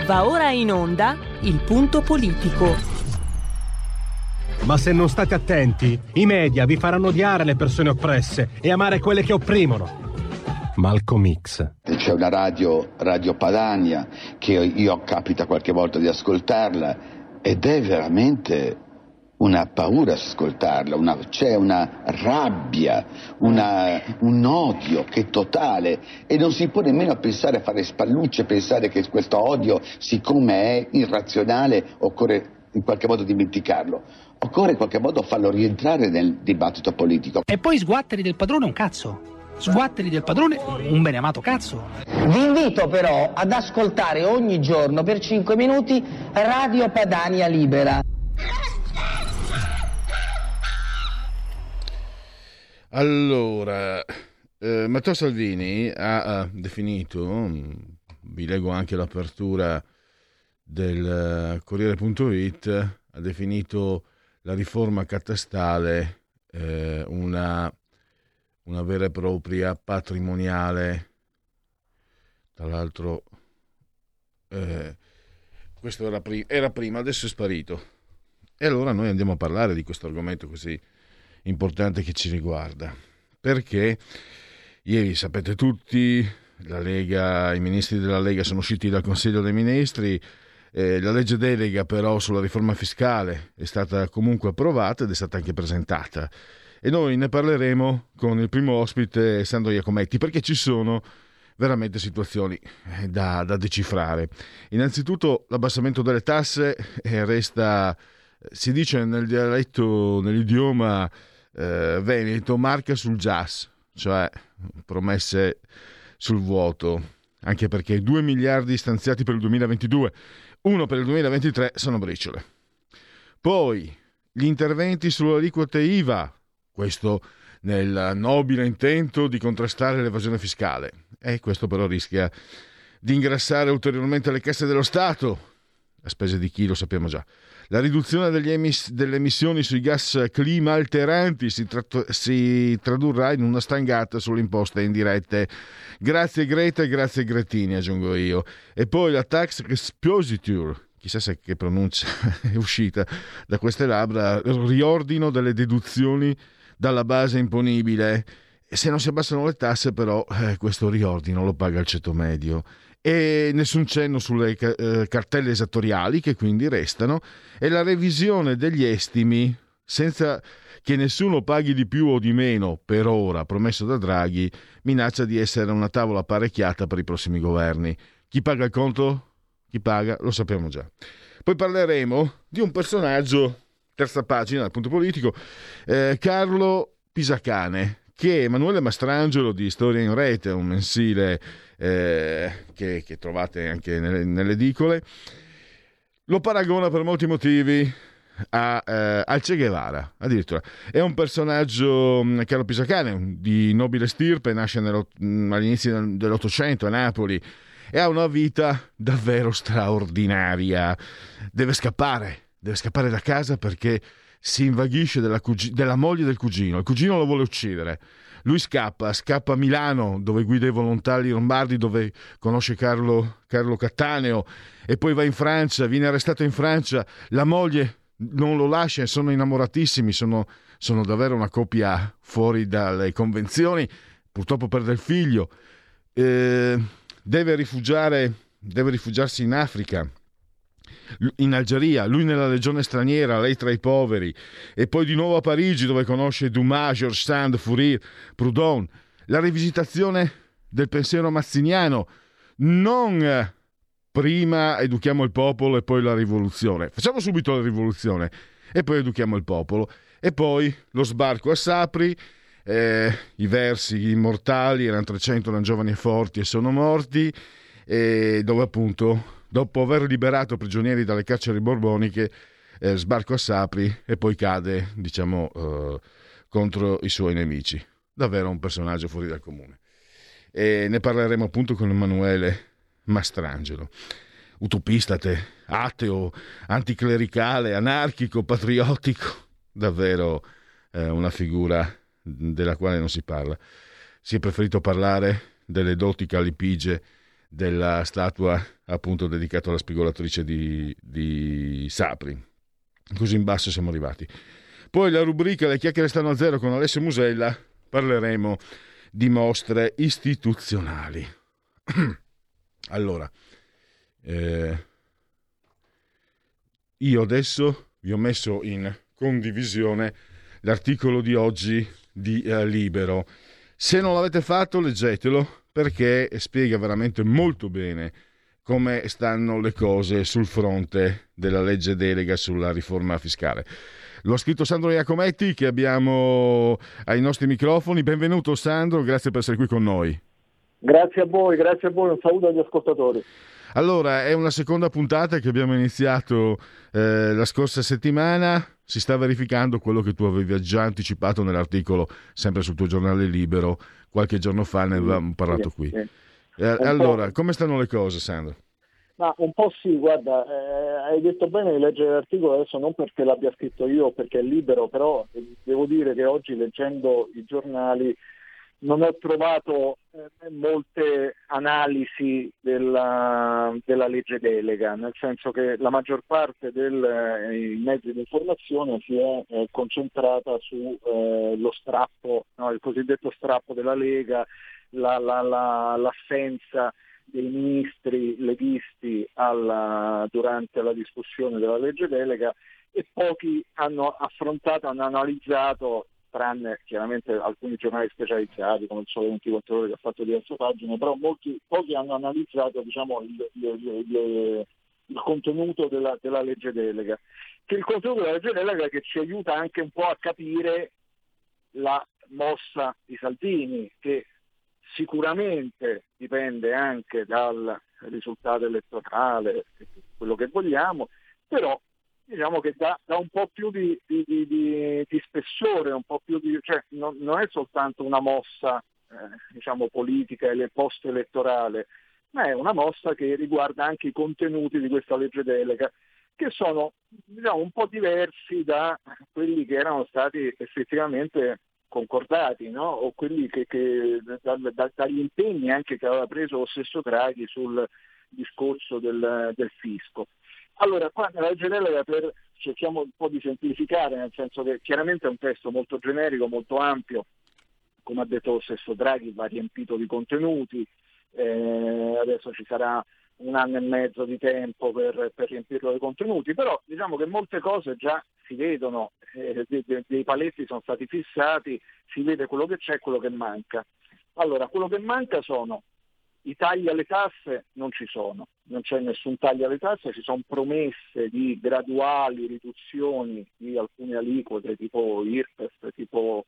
Va ora in onda il punto politico. Ma se non state attenti, i media vi faranno odiare le persone oppresse e amare quelle che opprimono. Malcolm X. C'è una Radio Padania, che io capita qualche volta di ascoltarla, ed è veramente una paura ascoltarla, c'è una rabbia, un odio che è totale, e non si può nemmeno pensare a fare spallucce, pensare che questo odio, siccome è irrazionale, occorre in qualche modo dimenticarlo, occorre in qualche modo farlo rientrare nel dibattito politico. E poi sguatteri del padrone un cazzo, sguatteri del padrone un beneamato cazzo. Vi invito però ad ascoltare ogni giorno per 5 minuti Radio Padania Libera. Allora, Matteo Salvini ha definito, vi leggo anche l'apertura del Corriere.it, ha definito la riforma catastale una vera e propria patrimoniale. Tra l'altro questo era prima, adesso è sparito. E allora noi andiamo a parlare di questo argomento così importante che ci riguarda, perché ieri, sapete tutti, la Lega, i ministri della Lega sono usciti dal Consiglio dei Ministri. La legge delega però sulla riforma fiscale è stata comunque approvata ed è stata anche presentata, e noi ne parleremo con il primo ospite, Sandro Iacometti, perché ci sono veramente situazioni da decifrare. Innanzitutto l'abbassamento delle tasse resta, si dice nel dialetto, nell'idioma veneto, marca sul jazz, cioè promesse sul vuoto, anche perché 2 miliardi stanziati per il 2022, 1 per il 2023 sono briciole. Poi gli interventi sulle aliquote IVA, questo nel nobile intento di contrastare l'evasione fiscale, e questo però rischia di ingrassare ulteriormente le casse dello Stato, a spese di chi lo sappiamo già. La riduzione delle emissioni sui gas clima alteranti si tradurrà in una stangata sulle imposte indirette. Grazie Greta e grazie Gretini, aggiungo io. E poi la tax expositure, chissà se che pronuncia è uscita da queste labbra, riordino delle deduzioni dalla base imponibile. E se non si abbassano le tasse però questo riordino lo paga il ceto medio. E nessun cenno sulle cartelle esattoriali, che quindi restano, e la revisione degli estimi senza che nessuno paghi di più o di meno per ora, promesso da Draghi, minaccia di essere una tavola apparecchiata per i prossimi governi. Chi paga il conto? Chi paga? Lo sappiamo già. Poi parleremo di un personaggio, terza pagina del punto politico, Carlo Pisacane, che Emanuele Mastrangelo di Storia in Rete, un mensile che trovate anche nelle edicole, lo paragona per molti motivi al Che Guevara. Addirittura è un personaggio, Carlo Pisacane, di nobile stirpe, nasce all'inizio dell'Ottocento a Napoli e ha una vita davvero straordinaria. Deve scappare da casa perché si invaghisce della moglie del cugino. Il cugino lo vuole uccidere. Lui scappa a Milano, dove guida i volontari lombardi, dove conosce Carlo Cattaneo, e poi va in Francia, viene arrestato in Francia. La moglie non lo lascia, sono innamoratissimi, sono davvero una coppia fuori dalle convenzioni. Purtroppo perde il figlio, deve rifugiarsi in Africa, in Algeria, lui nella legione straniera, lei tra i poveri, e poi di nuovo a Parigi, dove conosce Dumas, Georges Sand, Fourier, Proudhon. La rivisitazione del pensiero mazziniano, non prima educhiamo il popolo e poi la rivoluzione, facciamo subito la rivoluzione e poi educhiamo il popolo, e poi lo sbarco a Sapri, i versi immortali, erano 300, erano giovani e forti e sono morti, e dove appunto, dopo aver liberato prigionieri dalle carceri borboniche, sbarco a Sapri e poi cade, contro i suoi nemici. Davvero un personaggio fuori dal comune. E ne parleremo appunto con Emanuele Mastrangelo. Utopista, ateo, anticlericale, anarchico, patriottico. Davvero una figura della quale non si parla. Si è preferito parlare delle doti calipigie della statua appunto dedicata alla spigolatrice di Sapri. Così in basso siamo arrivati. Poi la rubrica Le chiacchiere stanno a zero con Alessio Musella, parleremo di mostre istituzionali. Allora, io adesso vi ho messo in condivisione l'articolo di oggi di Libero. Se non l'avete fatto, leggetelo, perché spiega veramente molto bene come stanno le cose sul fronte della legge delega sulla riforma fiscale. Lo ha scritto Sandro Iacometti, che abbiamo ai nostri microfoni. Benvenuto Sandro, grazie per essere qui con noi. Grazie a voi, un saluto agli ascoltatori. Allora, è una seconda puntata che abbiamo iniziato la scorsa settimana. Si sta verificando quello che tu avevi già anticipato nell'articolo, sempre sul tuo giornale Libero, qualche giorno fa, ne avevamo parlato qui. Allora, come stanno le cose, Sandro? Ma un po' sì, guarda, hai detto bene di leggere l'articolo, adesso non perché l'abbia scritto io, perché è libero, però devo dire che oggi, leggendo i giornali, non ho trovato molte analisi della legge delega, nel senso che la maggior parte dei mezzi di informazione si è concentrata su lo strappo, no, il cosiddetto strappo della Lega, l'assenza dei ministri leghisti durante la discussione della legge delega, e pochi hanno analizzato, tranne chiaramente alcuni giornali specializzati come il Sole 24 Ore, che ha fatto diverse pagine, però pochi hanno analizzato, diciamo, il contenuto della legge delega, che il contenuto della legge delega che ci aiuta anche un po' a capire la mossa di Salvini, che sicuramente dipende anche dal risultato elettorale, quello che vogliamo, però diciamo che dà un po' più di spessore, un po' più cioè non è soltanto una mossa diciamo politica e post-elettorale, ma è una mossa che riguarda anche i contenuti di questa legge delega, che sono, diciamo, un po' diversi da quelli che erano stati effettivamente concordati, no? O quelli dagli impegni anche che aveva preso lo stesso Draghi sul discorso del fisco. Allora, qua nella legge delega cerchiamo un po' di semplificare, nel senso che chiaramente è un testo molto generico, molto ampio, come ha detto lo stesso Draghi, va riempito di contenuti, adesso ci sarà 1 anno e mezzo di tempo per riempirlo di contenuti, però diciamo che molte cose già si vedono, dei paletti sono stati fissati, si vede quello che c'è e quello che manca. Allora, quello che manca sono i tagli alle tasse, non ci sono, non c'è nessun taglio alle tasse, ci sono promesse di graduali riduzioni di alcune aliquote tipo IRPEF, tipo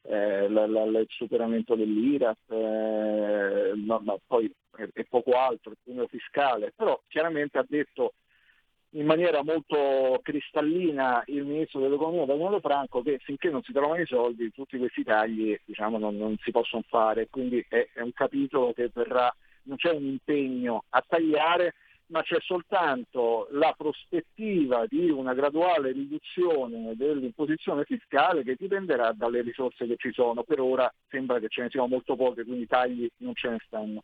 il superamento dell'IRAP, ma poi è poco altro, il cuneo fiscale, però chiaramente ha detto in maniera molto cristallina il ministro dell'economia Daniele Franco che finché non si trovano i soldi tutti questi tagli, diciamo, non si possono fare, quindi è un capitolo che verrà, non c'è un impegno a tagliare, ma c'è soltanto la prospettiva di una graduale riduzione dell'imposizione fiscale che dipenderà dalle risorse che ci sono. Per ora sembra che ce ne siano molto poche, quindi tagli non ce ne stanno.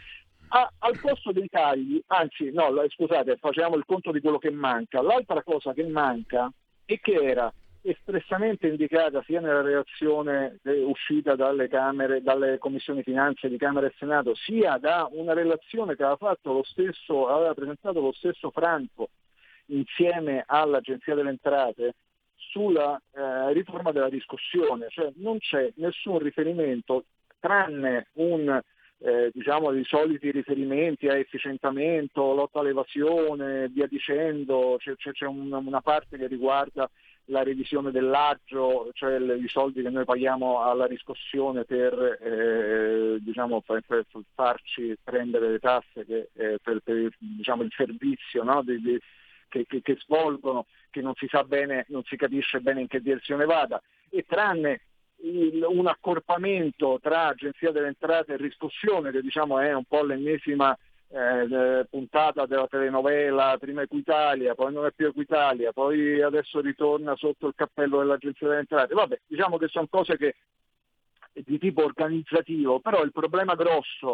Al posto dei tagli, scusate, facciamo il conto di quello che manca. L'altra cosa che manca e che era espressamente indicata sia nella relazione uscita dalle commissioni finanze di Camera e Senato, sia da una relazione che aveva presentato lo stesso Franco insieme all'Agenzia delle Entrate sulla riforma della riscossione, cioè non c'è nessun riferimento tranne i soliti riferimenti a efficientamento, lotta all'evasione, via dicendo. C'è una parte che riguarda la revisione dell'aggio, cioè i soldi che noi paghiamo alla riscossione per farci prendere le tasse per il servizio, no? che svolgono, che non si sa bene, non si capisce bene in che direzione vada, e tranne un accorpamento tra Agenzia delle Entrate e riscossione, che diciamo è un po' l'ennesima puntata della telenovela, prima Equitalia, poi non è più Equitalia, poi adesso ritorna sotto il cappello dell'Agenzia delle Entrate. Vabbè, diciamo che sono cose che di tipo organizzativo, però il problema grosso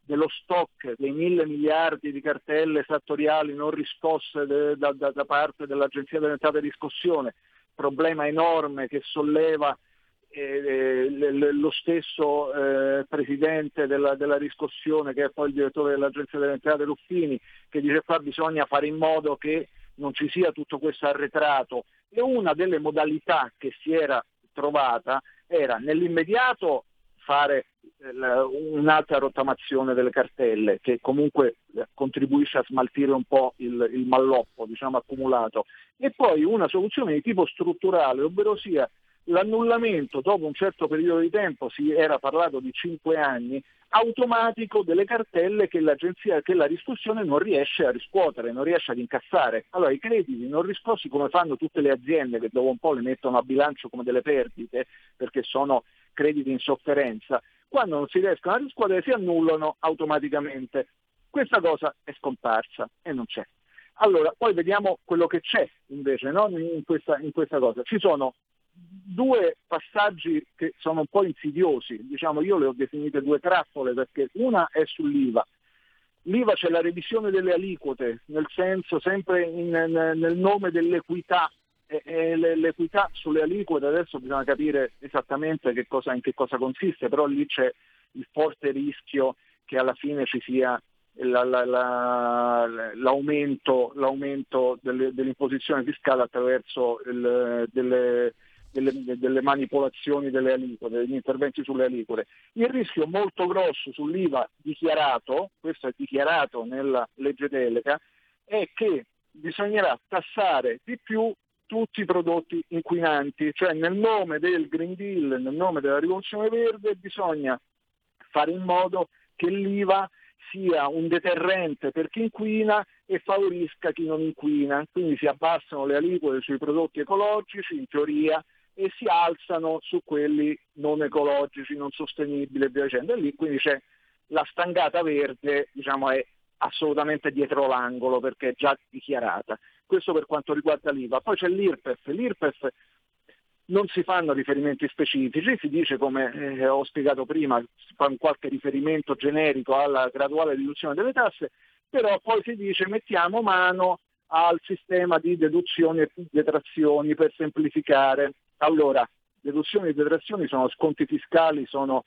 dello stock dei 1.000 miliardi di cartelle esattoriali non riscosse da parte dell'Agenzia delle Entrate e Riscossione, problema enorme che solleva lo stesso presidente della riscossione, che è poi il direttore dell'Agenzia delle Entrate, Ruffini, che dice qua bisogna fare in modo che non ci sia tutto questo arretrato. E una delle modalità che si era trovata era nell'immediato fare un'altra rottamazione delle cartelle, che comunque contribuisce a smaltire un po' il malloppo, diciamo, accumulato, e poi una soluzione di tipo strutturale, ovvero sia l'annullamento dopo un certo periodo di tempo, si era parlato di 5 anni, automatico delle cartelle che la riscossione non riesce a riscuotere, non riesce ad incassare. Allora i crediti non riscossi, come fanno tutte le aziende che dopo un po' le mettono a bilancio come delle perdite, perché sono crediti in sofferenza, quando non si riescono a riscuotere si annullano automaticamente. Questa cosa è scomparsa e non c'è. Allora, poi vediamo quello che c'è invece, no? in questa cosa. Ci sono due passaggi che sono un po' insidiosi, diciamo, io le ho definite due trappole, perché una è sull'IVA. L'IVA c'è la revisione delle aliquote, nel senso sempre nel nome dell'equità, e l'equità sulle aliquote adesso bisogna capire esattamente in che cosa consiste, però lì c'è il forte rischio che alla fine ci sia l'aumento dell'imposizione fiscale attraverso delle manipolazioni delle aliquote, degli interventi sulle aliquote. Il rischio molto grosso sull'IVA dichiarato, questo è dichiarato nella legge delega, è che bisognerà tassare di più tutti i prodotti inquinanti, cioè nel nome del Green Deal, nel nome della rivoluzione verde, bisogna fare in modo che l'IVA sia un deterrente per chi inquina e favorisca chi non inquina. Quindi si abbassano le aliquote sui prodotti ecologici, in teoria, e si alzano su quelli non ecologici, non sostenibili e via dicendo. E lì quindi c'è la stangata verde, diciamo, è assolutamente dietro l'angolo perché è già dichiarata. Questo per quanto riguarda l'IVA. Poi c'è l'IRPEF. L'IRPEF non si fanno riferimenti specifici, si dice, come ho spiegato prima, si fa qualche riferimento generico alla graduale riduzione delle tasse, però poi si dice mettiamo mano al sistema di deduzioni e detrazioni per semplificare. Allora, deduzioni e detrazioni sono sconti fiscali, sono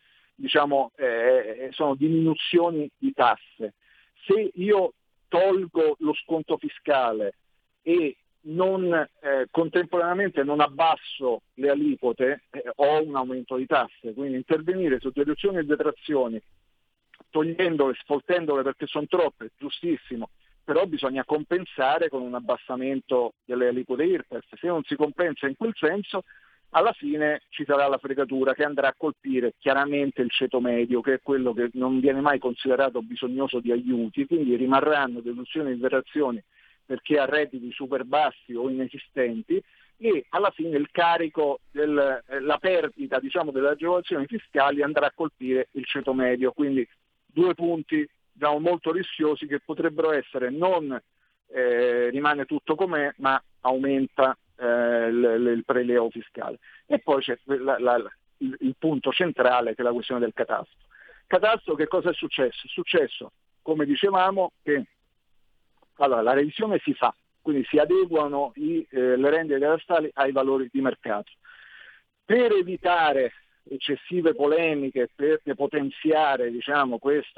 diminuzioni di tasse. Se io tolgo lo sconto fiscale e contemporaneamente non abbasso le aliquote, ho un aumento di tasse. Quindi intervenire su deduzioni e detrazioni, togliendole, sfoltendole perché sono troppe, giustissimo, però bisogna compensare con un abbassamento delle aliquote IRPEF. Se non si compensa in quel senso, alla fine ci sarà la fregatura che andrà a colpire chiaramente il ceto medio, che è quello che non viene mai considerato bisognoso di aiuti, quindi rimarranno deduzioni e detrazioni per chi ha redditi super bassi o inesistenti, e alla fine il carico la perdita, diciamo, delle agevolazioni fiscali andrà a colpire il ceto medio. Quindi due punti, diciamo, molto rischiosi, che potrebbero essere non rimane tutto com'è, ma aumenta il prelievo fiscale. E poi c'è il punto centrale, che è la questione del catasto. Catasto, che cosa è successo? È successo, come dicevamo, che allora la revisione si fa, quindi si adeguano le rendite catastali ai valori di mercato. Per evitare eccessive polemiche, per depotenziare, diciamo, questo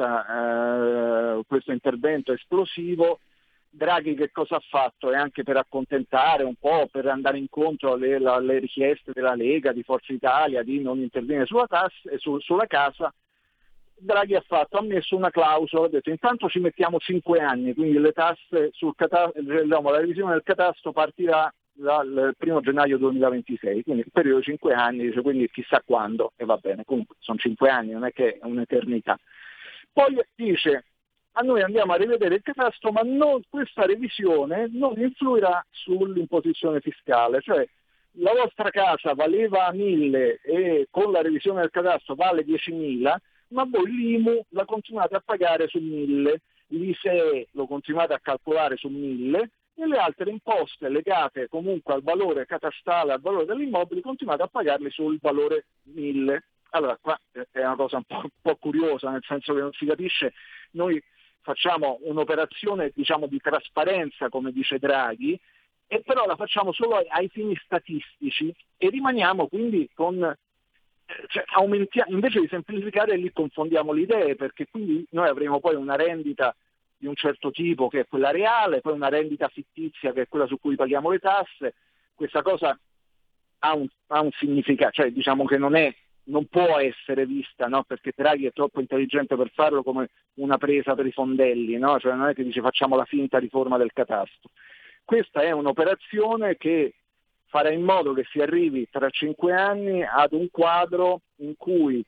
intervento esplosivo, Draghi che cosa ha fatto? E anche per accontentare un po', per andare incontro alle richieste della Lega, di Forza Italia, di non intervenire sulla casa, Draghi ha messo una clausola, ha detto intanto ci mettiamo 5 anni, quindi le tasse la revisione del catasto partirà dal 1 gennaio 2026, quindi il periodo 5 anni, dice, quindi chissà quando, e va bene, comunque sono 5 anni, non è che è un'eternità. Poi dice, a noi andiamo a rivedere il catasto, ma questa revisione non influirà sull'imposizione fiscale, cioè la vostra casa valeva 1.000 e con la revisione del catasto vale 10.000, ma voi l'IMU la continuate a pagare su 1.000, l'ISEE lo continuate a calcolare su 1.000 e le altre imposte legate comunque al valore catastale, al valore dell'immobile, continuate a pagarli sul valore 1.000. allora qua è una cosa un po' curiosa, nel senso che non si capisce, noi facciamo un'operazione diciamo di trasparenza, come dice Draghi, e però la facciamo solo ai fini statistici e rimaniamo quindi con aumentiamo, invece di semplificare lì confondiamo le idee, perché quindi noi avremo poi una rendita di un certo tipo che è quella reale, poi una rendita fittizia che è quella su cui paghiamo le tasse. Questa cosa ha un significato, cioè diciamo che non può essere vista, no? Perché Draghi è troppo intelligente per farlo, come una presa per i fondelli, no? Cioè non è che dice facciamo la finta riforma del catasto. Questa è un'operazione che farà in modo che si arrivi tra 5 anni ad un quadro in cui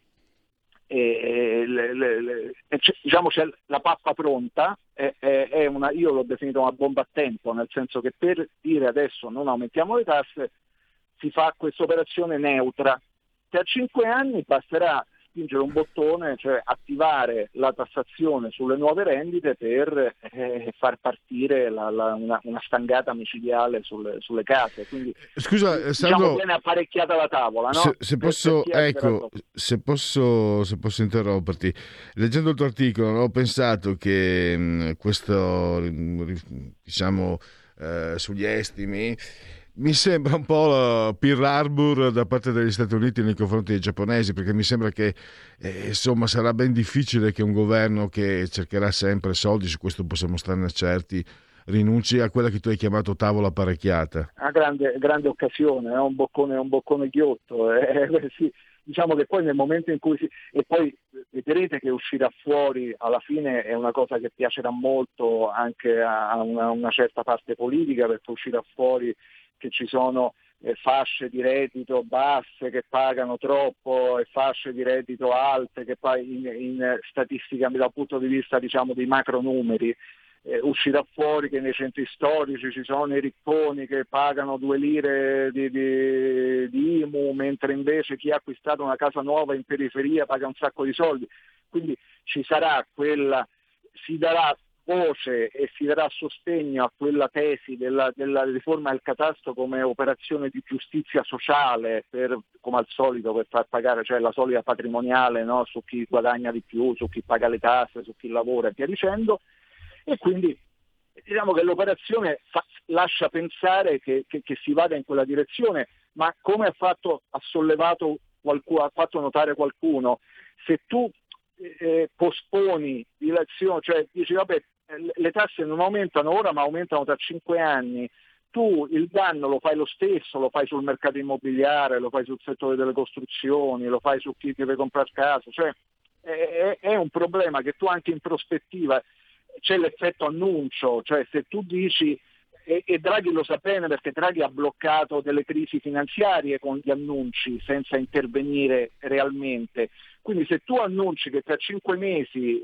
diciamo c'è la pappa pronta, io l'ho definito una bomba a tempo, nel senso che per dire adesso non aumentiamo le tasse si fa questa operazione neutra. Tra 5 anni basterà spingere un bottone, cioè attivare la tassazione sulle nuove rendite per far partire una stangata micidiale sulle case. Quindi, scusa, Sandro, diciamo viene apparecchiata la tavola, no? Se posso interromperti, leggendo il tuo articolo ho pensato che questo, diciamo, sugli estimi mi sembra un po' Pearl Harbor da parte degli Stati Uniti nei confronti dei giapponesi, perché mi sembra che insomma sarà ben difficile che un governo che cercherà sempre soldi, su questo possiamo starne certi, rinunci a quella che tu hai chiamato tavola apparecchiata. Una grande occasione, un boccone ghiotto, sì. Diciamo che poi nel momento in cui e poi vedrete che uscirà fuori alla fine è una cosa che piacerà molto anche a una certa parte politica, perché uscirà fuori che ci sono fasce di reddito basse che pagano troppo e fasce di reddito alte che poi in statistica dal punto di vista diciamo dei macro numeri uscirà fuori che nei centri storici ci sono i ricconi che pagano 2 lire di IMU, mentre invece chi ha acquistato una casa nuova in periferia paga un sacco di soldi. Quindi ci sarà si darà voce e si darà sostegno a quella tesi della riforma del catasto come operazione di giustizia sociale, come al solito per far pagare, cioè la solita patrimoniale, no? Su chi guadagna di più, su chi paga le tasse, su chi lavora e via dicendo. E quindi diciamo che l'operazione lascia pensare che si vada in quella direzione, ma come ha fatto notare qualcuno, se tu posponi dilazione, cioè dici vabbè le tasse non aumentano ora ma aumentano tra 5 anni, tu il danno lo fai lo stesso, lo fai sul mercato immobiliare, lo fai sul settore delle costruzioni, lo fai su chi deve comprare casa, cioè è un problema che tu anche in prospettiva c'è l'effetto annuncio, cioè se tu dici, e Draghi lo sa bene perché Draghi ha bloccato delle crisi finanziarie con gli annunci senza intervenire realmente, quindi se tu annunci che tra 5 mesi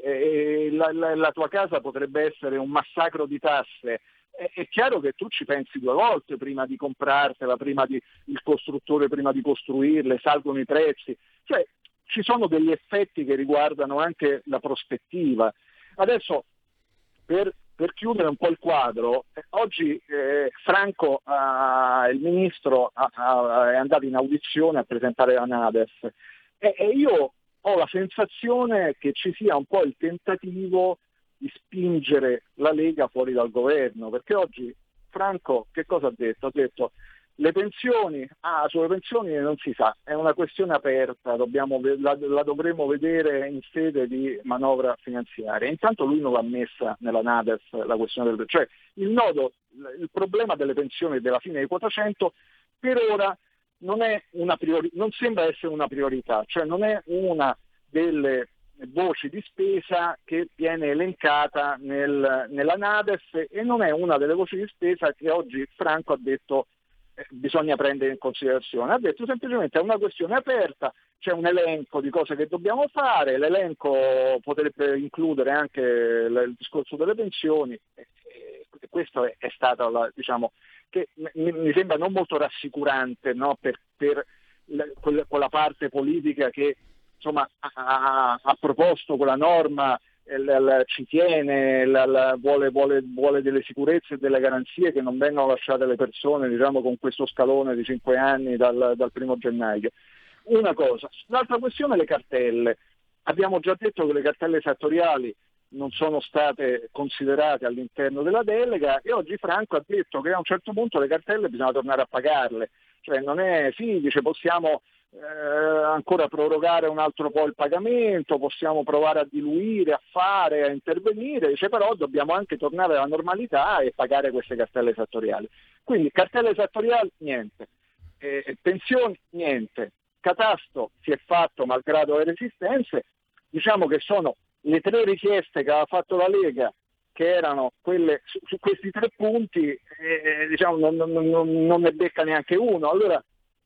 la tua casa potrebbe essere un massacro di tasse, è chiaro che tu ci pensi 2 volte prima di comprartela, il costruttore prima di costruirle, salgono i prezzi, cioè ci sono degli effetti che riguardano anche la prospettiva. Adesso per chiudere un po' il quadro, oggi Franco, il ministro, è andato in audizione a presentare la NADEF e io ho la sensazione che ci sia un po' il tentativo di spingere la Lega fuori dal governo, perché oggi Franco che cosa ha detto? Ha detto le pensioni, sulle pensioni non si sa, è una questione aperta, la dovremo vedere in sede di manovra finanziaria. Intanto lui non l'ha messa nella NADEF la questione cioè il problema delle pensioni e della fine di quota 100 per ora non sembra essere una priorità, cioè non è una delle voci di spesa che viene elencata nella NADEF e non è una delle voci di spesa che oggi Franco ha detto bisogna prendere in considerazione. Ha detto semplicemente è una questione aperta, c'è un elenco di cose che dobbiamo fare, l'elenco potrebbe includere anche il discorso delle pensioni, e questo è stato diciamo che mi sembra non molto rassicurante, no? per quella parte politica che insomma ha proposto quella norma, ci tiene, vuole delle sicurezze e delle garanzie che non vengano lasciate alle persone, diciamo, con questo scalone di 5 anni dal 1 gennaio. una cosa. L'altra questione è le cartelle. Abbiamo già detto che le cartelle esattoriali non sono state considerate all'interno della delega, e oggi Franco ha detto che a un certo punto le cartelle bisogna tornare a pagarle. Cioè non è, sì, dice possiamo ancora prorogare un altro po' il pagamento, possiamo provare a diluire, a fare, a intervenire, dice però dobbiamo anche tornare alla normalità e pagare queste cartelle esattoriali. Quindi cartelle esattoriali niente, pensioni niente, catasto si è fatto malgrado le resistenze. Diciamo che sono le 3 richieste che aveva fatto la Lega, che erano quelle su questi 3 punti, diciamo non ne becca neanche uno. Allora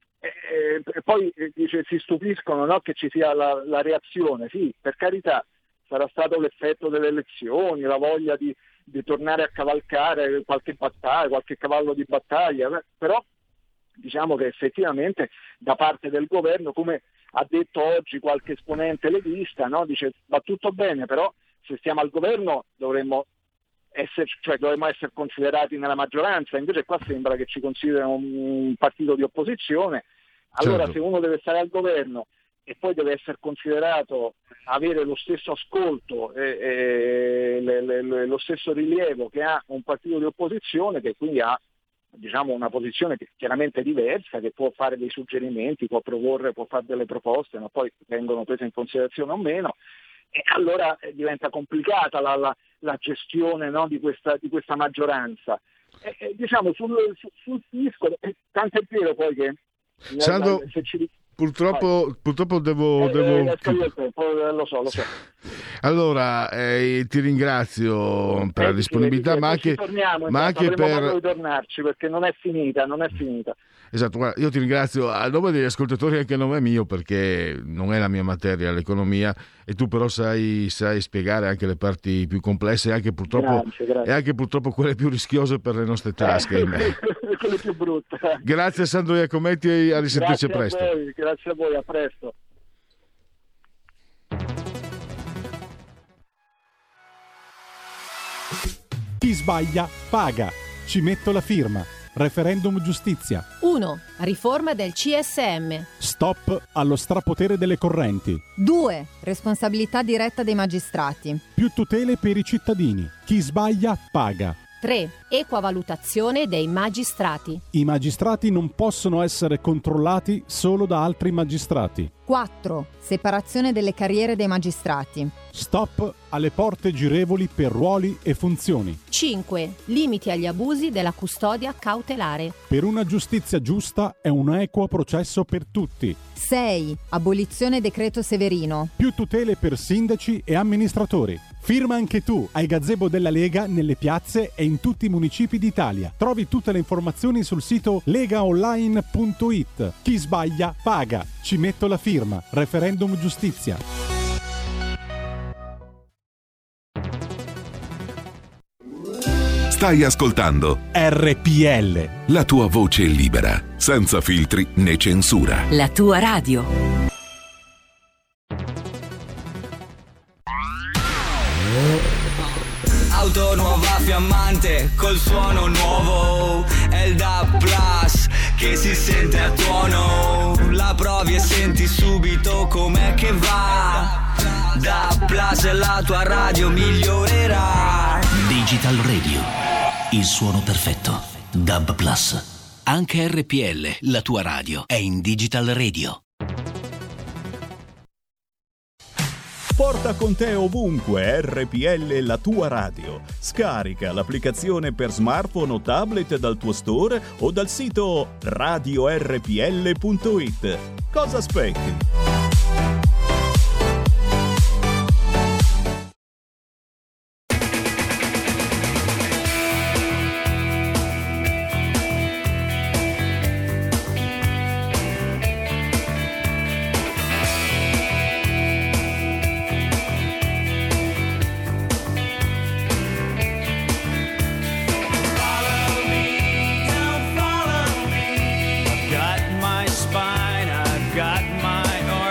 poi dice, si stupiscono, no, che ci sia la reazione. Sì, per carità, sarà stato l'effetto delle elezioni, la voglia di tornare a cavalcare qualche battaglia, qualche cavallo di battaglia, però diciamo che effettivamente da parte del governo, come ha detto oggi qualche esponente leghista, no, dice va tutto bene, però se stiamo al governo dovremmo essere considerati nella maggioranza, invece qua sembra che ci considerano un partito di opposizione. Allora certo, se uno deve stare al governo e poi deve essere considerato avere lo stesso ascolto e lo stesso rilievo che ha un partito di opposizione, che quindi ha, diciamo, una posizione che chiaramente è diversa, che può fare dei suggerimenti, può proporre, può fare delle proposte, ma poi vengono prese in considerazione o meno, e allora diventa complicata la gestione, no, di questa maggioranza. Diciamo sul fisco, tanto è vero poi che Sandro, purtroppo devo lo so. Allora ti ringrazio per la disponibilità, ma anche per ritornarci, perché non è finita. Esatto, guarda, io ti ringrazio a nome degli ascoltatori e anche a nome mio, perché non è la mia materia l'economia, e tu però sai spiegare anche le parti più complesse e anche purtroppo grazie. E anche purtroppo quelle più rischiose per le nostre tasche. Quelle più brutte. Grazie a Sandro Iacometti e a risentirci presto. Grazie a voi, a presto. Chi sbaglia paga. Ci metto la firma. Referendum giustizia. 1. Riforma del CSM. Stop allo strapotere delle correnti. 2. Responsabilità diretta dei magistrati. Più tutele per i cittadini. Chi sbaglia paga. 3. Equa valutazione dei magistrati. I magistrati non possono essere controllati solo da altri magistrati. 4. Separazione delle carriere dei magistrati. Stop alle porte girevoli per ruoli e funzioni. 5. Limiti agli abusi della custodia cautelare. Per una giustizia giusta e un equo processo per tutti. 6. Abolizione decreto Severino. Più tutele per sindaci e amministratori. Firma anche tu ai gazebo della Lega nelle piazze e in tutti i municipi d'Italia. Trovi tutte le informazioni sul sito legaonline.it. Chi sbaglia paga. Ci metto la firma. Referendum giustizia. Stai ascoltando RPL. La tua voce libera, senza filtri né censura. La tua radio. Auto nuova fiammante col suono nuovo, è il DAB Plus che si sente a tuono. La provi e senti subito com'è che va. DAB Plus, la tua radio migliorerà. Digital Radio, il suono perfetto. DAB Plus. Anche RPL, la tua radio, è in Digital Radio. Porta con te ovunque RPL, la tua radio. Scarica l'applicazione per smartphone o tablet dal tuo store o dal sito radiorpl.it. Cosa aspetti? Got my spine, I've got my arm.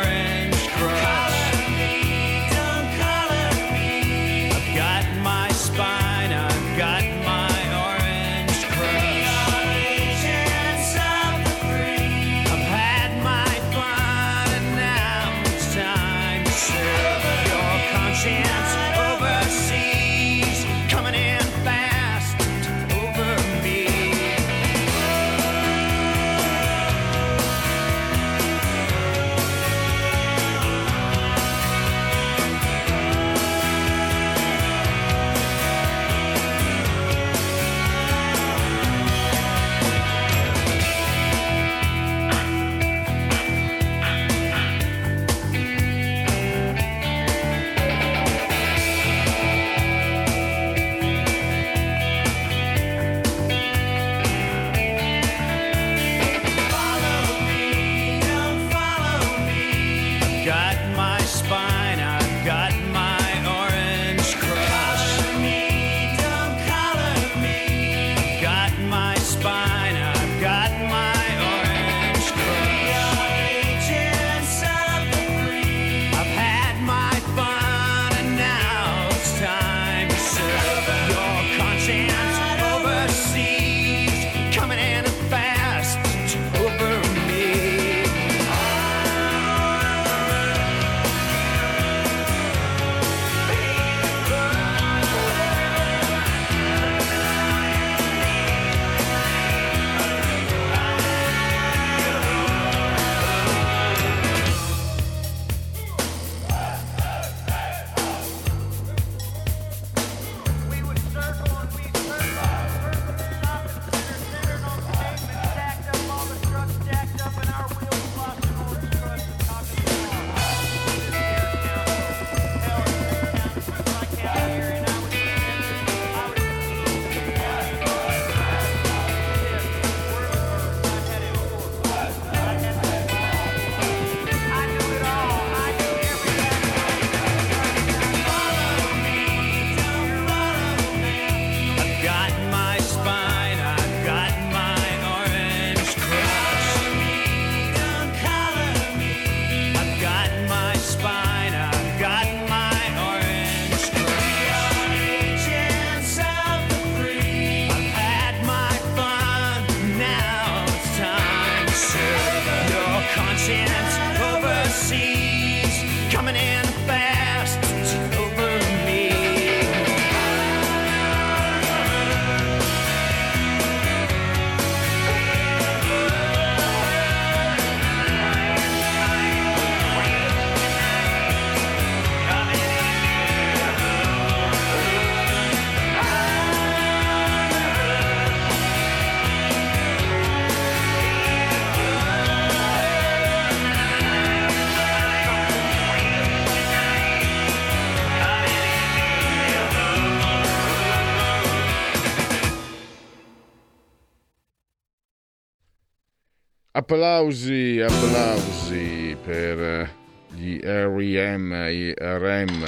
Applausi per gli R.E.M.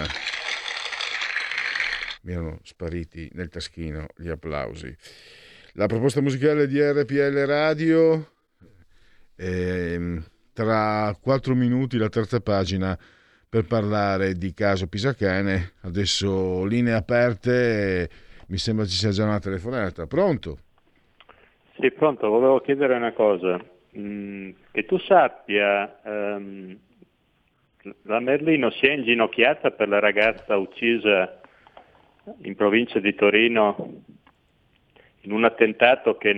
Mi erano spariti nel taschino gli applausi. La proposta musicale di RPL Radio, tra 4 minuti la terza pagina per parlare di caso Pisacane. Adesso linee aperte, mi sembra ci sia già una telefonata. Pronto? Sì, pronto, volevo chiedere una cosa. Che tu sappia, la Merlino si è inginocchiata per la ragazza uccisa in provincia di Torino in un attentato che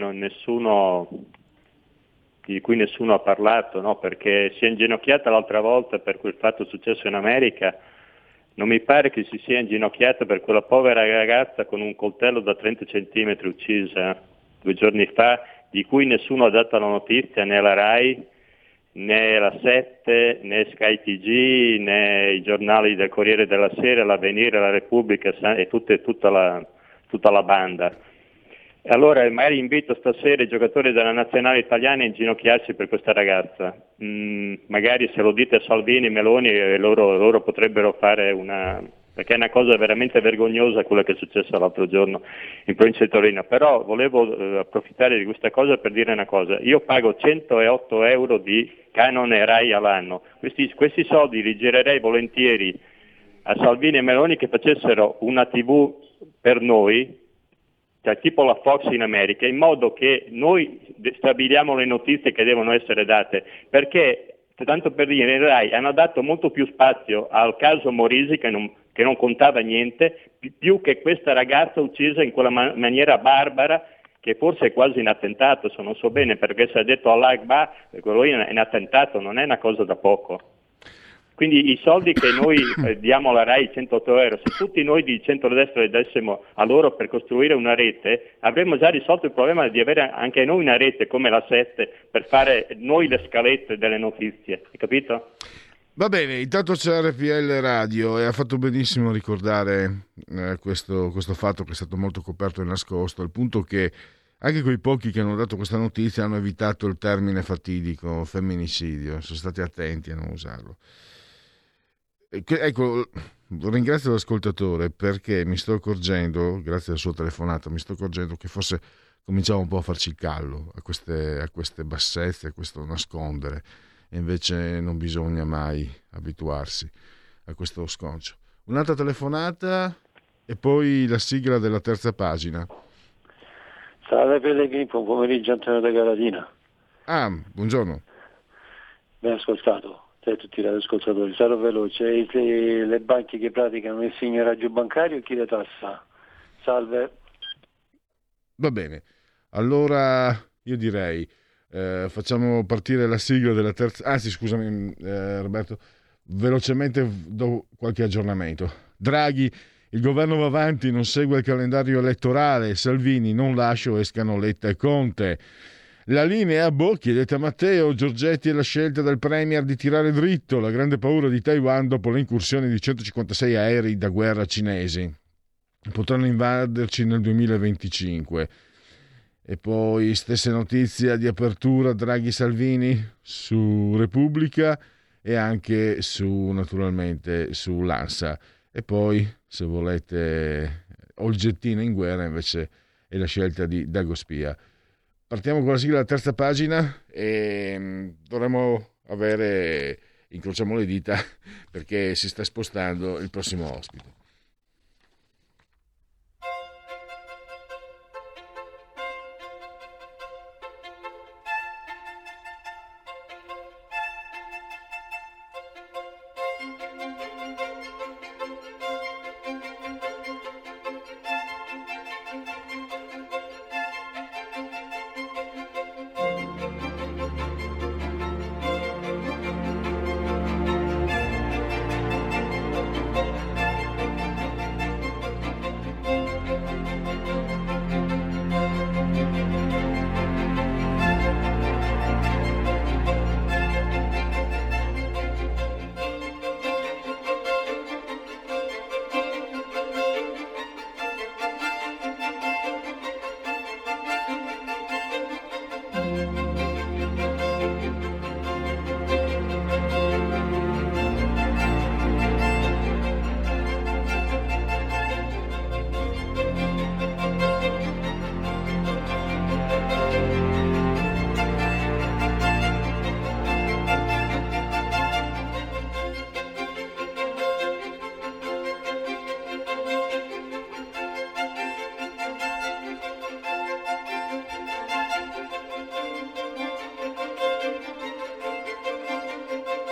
di cui nessuno ha parlato, no? Perché si è inginocchiata l'altra volta per quel fatto successo in America. Non mi pare che si sia inginocchiata per quella povera ragazza con un coltello da 30 centimetri uccisa 2 giorni fa, di cui nessuno ha dato la notizia, né la RAI, né la 7, né Sky TG, né i giornali del Corriere della Sera, l'Avvenire, la Repubblica e tutta la banda. E allora magari invito stasera i giocatori della nazionale italiana a inginocchiarsi per questa ragazza. Magari se lo dite a Salvini, Meloni, loro potrebbero fare perché è una cosa veramente vergognosa quella che è successa l'altro giorno in provincia di Torino. Però volevo approfittare di questa cosa per dire una cosa. Io pago 108 euro di canone RAI all'anno. Questi soldi li girerei volentieri a Salvini e Meloni che facessero una TV per noi, cioè tipo la Fox in America, in modo che noi stabiliamo le notizie che devono essere date, perché tanto per dire, in RAI hanno dato molto più spazio al caso Morisi che non contava niente, più che questa ragazza uccisa in quella maniera barbara, che forse è quasi un attentato, se non so bene, perché si è detto all'Akbar, quello è un attentato, non è una cosa da poco. Quindi i soldi che noi diamo alla RAI, 108 euro, se tutti noi di centrodestra le dessimo a loro per costruire una rete, avremmo già risolto il problema di avere anche noi una rete come la 7 per fare noi le scalette delle notizie, hai capito? Va bene, intanto c'è RPL Radio e ha fatto benissimo ricordare questo fatto che è stato molto coperto e nascosto, al punto che anche quei pochi che hanno dato questa notizia hanno evitato il termine fatidico femminicidio, sono stati attenti a non usarlo. Ecco, ringrazio l'ascoltatore perché mi sto accorgendo, grazie alla sua telefonata, che forse cominciamo un po' a farci il callo a queste bassezze, a questo nascondere, e invece non bisogna mai abituarsi a questo sconcio. Un'altra telefonata e poi la sigla della terza pagina. Salve Pellegrini, buon pomeriggio, Antonio da Galatina. Ah, buongiorno. Ben ascoltato. Tutti gli ascoltatori, sarò veloce. Le banche che praticano il signoraggio bancario, chi le tassa? Salve. Va bene, allora io direi facciamo partire la sigla della terza. Anzi, scusami Roberto, velocemente do qualche aggiornamento. Draghi, il governo va avanti, non segue il calendario elettorale. Salvini, non lascio escano Letta e Conte. La linea chiedete a Matteo. Giorgetti e la scelta del premier di tirare dritto, la grande paura di Taiwan dopo le incursioni di 156 aerei da guerra cinesi. Potranno invaderci nel 2025. E poi stesse notizie di apertura Draghi-Salvini su Repubblica e anche naturalmente su l'ANSA. E poi, se volete, Olgettina in guerra invece è la scelta di Dagospia. Partiamo con la sigla della terza pagina e dovremo incrociamo le dita perché si sta spostando il prossimo ospite.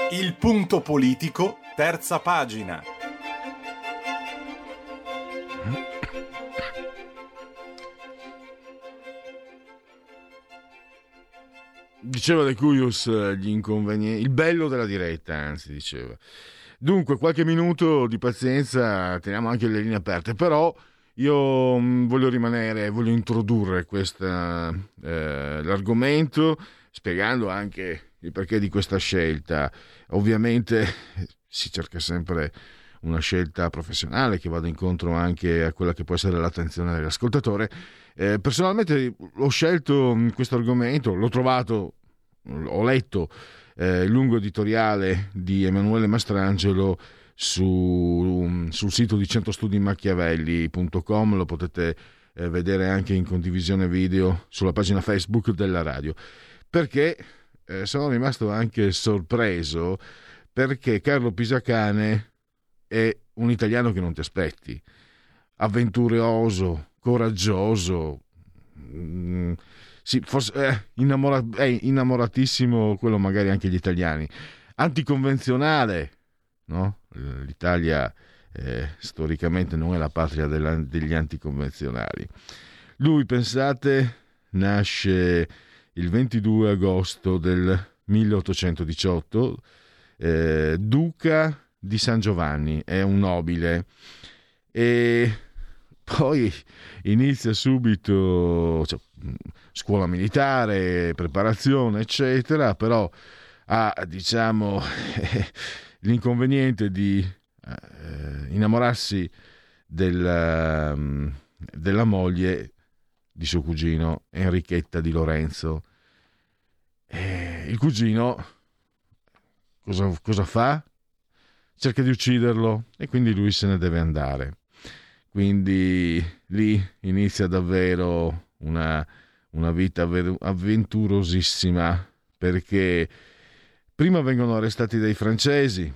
Il punto politico, terza pagina. Diceva De Cuius gli inconvenienti, il bello della diretta, anzi diceva. Dunque, qualche minuto di pazienza, teniamo anche le linee aperte, però io voglio introdurre l'argomento, spiegando anche il perché di questa scelta. Ovviamente si cerca sempre una scelta professionale che vada incontro anche a quella che può essere l'attenzione dell'ascoltatore. Personalmente ho scelto questo argomento, ho letto il lungo editoriale di Emanuele Mastrangelo sul sito di centrostudimachiavelli.com, lo potete vedere anche in condivisione video sulla pagina Facebook della radio, perché sono rimasto anche sorpreso, perché Carlo Pisacane è un italiano che non ti aspetti, avventuroso, coraggioso, sì, forse è innamoratissimo, quello magari anche gli italiani, anticonvenzionale, no? L'Italia storicamente non è la patria degli anticonvenzionali. Lui, pensate, nasce il 22 agosto del 1818, duca di San Giovanni, è un nobile, e poi inizia subito, scuola militare, preparazione, eccetera, però ha, diciamo, l'inconveniente di innamorarsi della moglie di suo cugino, Enrichetta di Lorenzo. Il cugino cosa fa? Cerca di ucciderlo, e quindi lui se ne deve andare. Quindi lì inizia davvero una vita avventurosissima, perché prima vengono arrestati dai francesi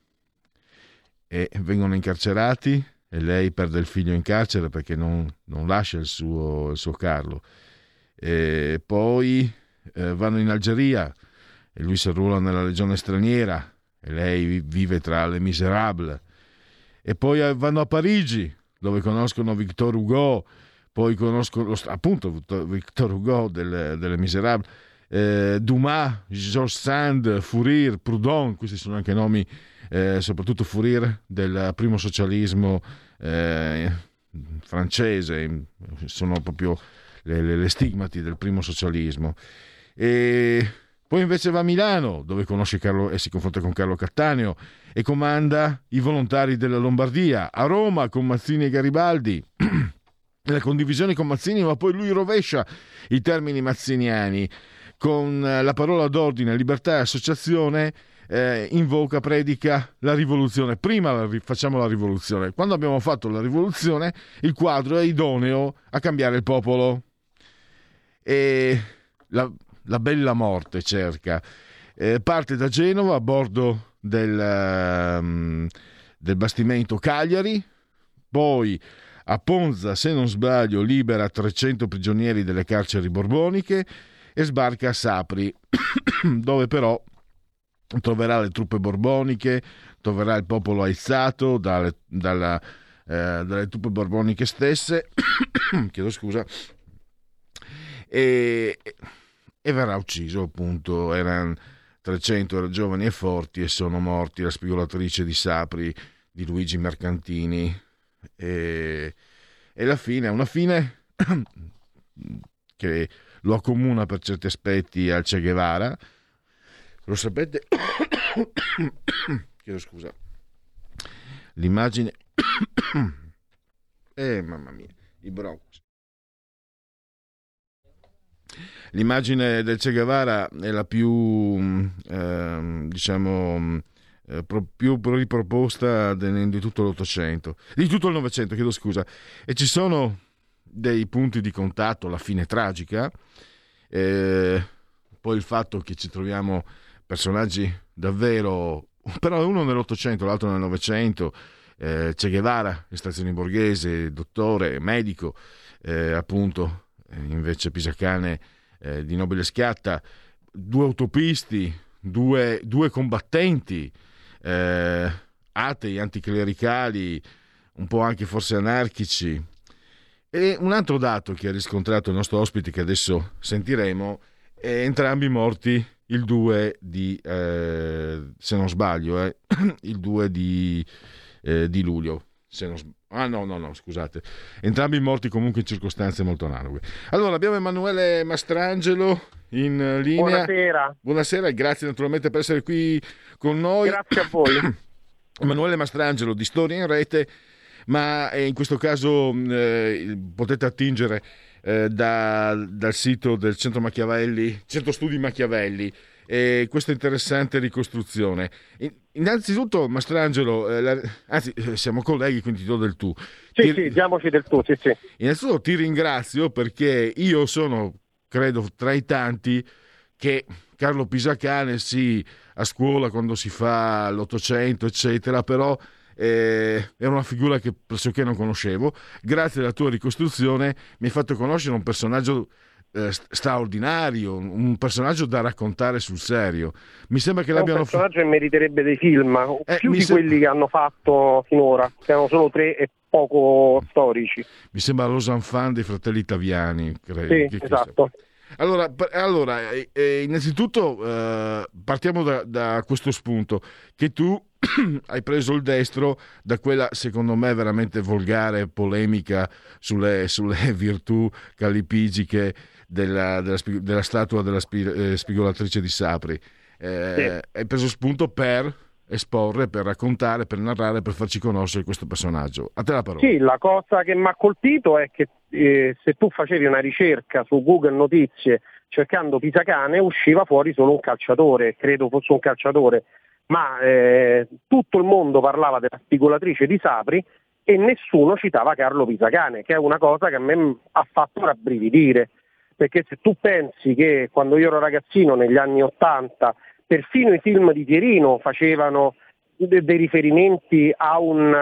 e vengono incarcerati, e lei perde il figlio in carcere perché non lascia il suo Carlo. E poi vanno in Algeria e lui si arruola nella legione straniera e lei vive tra les Miserables. E poi vanno a Parigi, dove conoscono Victor Hugo, poi conoscono appunto Victor Hugo delle Miserables, Dumas, Georges Sand, Fourier, Proudhon, questi sono anche nomi, soprattutto Fourier, del primo socialismo francese, sono proprio le stigmati del primo socialismo. E poi invece va a Milano, dove conosce Carlo e si confronta con Carlo Cattaneo e comanda i volontari della Lombardia. A Roma con Mazzini e Garibaldi, la condivisione con Mazzini, ma poi lui rovescia i termini mazziniani. Con la parola d'ordine, libertà e associazione, invoca, predica la rivoluzione. Prima facciamo la rivoluzione. Quando abbiamo fatto la rivoluzione, il quadro è idoneo a cambiare il popolo. E la bella morte cerca. Parte da Genova a bordo del bastimento Cagliari, poi a Ponza, se non sbaglio, libera 300 prigionieri delle carceri borboniche e sbarca a Sapri, dove però troverà le truppe borboniche, troverà il popolo aizzato dalle truppe borboniche stesse, chiedo scusa, e verrà ucciso, appunto. Erano 300, erano giovani e forti e sono morti. La spigolatrice di Sapri di Luigi Mercantini, e la fine è una fine che lo accomuna per certi aspetti al Che Guevara. Lo sapete? Chiedo scusa. L'immagine mamma mia, i bronchi. L'immagine del Che Guevara è la più più riproposta di tutto l'Ottocento, di tutto il Novecento, chiedo scusa, e ci sono dei punti di contatto, la fine tragica, poi il fatto che ci troviamo personaggi davvero, però uno nell'Ottocento, l'altro nel Novecento. Che Guevara, estrazione borghese, dottore, medico, appunto, invece Pisacane di nobile schiatta, due autopisti, due combattenti atei, anticlericali, un po' anche forse anarchici. E un altro dato che ha riscontrato il nostro ospite, che adesso sentiremo, è entrambi morti il 2 di, se non sbaglio, il 2 di luglio. No, scusate. Entrambi morti comunque in circostanze molto analoghe. Allora, abbiamo Emanuele Mastrangelo in linea. Buonasera e grazie naturalmente per essere qui con noi. Grazie a voi. Emanuele Mastrangelo di Storia in Rete, ma in questo caso potete attingere dal sito del Centro Machiavelli, Centro Studi Machiavelli, questa interessante ricostruzione. Innanzitutto, Mastrangelo, anzi siamo colleghi, quindi ti do del tu. Sì, diamoci del tu, sì. Innanzitutto ti ringrazio perché io sono, credo, tra i tanti che Carlo Pisacane sì, a scuola quando si fa l'Ottocento, eccetera, però era una figura che pressoché non conoscevo. Grazie alla tua ricostruzione mi hai fatto conoscere un personaggio straordinario, un personaggio da raccontare sul serio. Mi sembra che l'abbiano un personaggio che meriterebbe dei film più di quelli che hanno fatto finora, che erano solo 3 e poco storici. Mi sembra Los Enfants dei Fratelli Italiani, credo. Sì, esatto. Allora, innanzitutto partiamo da questo spunto, che tu hai preso il destro da quella, secondo me, veramente volgare polemica sulle virtù callipigiche della statua della spigolatrice di Sapri. Hai preso spunto per esporre, per raccontare, per narrare, per farci conoscere questo personaggio. A te la parola. Sì, la cosa che mi ha colpito è che se tu facevi una ricerca su Google Notizie cercando Pisacane usciva fuori solo un calciatore, credo fosse un calciatore, ma tutto il mondo parlava della spigolatrice di Sapri e nessuno citava Carlo Pisacane, che è una cosa che a me ha fatto rabbrividire, perché se tu pensi che quando io ero ragazzino negli anni *80 perfino i film di Pierino facevano dei riferimenti a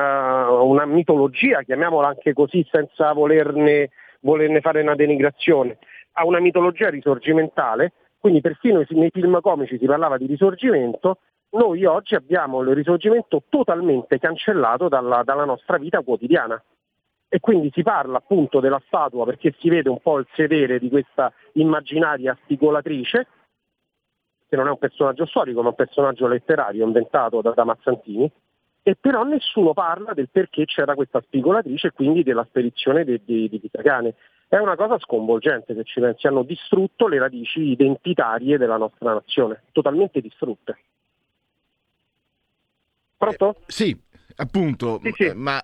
una mitologia, chiamiamola anche così senza volerne fare una denigrazione, a una mitologia risorgimentale, quindi perfino nei film comici si parlava di risorgimento. Noi oggi abbiamo il risorgimento totalmente cancellato dalla nostra vita quotidiana e quindi si parla appunto della statua perché si vede un po' il sedere di questa immaginaria spigolatrice, che non è un personaggio storico ma un personaggio letterario inventato da Mazzantini, e però nessuno parla del perché c'era questa spigolatrice e quindi della spedizione di Pisacane. È una cosa sconvolgente, se ci pensi, hanno distrutto le radici identitarie della nostra nazione, totalmente distrutte. Pronto? Sì, appunto, sì. Ma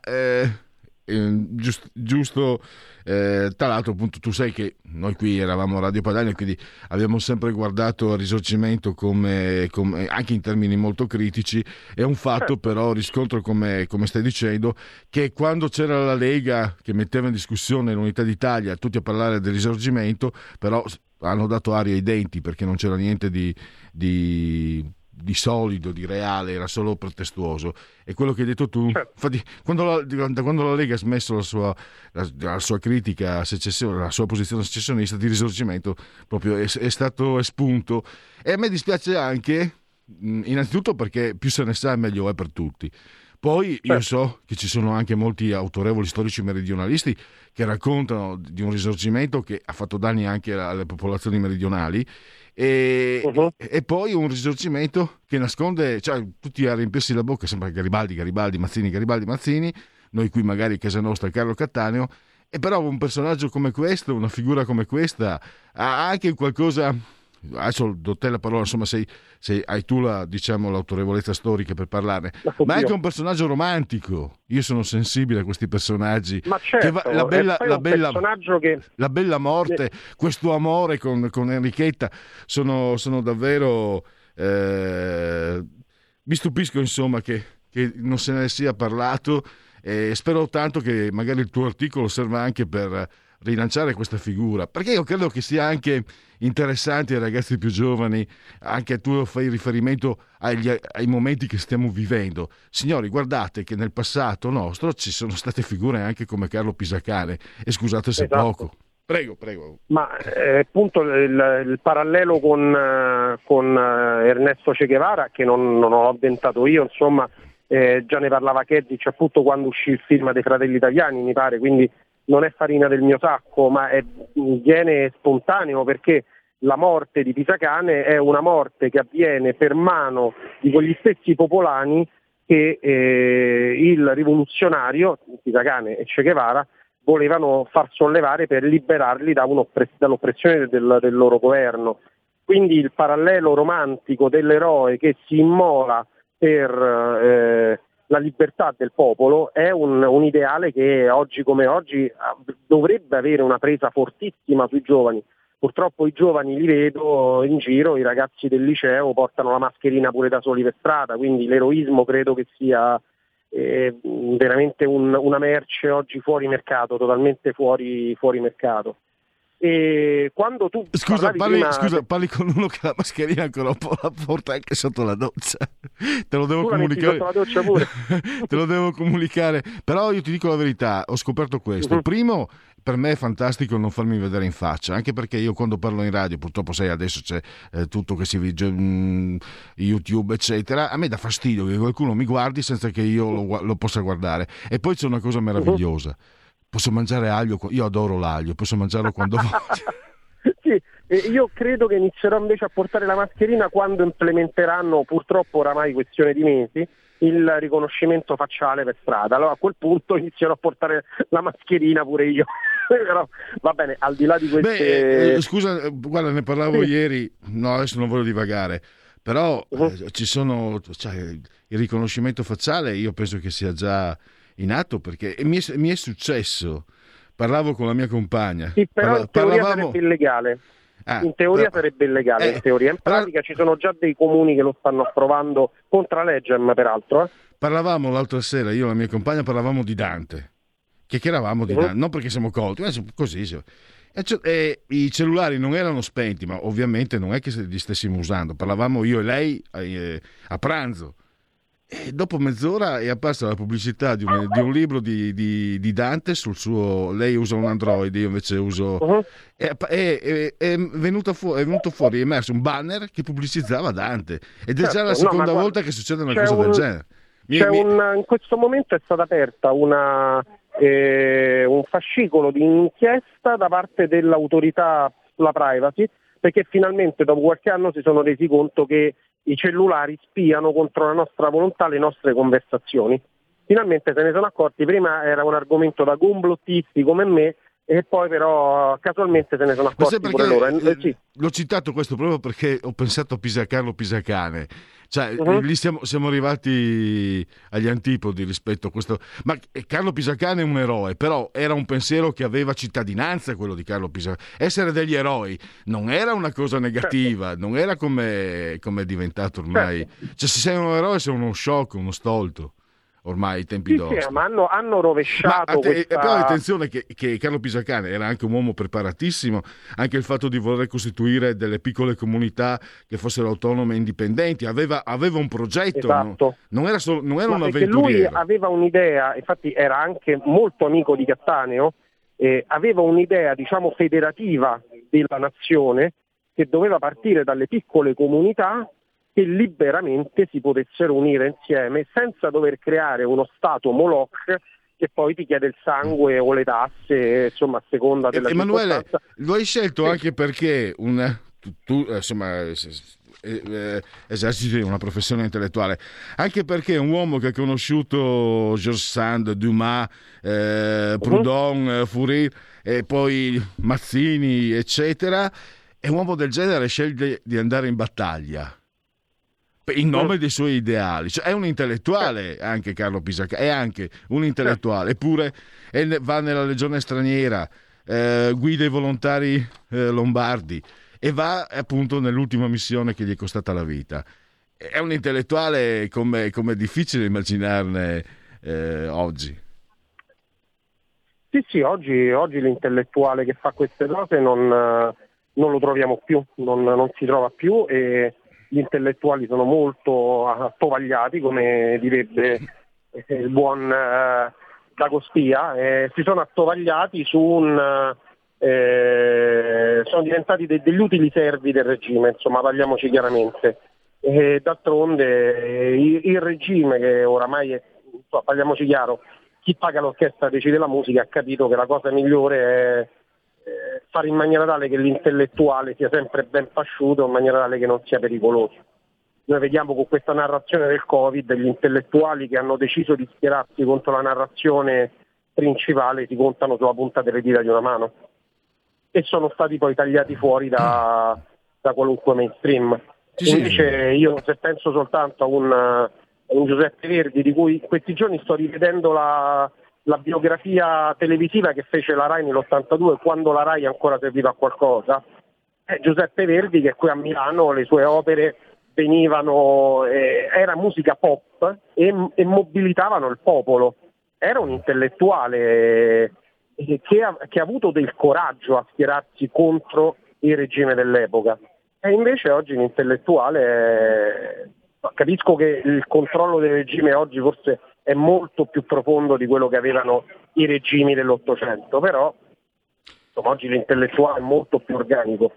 giusto, tra l'altro appunto tu sai che noi qui eravamo Radio Padania, quindi abbiamo sempre guardato il Risorgimento come anche in termini molto critici. È un fatto però, riscontro come stai dicendo, che quando c'era la Lega che metteva in discussione l'unità d'Italia, tutti a parlare del Risorgimento, però hanno dato aria ai denti perché non c'era niente di solido, di reale, era solo pretestuoso. E quello che hai detto tu, infatti, quando la Lega ha smesso la sua critica a secessione, la sua posizione secessionista, di Risorgimento proprio è stato espunto. E a me dispiace anche, innanzitutto perché più se ne sa meglio è per tutti. Poi io so che ci sono anche molti autorevoli storici meridionalisti che raccontano di un Risorgimento che ha fatto danni anche alle popolazioni meridionali. E poi un Risorgimento che nasconde, cioè tutti a riempirsi la bocca, sembra Garibaldi, Mazzini, noi qui magari a casa nostra Carlo Cattaneo, e però un personaggio come questo, una figura come questa ha anche qualcosa. Adesso do te la parola, insomma, hai tu l'autorevolezza storica per parlarne, ma è anche un personaggio romantico. Io sono sensibile a questi personaggi. Ma certo, la bella morte, questo amore con Enrichetta sono davvero mi stupisco, insomma, che non se ne sia parlato, e spero tanto che magari il tuo articolo serva anche per rilanciare questa figura, perché io credo che sia anche interessante ai ragazzi più giovani. Anche tu fai riferimento ai momenti che stiamo vivendo. Signori, guardate che nel passato nostro ci sono state figure anche come Carlo Pisacane, e scusate se poco. Prego. Ma appunto il parallelo con Ernesto Che Guevara, che non ho inventato io, insomma, già ne parlava Kedzic appunto quando uscì il film dei Fratelli Italiani, mi pare, quindi non è farina del mio sacco, ma viene spontaneo, perché la morte di Pisacane è una morte che avviene per mano di quegli stessi popolani che il rivoluzionario Pisacane e Che Guevara volevano far sollevare per liberarli dall'oppressione del loro governo. Quindi il parallelo romantico dell'eroe che si immola per la libertà del popolo è un ideale che oggi come oggi dovrebbe avere una presa fortissima sui giovani. Purtroppo i giovani li vedo in giro, i ragazzi del liceo portano la mascherina pure da soli per strada, quindi l'eroismo credo che sia veramente una merce oggi fuori mercato, totalmente fuori mercato. E quando tu parli con uno che la mascherina ancora un po' la porta anche sotto la doccia. Te lo devo comunicare. Sotto la doccia pure. Te lo devo comunicare. Però io ti dico la verità, ho scoperto questo. Primo, per me è fantastico non farmi vedere in faccia, anche perché io quando parlo in radio, purtroppo sai adesso c'è tutto che si vede YouTube eccetera, a me dà fastidio che qualcuno mi guardi senza che io lo possa guardare. E poi c'è una cosa meravigliosa. Posso mangiare aglio, io adoro l'aglio, posso mangiarlo quando voglio. Sì, io credo che inizierò invece a portare la mascherina quando implementeranno, purtroppo oramai questione di mesi, il riconoscimento facciale per strada. Allora a quel punto inizierò a portare la mascherina pure io. Però, va bene, al di là di queste... scusa, guarda, ne parlavo ieri, no adesso non voglio divagare, però ci sono, il riconoscimento facciale io penso che sia già in atto, perché mi è successo, parlavo con la mia compagna. Sì, però in teoria sarebbe illegale. In teoria sarebbe illegale, in teoria. In pratica ci sono già dei comuni che lo stanno approvando contra legem, peraltro. Parlavamo l'altra sera, io e la mia compagna parlavamo di Dante, chiacchieravamo di Dante, non perché siamo colti, ma così. E i cellulari non erano spenti, ma ovviamente non è che li stessimo usando. Parlavamo io e lei a pranzo. E dopo mezz'ora è apparsa la pubblicità di un libro di Dante sul suo. Lei usa un Android, io invece uso. È venuto fuori, è emerso un banner che pubblicizzava Dante. Ed è già la seconda volta che succede una cosa del genere. In questo momento è stata aperta un fascicolo di inchiesta da parte dell'autorità sulla privacy, perché finalmente dopo qualche anno si sono resi conto che i cellulari spiano contro la nostra volontà le nostre conversazioni. Finalmente se ne sono accorti, prima era un argomento da complottisti come me, e poi però casualmente se ne sono accorti pure loro. L'ho citato questo proprio perché ho pensato a Carlo Pisacane, lì siamo arrivati agli antipodi rispetto a questo. Ma Carlo Pisacane è un eroe, però era un pensiero che aveva cittadinanza, quello di Carlo Pisacane. Essere degli eroi non era una cosa negativa, non era come è diventato ormai. Se sei un eroe sei uno sciocco, uno stolto. Ormai i tempi d'oro. Sì, ma hanno rovesciato questa... Però attenzione che Carlo Pisacane era anche un uomo preparatissimo, anche il fatto di voler costituire delle piccole comunità che fossero autonome e indipendenti, aveva un progetto, esatto. non era un avventuriero. Lui aveva un'idea, infatti era anche molto amico di Cattaneo, aveva un'idea diciamo federativa della nazione che doveva partire dalle piccole comunità che liberamente si potessero unire insieme senza dover creare uno stato Moloch che poi ti chiede il sangue o le tasse, insomma a seconda della Emanuele, lo hai scelto anche perché tu eserciti una professione intellettuale, anche perché è un uomo che ha conosciuto Georges Sand, Dumas, Proudhon, Fourier e poi Mazzini eccetera, e un uomo del genere sceglie di andare in battaglia in nome dei suoi ideali, è un intellettuale anche Carlo Pisacane, è anche un intellettuale, eppure va nella legione straniera, guida i volontari lombardi e va appunto nell'ultima missione che gli è costata la vita. È un intellettuale come è difficile immaginarne oggi. Sì, oggi l'intellettuale che fa queste cose non lo troviamo più, non si trova più, e gli intellettuali sono molto attovagliati, come direbbe il buon D'Agostia, si sono attovagliati su un sono diventati degli utili servi del regime, insomma, parliamoci chiaramente. D'altronde il regime, che oramai è, parliamoci chiaro, chi paga l'orchestra decide la musica, ha capito che la cosa migliore è fare in maniera tale che l'intellettuale sia sempre ben pasciuto, in maniera tale che non sia pericoloso. Noi vediamo con questa narrazione del Covid gli intellettuali che hanno deciso di schierarsi contro la narrazione principale si contano sulla punta delle dita di una mano e sono stati poi tagliati fuori da qualunque mainstream. Invece io, se penso soltanto a un Giuseppe Verdi, di cui in questi giorni sto rivedendo la biografia televisiva che fece la Rai nell'82, quando la Rai ancora serviva a qualcosa, Giuseppe Verdi, che qui a Milano le sue opere venivano, era musica pop e mobilitavano il popolo. Era un intellettuale che ha avuto del coraggio a schierarsi contro il regime dell'epoca. E invece oggi l'intellettuale, capisco che il controllo del regime oggi forse è molto più profondo di quello che avevano i regimi dell'Ottocento, però insomma, oggi l'intellettuale è molto più organico.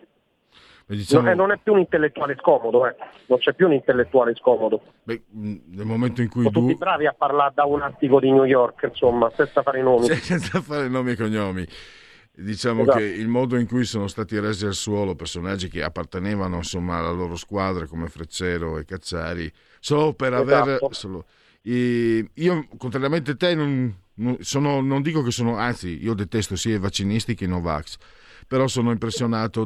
Non è più un intellettuale scomodo, non c'è più un intellettuale scomodo. Nel momento in cui sono tutti bravi a parlare da un attico di New York, insomma, senza fare nomi. Senza fare nomi e cognomi. Diciamo esatto. Che il modo in cui sono stati resi al suolo personaggi che appartenevano insomma alla loro squadra come Freccero e Cacciari solo per aver io contrariamente a te non dico che sono, anzi io detesto sia i vaccinisti che i Novax, però sono impressionato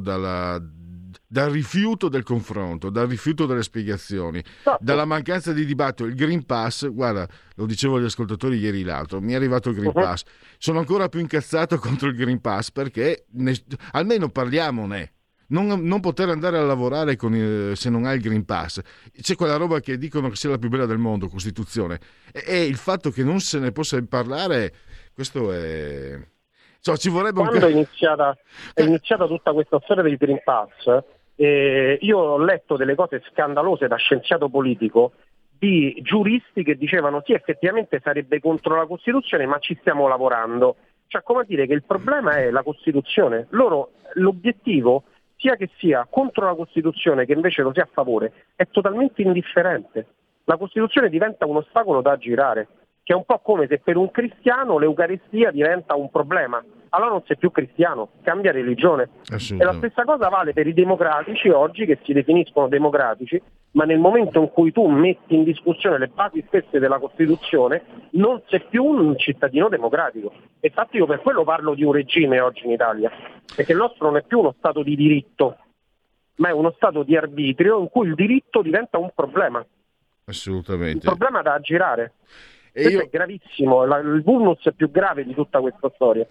dal rifiuto del confronto, dal rifiuto delle spiegazioni, dalla mancanza di dibattito. Il Green Pass, guarda, lo dicevo agli ascoltatori ieri l'altro, mi è arrivato il Green Pass, sono ancora più incazzato contro il Green Pass perché almeno parliamone. Non poter andare a lavorare se non hai il Green Pass, c'è quella roba che dicono che sia la più bella del mondo, Costituzione, e il fatto che non se ne possa parlare, questo è... ci vorrebbe quando è iniziata tutta questa storia del Green Pass, io ho letto delle cose scandalose da scienziato politico di giuristi che dicevano sì, effettivamente sarebbe contro la Costituzione, ma ci stiamo lavorando. Cioè, come a dire che il problema è la Costituzione. L'obiettivo, sia che sia contro la Costituzione che invece lo sia a favore, è totalmente indifferente. La Costituzione diventa un ostacolo da aggirare, che è un po' come se per un cristiano l'Eucaristia diventa un problema. Allora non sei più cristiano, cambia religione. E la stessa cosa vale per i democratici oggi, che si definiscono democratici, ma nel momento in cui tu metti in discussione le basi stesse della Costituzione non sei più un cittadino democratico. E infatti io per quello parlo di un regime oggi in Italia, perché il nostro non è più uno stato di diritto, ma è uno stato di arbitrio in cui il diritto diventa un problema. Assolutamente. Un problema da aggirare. Questo è gravissimo, il vulnus è più grave di tutta questa storia.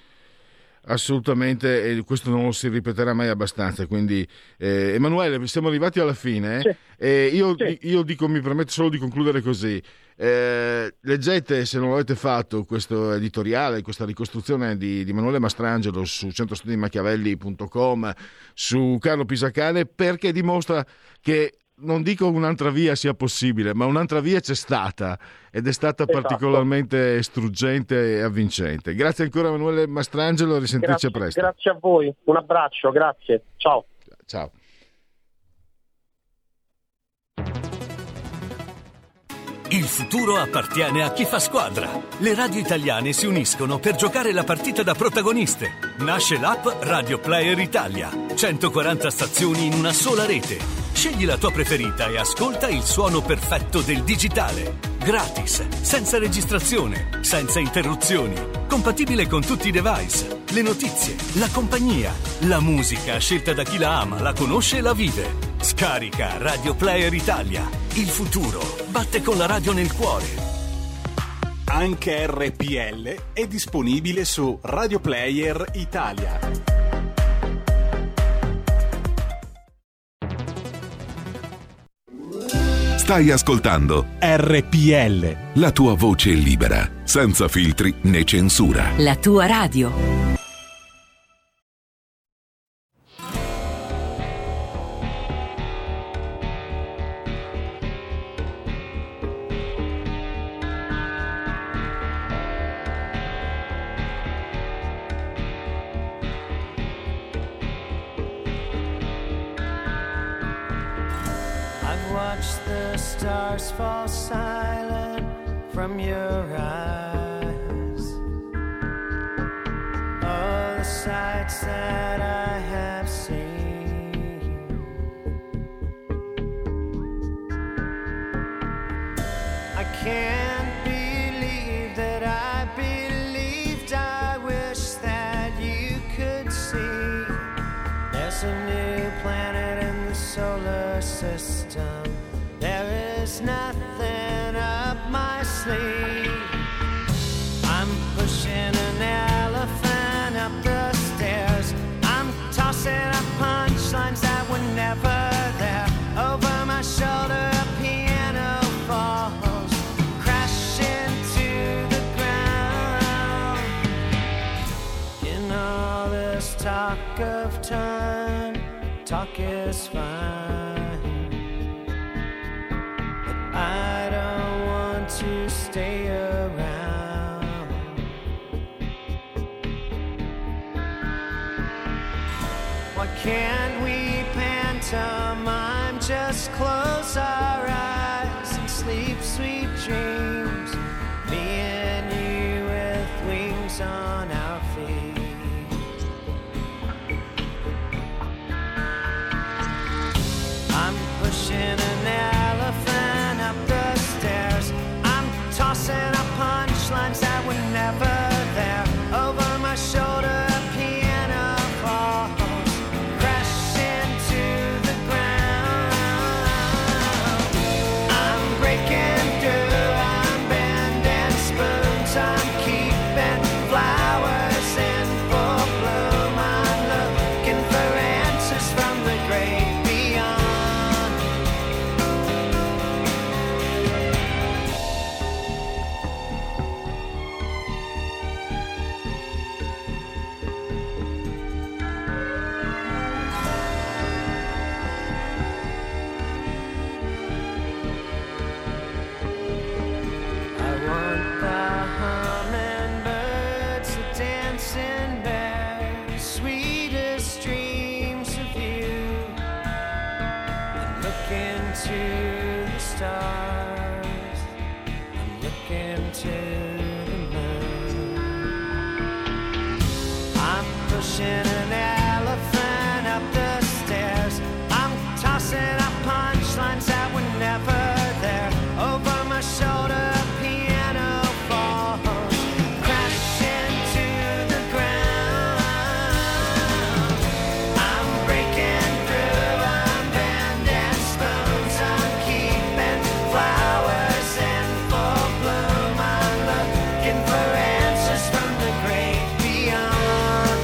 Assolutamente, e questo non lo si ripeterà mai abbastanza. Quindi Emanuele, siamo arrivati alla fine. Sì. Io dico, mi permetto solo di concludere così. Leggete, se non l'avete fatto, questo editoriale, questa ricostruzione di Emanuele Mastrangelo su centrostudimachiavelli.com, su Carlo Pisacane, perché dimostra che non dico un'altra via sia possibile, ma un'altra via c'è stata ed è stata particolarmente struggente e avvincente. Grazie ancora Emanuele Mastrangelo, a risentirci a presto. Grazie a voi, un abbraccio, grazie, ciao. Ciao. Il futuro appartiene a chi fa squadra. Le radio italiane si uniscono per giocare la partita da protagoniste. Nasce l'app Radio Player Italia. 140 stazioni in una sola rete. Scegli la tua preferita e ascolta il suono perfetto del digitale. Gratis, senza registrazione, senza interruzioni. Compatibile con tutti i device. Le notizie, la compagnia, la musica scelta da chi la ama, la conosce e la vive. Scarica Radio Player Italia. Il futuro batte con la radio nel cuore. Anche RPL è disponibile su Radio Player Italia. Stai ascoltando RPL, la tua voce libera, senza filtri né censura. La tua radio. watch the stars fall silent from your eyes. All the sights that I have seen, I can't believe that I believed. I wish that you could see there's a new planet in the solar system. There is nothing up my sleeve. I'm pushing an elephant up the stairs. I'm tossing up punchlines that were never there. Over my shoulder a piano falls, crashing to the ground. In all this talk of time, talk is fine, but I don't want to stay around. Why can't we pantomime? Just close our eyes and sleep sweet dreams. Me and you with wings on our feet. I'm pushing an elephant up the stairs. I'm tossing up punchlines that were never there. Over my shoulder a piano falls, crashing to the ground. I'm breaking through, I'm bending spoons, I'm keeping flowers in full bloom. I'm looking for answers from the great beyond. I want the hummingbirds, the dancing bears, sweetest dreams of you. I'm looking to the stars, I'm looking to the moon. I'm pushing an elephant up the stairs. I'm tossing up punchlines that were never there. Over my shoulder a piano falls, crashing to the ground. I'm breaking through, I'm bending spoons, I'm keeping flowers in full bloom. I'm looking for answers from the great beyond.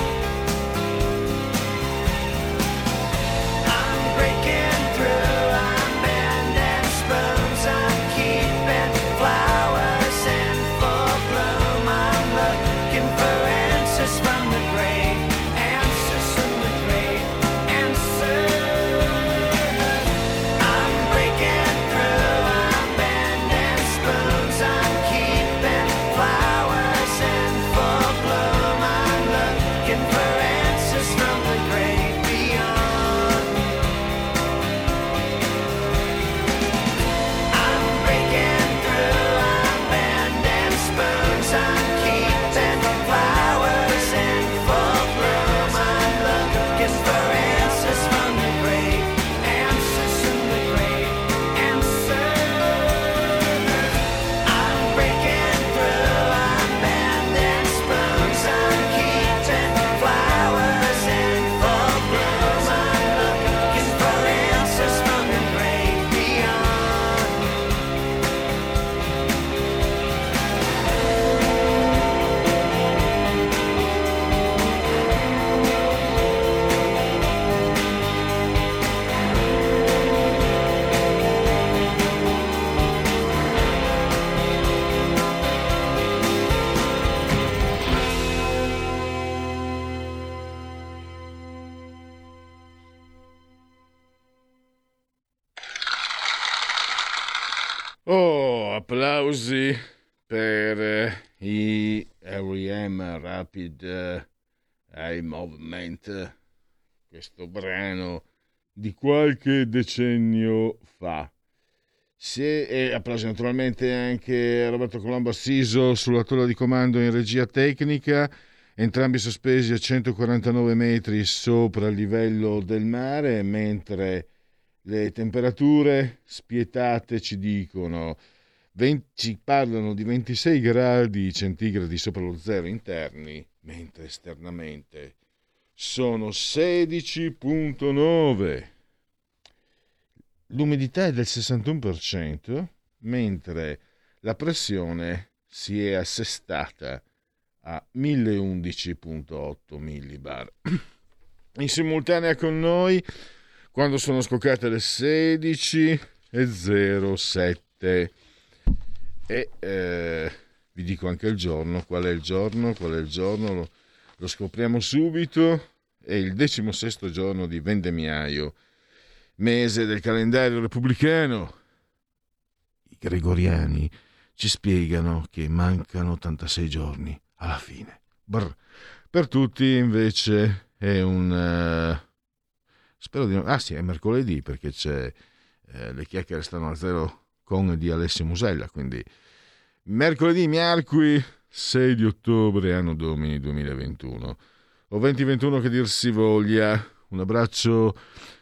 I'm breaking through, I'm bending spoons, I'm keeping flowers in full bloom. I'm looking for answers from the great, answers from the great, answers. I'm breaking through, I'm bending spoons, I'm keeping flowers in full bloom. I'm looking for answers from the great beyond. I'm breaking through, I'm bending spoons, I'm keeping flowers in full bloom. I'm looking for answers from the great, answers from the great, answers. I'm breaking through, I'm bending spoons, I'm keeping flowers in full bloom. I'm looking for answers from the great beyond. Oh, applausi per i R.E.M. Rapid Eye Movement, questo brano di qualche decennio fa. E applausi naturalmente anche a Roberto Colombo assiso sulla tolla di comando in regia tecnica, entrambi sospesi a 149 metri sopra il livello del mare, mentre le temperature spietate ci dicono, ci parlano di 26 gradi centigradi sopra lo zero interni, mentre esternamente sono 16,9. L'umidità è del 61%, mentre la pressione si è assestata a 1011,8 millibar. In simultanea con noi, quando sono scoccate le 16:07. E vi dico anche il giorno. Qual è il giorno? Lo scopriamo subito. È il 16° giorno di Vendemmiaio, mese del calendario repubblicano. I gregoriani ci spiegano che mancano 86 giorni alla fine. Per tutti invece è un spero di sì, è mercoledì, perché c'è le chiacchiere stanno a zero con di Alessio Musella, quindi mercoledì miarqui 6 di ottobre anno domini 2021 o 2021 che dir si voglia. Un abbraccio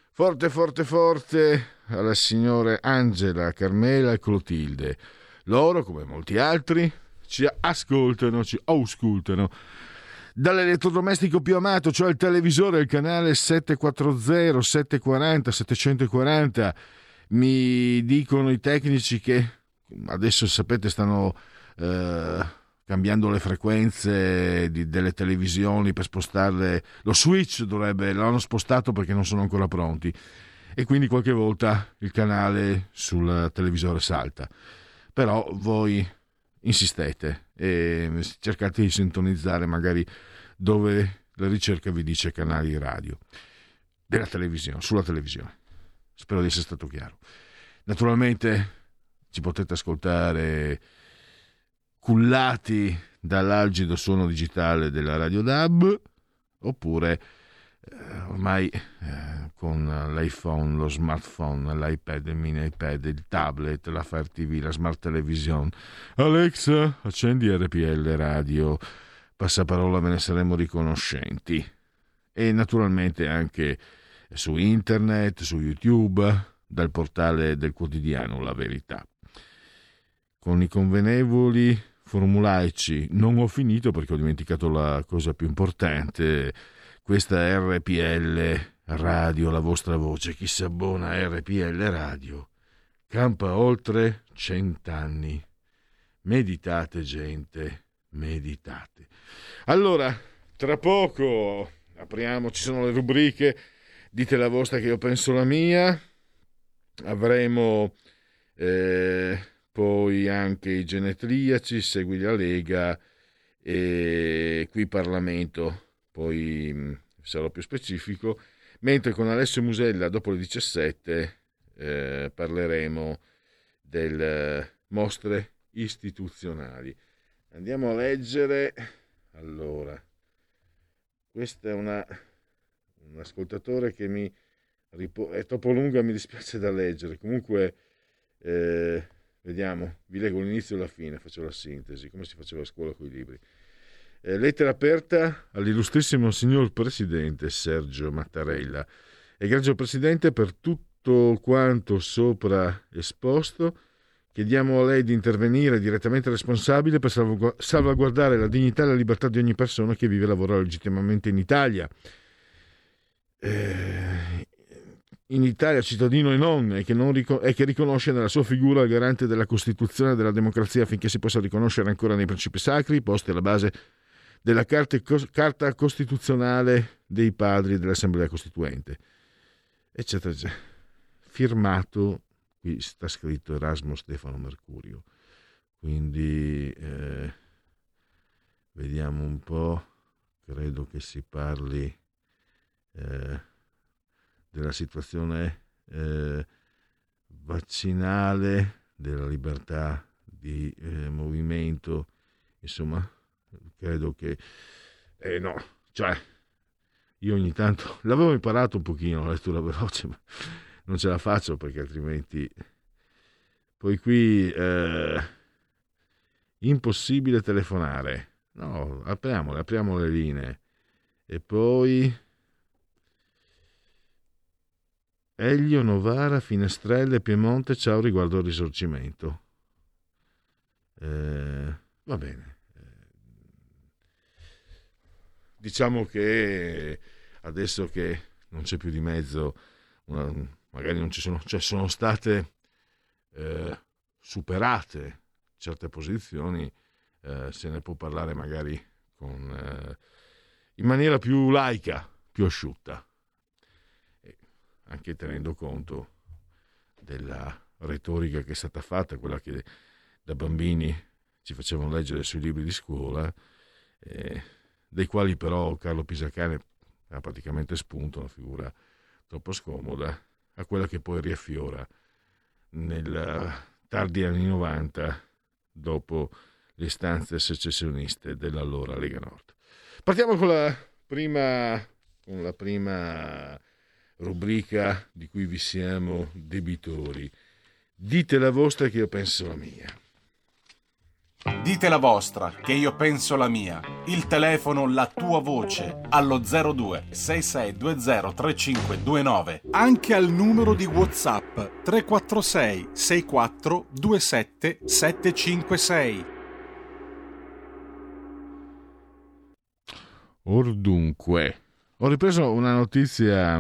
forte alla signore Angela, Carmela e Clotilde. Loro, come molti altri, ci ascoltano dall'elettrodomestico più amato, cioè il televisore, il canale 740, 740, 740. Mi dicono i tecnici che adesso, sapete, stanno cambiando le frequenze delle televisioni per spostarle. Lo switch l'hanno spostato perché non sono ancora pronti, e quindi qualche volta il canale sul televisore salta. Però voi insistete e cercate di sintonizzare magari dove la ricerca vi dice canali radio della televisione, sulla televisione. Spero di essere stato chiaro. Naturalmente ci potete ascoltare cullati dall'algido suono digitale della Radio DAB, oppure ormai con l'iPhone, lo smartphone, l'iPad, il mini iPad, il tablet, la Fire TV, la Smart Television. Alexa, accendi RPL Radio. Passaparola, ve ne saremo riconoscenti. E naturalmente anche su internet, su YouTube, dal portale del quotidiano La Verità. Con i convenevoli formulaici non ho finito, perché ho dimenticato la cosa più importante. Questa è RPL Radio, la vostra voce. Chi si abbona a RPL Radio campa oltre 100 anni. Meditate, gente, meditate. Allora, tra poco apriamo, ci sono le rubriche, dite la vostra che io penso la mia. Avremo poi anche i genetriaci, segui la Lega e qui Parlamento, poi sarò più specifico, mentre con Alessio Musella dopo le 17 parleremo delle mostre istituzionali. Andiamo a leggere. Allora, questa è un ascoltatore che è troppo lunga, mi dispiace da leggere. Comunque vediamo, vi leggo l'inizio e la fine, faccio la sintesi come si faceva a scuola con i libri. Lettera aperta all'illustrissimo signor Presidente Sergio Mattarella. Egregio Presidente, per tutto quanto sopra esposto, chiediamo a lei di intervenire direttamente responsabile per salvaguardare la dignità e la libertà di ogni persona che vive e lavora legittimamente in Italia. In Italia, cittadino e non, e che riconosce nella sua figura il garante della Costituzione e della democrazia, affinché si possa riconoscere ancora nei principi sacri posti alla base della Carta Costituzionale dei Padri dell'Assemblea Costituente, eccetera, eccetera. Firmato, qui sta scritto Erasmo Stefano Mercurio, quindi vediamo un po', credo che si parli della situazione vaccinale, della libertà di movimento, insomma, credo che no, cioè io ogni tanto l'avevo imparato un pochino la lettura veloce, ma non ce la faccio perché altrimenti poi qui impossibile telefonare. No, apriamo le linee. E poi Elio, Novara, Finestrelle, Piemonte, ciao riguardo al Risorgimento. Va bene. Diciamo che adesso che non c'è più di mezzo, magari non ci sono, cioè sono state superate certe posizioni, se ne può parlare magari in maniera più laica, più asciutta, anche tenendo conto della retorica che è stata fatta, quella che da bambini ci facevano leggere sui libri di scuola, dei quali però Carlo Pisacane ha praticamente spunto, una figura troppo scomoda, a quella che poi riaffiora nel tardi anni 90 dopo le istanze secessioniste dell'allora Lega Nord. Partiamo con la prima rubrica di cui vi siamo debitori. Dite la vostra che io penso la mia. Dite la vostra che io penso la mia. Il telefono, la tua voce allo 02 6620 3529. Anche al numero di WhatsApp 346 64 27 756. Dunque, ho ripreso una notizia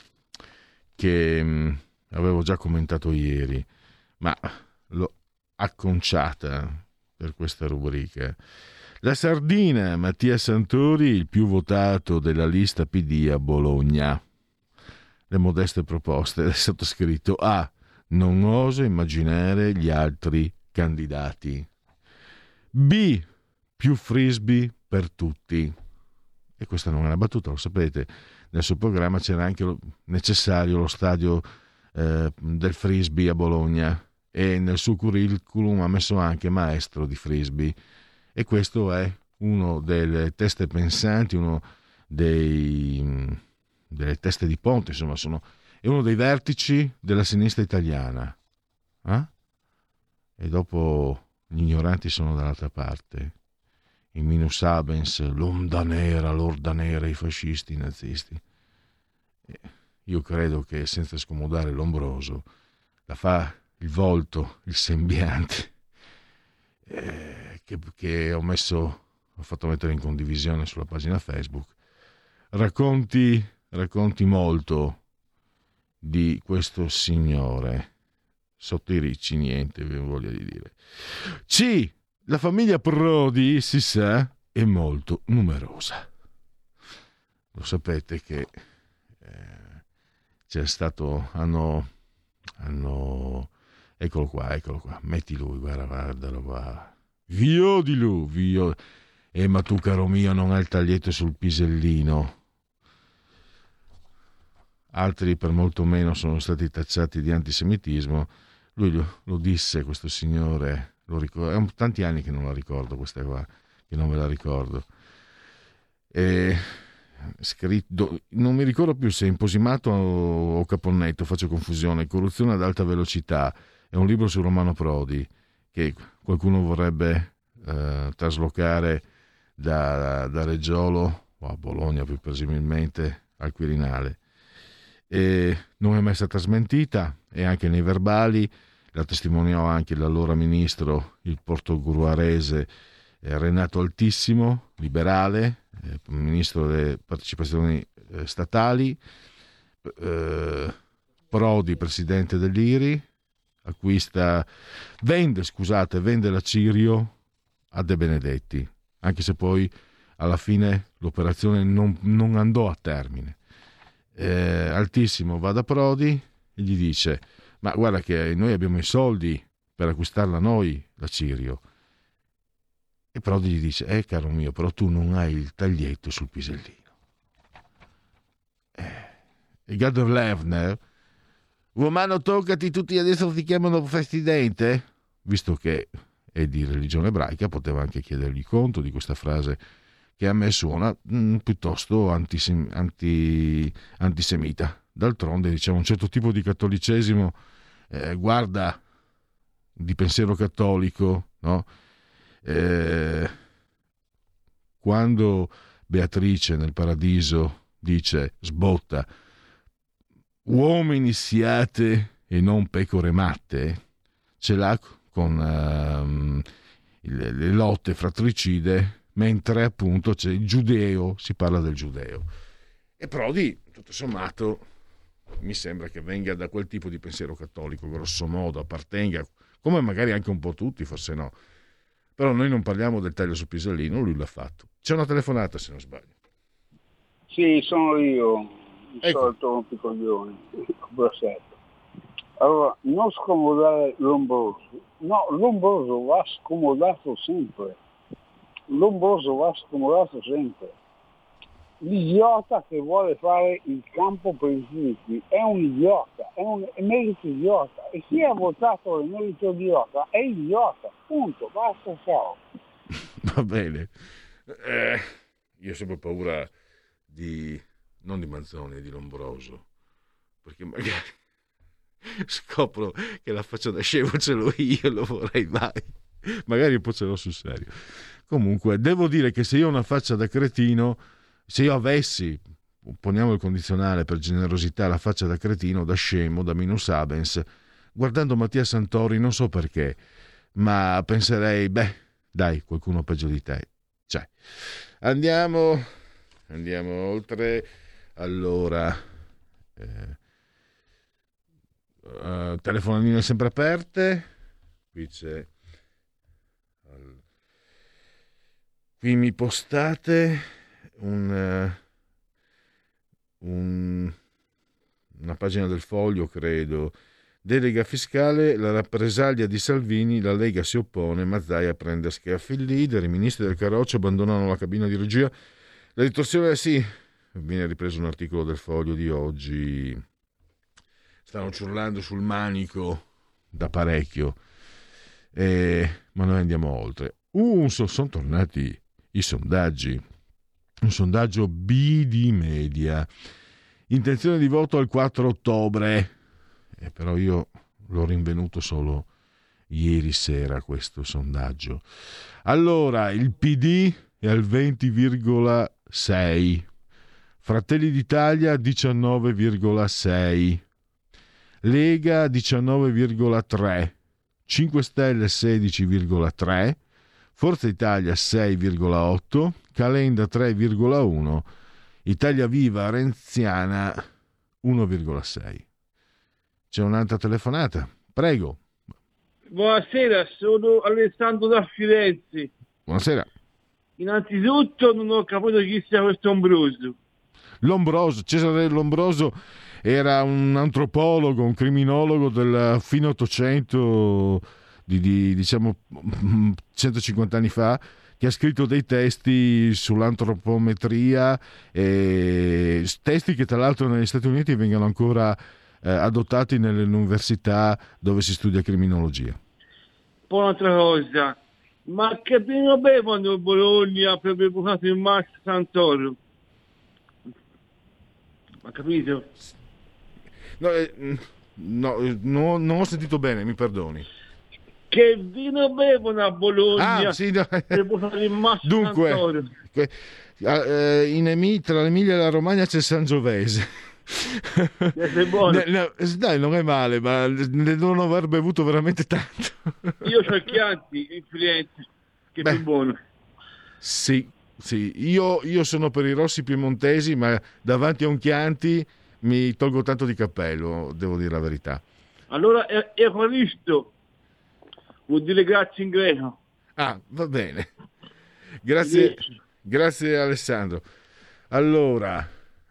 che avevo già commentato ieri, ma l'ho acconciata per questa rubrica. La sardina Mattia Santori, il più votato della lista PD a Bologna. Le modeste proposte del sottoscritto: A. Non oso immaginare gli altri candidati. B. Più frisbee per tutti. E questa non è una battuta, lo sapete. Nel suo programma c'era anche necessario lo stadio del frisbee a Bologna, e nel suo curriculum ha messo anche maestro di frisbee, e questo è uno delle teste pensanti, uno delle teste di ponte, insomma è uno dei vertici della sinistra italiana, e dopo gli ignoranti sono dall'altra parte, i minus abens, l'orda nera, i fascisti, i nazisti. Io credo che senza scomodare l'ombroso la fa il volto, il sembiante che ho fatto mettere in condivisione sulla pagina Facebook, racconti molto di questo signore. Sotto i ricci niente, vi voglio dire. C. La famiglia Prodi, si sa, è molto numerosa. Lo sapete che c'è stato, hanno eccolo qua, metti lui, guardalo qua, via di lui, via. Ma tu, caro mio, non hai il taglietto sul pisellino. Altri per molto meno sono stati tacciati di antisemitismo. Lui lo disse, questo signore, lo ricordo, è tanti anni che non la ricordo questa qua, che non me la ricordo. Scritto, non mi ricordo più se Imposimato o Caponnetto, faccio confusione. Corruzione ad alta velocità è un libro su Romano Prodi che qualcuno vorrebbe traslocare da Reggiolo a Bologna, più presumibilmente al Quirinale, e non è mai stata smentita, e anche nei verbali la testimoniò anche l'allora ministro, il portogruarese Renato Altissimo, liberale, ministro delle partecipazioni statali, Prodi presidente dell'IRI, vende la Cirio a De Benedetti, anche se poi alla fine l'operazione non andò a termine. Altissimo va da Prodi e gli dice: ma guarda che noi abbiamo i soldi per acquistarla noi la Cirio. E Prodi gli dice: caro mio, però tu non hai il taglietto sul pisellino. E Gader Levner: uomano, toccati, tutti adesso ti chiamano festidente? Visto che è di religione ebraica, poteva anche chiedergli conto di questa frase che a me suona piuttosto antisemita. D'altronde, diciamo, un certo tipo di cattolicesimo guarda di pensiero cattolico, no? Quando Beatrice nel Paradiso dice, sbotta, uomini siate e non pecore matte, ce l'ha con le lotte fratricide, mentre appunto c'è il giudeo, si parla del giudeo. E Prodi, tutto sommato, mi sembra che venga da quel tipo di pensiero cattolico, grosso modo, appartenga, come magari anche un po' tutti, forse no. Però noi non parliamo del taglio su Pisellino, lui l'ha fatto. C'è una telefonata, se non sbaglio. Sì, sono io, il solito rompicoglioni. Allora, non scomodare Lombroso. No, Lombroso va scomodato sempre. L'idiota che vuole fare il campo per i figli è un idiota, è un emerito idiota, e chi ha votato l'emerito idiota è idiota, punto, basta, ciao. Va bene. Io ho sempre paura non di Manzoni, di Lombroso, perché magari scopro che la faccia da scemo ce l'ho io, lo vorrei mai, magari poi ce l'ho sul serio. Comunque devo dire che se io ho una faccia da cretino, se io avessi, poniamo il condizionale per generosità, la faccia da cretino, da scemo, da minus abens, guardando Mattia Santori non so perché, ma penserei, beh, dai, qualcuno peggio di te c'è. Andiamo oltre. Allora, telefonine sempre aperte. Qui mi postate una pagina del Foglio, credo. Delega fiscale, la rappresaglia di Salvini, la Lega si oppone, Mazzaia prende a schiaffi il leader, i ministri del Carroccio abbandonano la cabina di regia. La ritorsione, sì, viene ripreso un articolo del Foglio di oggi, stanno ciurlando sul manico da parecchio, ma noi andiamo oltre. Sono tornati i sondaggi, un sondaggio BD Media, intenzione di voto al 4 ottobre, però io l'ho rinvenuto solo ieri sera questo sondaggio. Allora, il PD è al 20,6, Fratelli d'Italia 19,6, Lega 19,3, 5 Stelle 16,3, Forza Italia 6,8, Calenda 3,1, Italia Viva Renziana 1,6. C'è un'altra telefonata, prego. Buonasera, sono Alessandro da Firenze. Buonasera. Innanzitutto non ho capito chi sia questo Lombroso. Cesare Lombroso era un antropologo, un criminologo del fine Ottocento, diciamo 150 anni fa, che ha scritto dei testi sull'antropometria, testi che tra l'altro negli Stati Uniti vengono ancora adottati nelle università dove si studia criminologia. Poi un'altra cosa, ma che vino bevono Bologna per aver votato in Max Santoro? Ma capito? No, non ho sentito bene, mi perdoni. Che vino bevono a Bologna? Ah, sì, no. Per votare in Max Santoro? Dunque, tra l'Emilia e la Romagna c'è il Sangiovese. Sei buono. Dai, non è male, ma ne devono aver bevuto veramente tanto. Io c'ho il Chianti in Firenze, che è più buono. Sì, io sono per i rossi piemontesi, ma davanti a un Chianti mi tolgo tanto di cappello, devo dire la verità. Allora Evaristo vuol dire grazie in greco. Ah, va bene. Grazie Alessandro. Allora,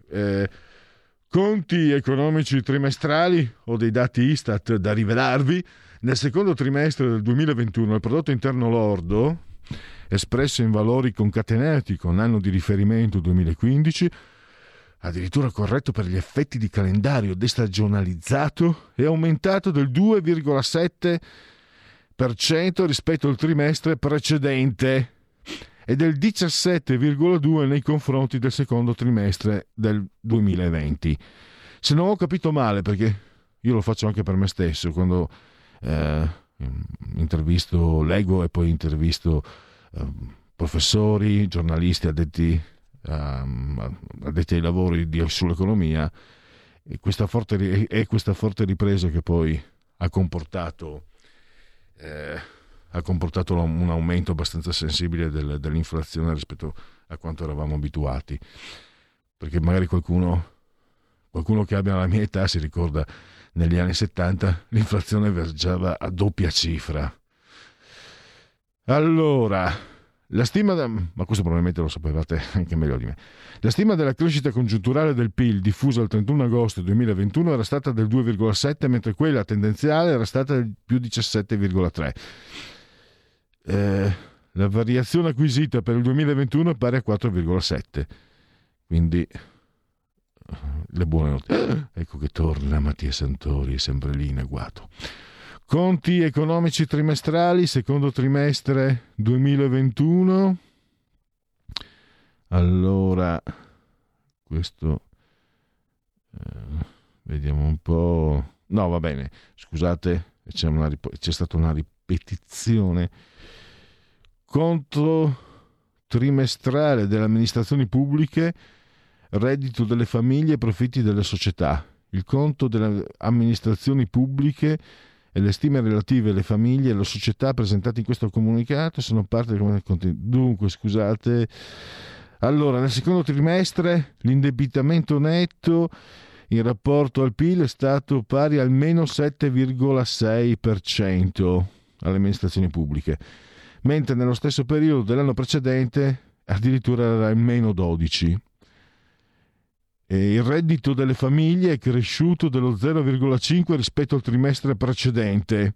conti economici trimestrali o dei dati Istat da rivelarvi. Nel secondo trimestre del 2021 il prodotto interno lordo, espresso in valori concatenati con anno di riferimento 2015, addirittura corretto per gli effetti di calendario destagionalizzato, è aumentato del 2,7% rispetto al trimestre precedente. e del 17,2 nei confronti del secondo trimestre del 2020. Se non ho capito male, perché io lo faccio anche per me stesso, quando leggo e poi intervisto professori, giornalisti addetti ai lavori sull'economia, e questa forte ripresa che poi ha comportato un aumento abbastanza sensibile dell'inflazione rispetto a quanto eravamo abituati, perché magari qualcuno che abbia la mia età si ricorda negli anni 70 l'inflazione vergiava a doppia cifra. Allora, la stima ma questo probabilmente lo sapevate anche meglio di me. La stima della crescita congiunturale del PIL diffusa il 31 agosto 2021 era stata del 2,7, mentre quella tendenziale era stata del più 17,3. La variazione acquisita per il 2021 è pari a 4,7. Quindi le buone notizie. Ecco che torna Mattia Santori, sempre lì in agguato. Conti economici trimestrali, secondo trimestre 2021. Allora, questo vediamo un po'. No, va bene, scusate, c'è stata una ripetizione. Conto trimestrale delle amministrazioni pubbliche, reddito delle famiglie e profitti delle società. Il conto delle amministrazioni pubbliche e le stime relative alle famiglie e alle società presentate in questo comunicato sono parte del conto. Dunque, scusate. Allora, nel secondo trimestre l'indebitamento netto in rapporto al PIL è stato pari al meno 7,6% alle amministrazioni pubbliche, mentre nello stesso periodo dell'anno precedente addirittura era il meno 12%. E il reddito delle famiglie è cresciuto dello 0,5 rispetto al trimestre precedente.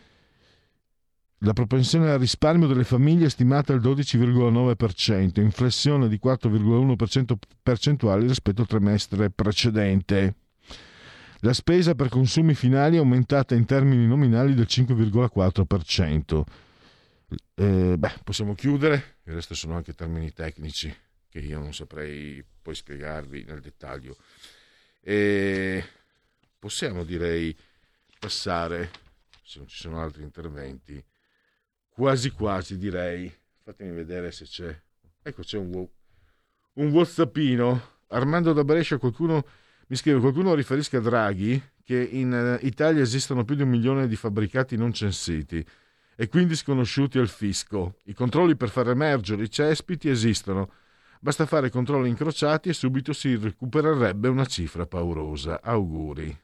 La propensione al risparmio delle famiglie è stimata al 12,9%, in flessione di 4,1% percentuali rispetto al trimestre precedente. La spesa per consumi finali è aumentata in termini nominali del 5,4%. Possiamo chiudere, il resto sono anche termini tecnici che io non saprei poi spiegarvi nel dettaglio. E possiamo, direi, passare, se non ci sono altri interventi, quasi direi, fatemi vedere se c'è. Ecco, c'è un whatsappino. Armando da Brescia, qualcuno mi scrive: qualcuno riferisca a Draghi che in Italia esistono più di 1 milione di fabbricati non censiti e quindi sconosciuti al fisco. I controlli per far emergere i cespiti esistono. Basta fare controlli incrociati e subito si recupererebbe una cifra paurosa. Auguri.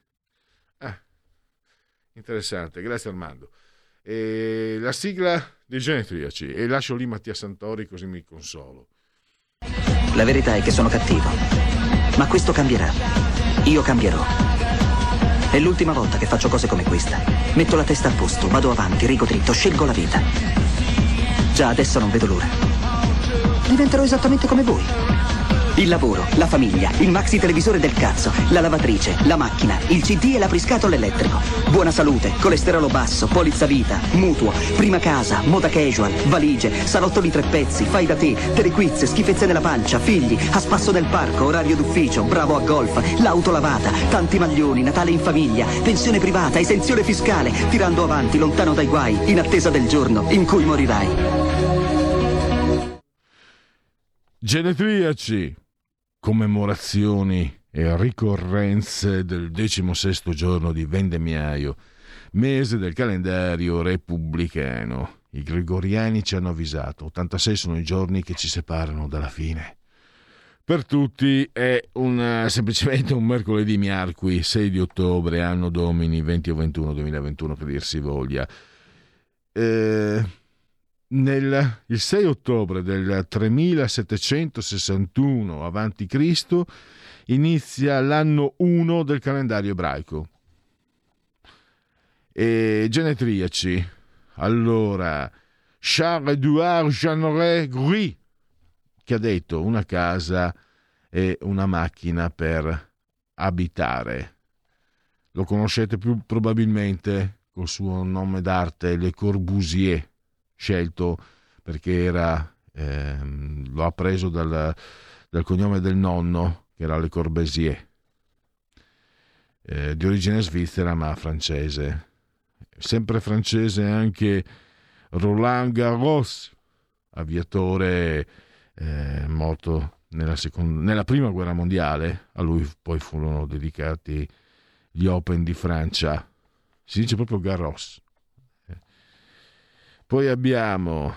Interessante, grazie Armando. E la sigla dei genetriaci, e lascio lì Mattia Santori così mi consolo. La verità è che sono cattivo, ma questo cambierà. Io cambierò. È l'ultima volta che faccio cose come questa. Metto la testa a posto, vado avanti, rigo dritto, scelgo la vita. Già adesso non vedo l'ora. Diventerò esattamente come voi. Il lavoro, la famiglia, il maxi televisore del cazzo, la lavatrice, la macchina, il CD e l'apriscatole elettrico. Buona salute, colesterolo basso, polizza vita, mutuo, prima casa, moda casual, valigie, salottoli 3 pezzi, fai da te, telequiz, schifezze nella pancia, figli, a spasso del parco, orario d'ufficio, bravo a golf, l'auto lavata, tanti maglioni, Natale in famiglia, pensione privata, esenzione fiscale, tirando avanti, lontano dai guai, in attesa del giorno in cui morirai. Genetriaci, commemorazioni e ricorrenze del 16° giorno di Vendemmiaio, mese del calendario repubblicano. I gregoriani ci hanno avvisato, 86 sono i giorni che ci separano dalla fine. Per tutti è semplicemente un mercoledì miarqui, 6 di ottobre, anno domini 20 o 21 2021, che dir si voglia. Il 6 ottobre del 3761 a.C. inizia l'anno 1 del calendario ebraico. E genetriaci, allora, Charles-Édouard Jeanneret Gris, che ha detto una casa è una macchina per abitare. Lo conoscete più probabilmente col suo nome d'arte, Le Corbusier, scelto perché era lo ha preso dal cognome del nonno, che era Le Corbusier, di origine svizzera ma francese. Sempre francese anche Roland Garros, aviatore morto nella prima guerra mondiale. A lui poi furono dedicati gli Open di Francia, si dice proprio Garros. Poi abbiamo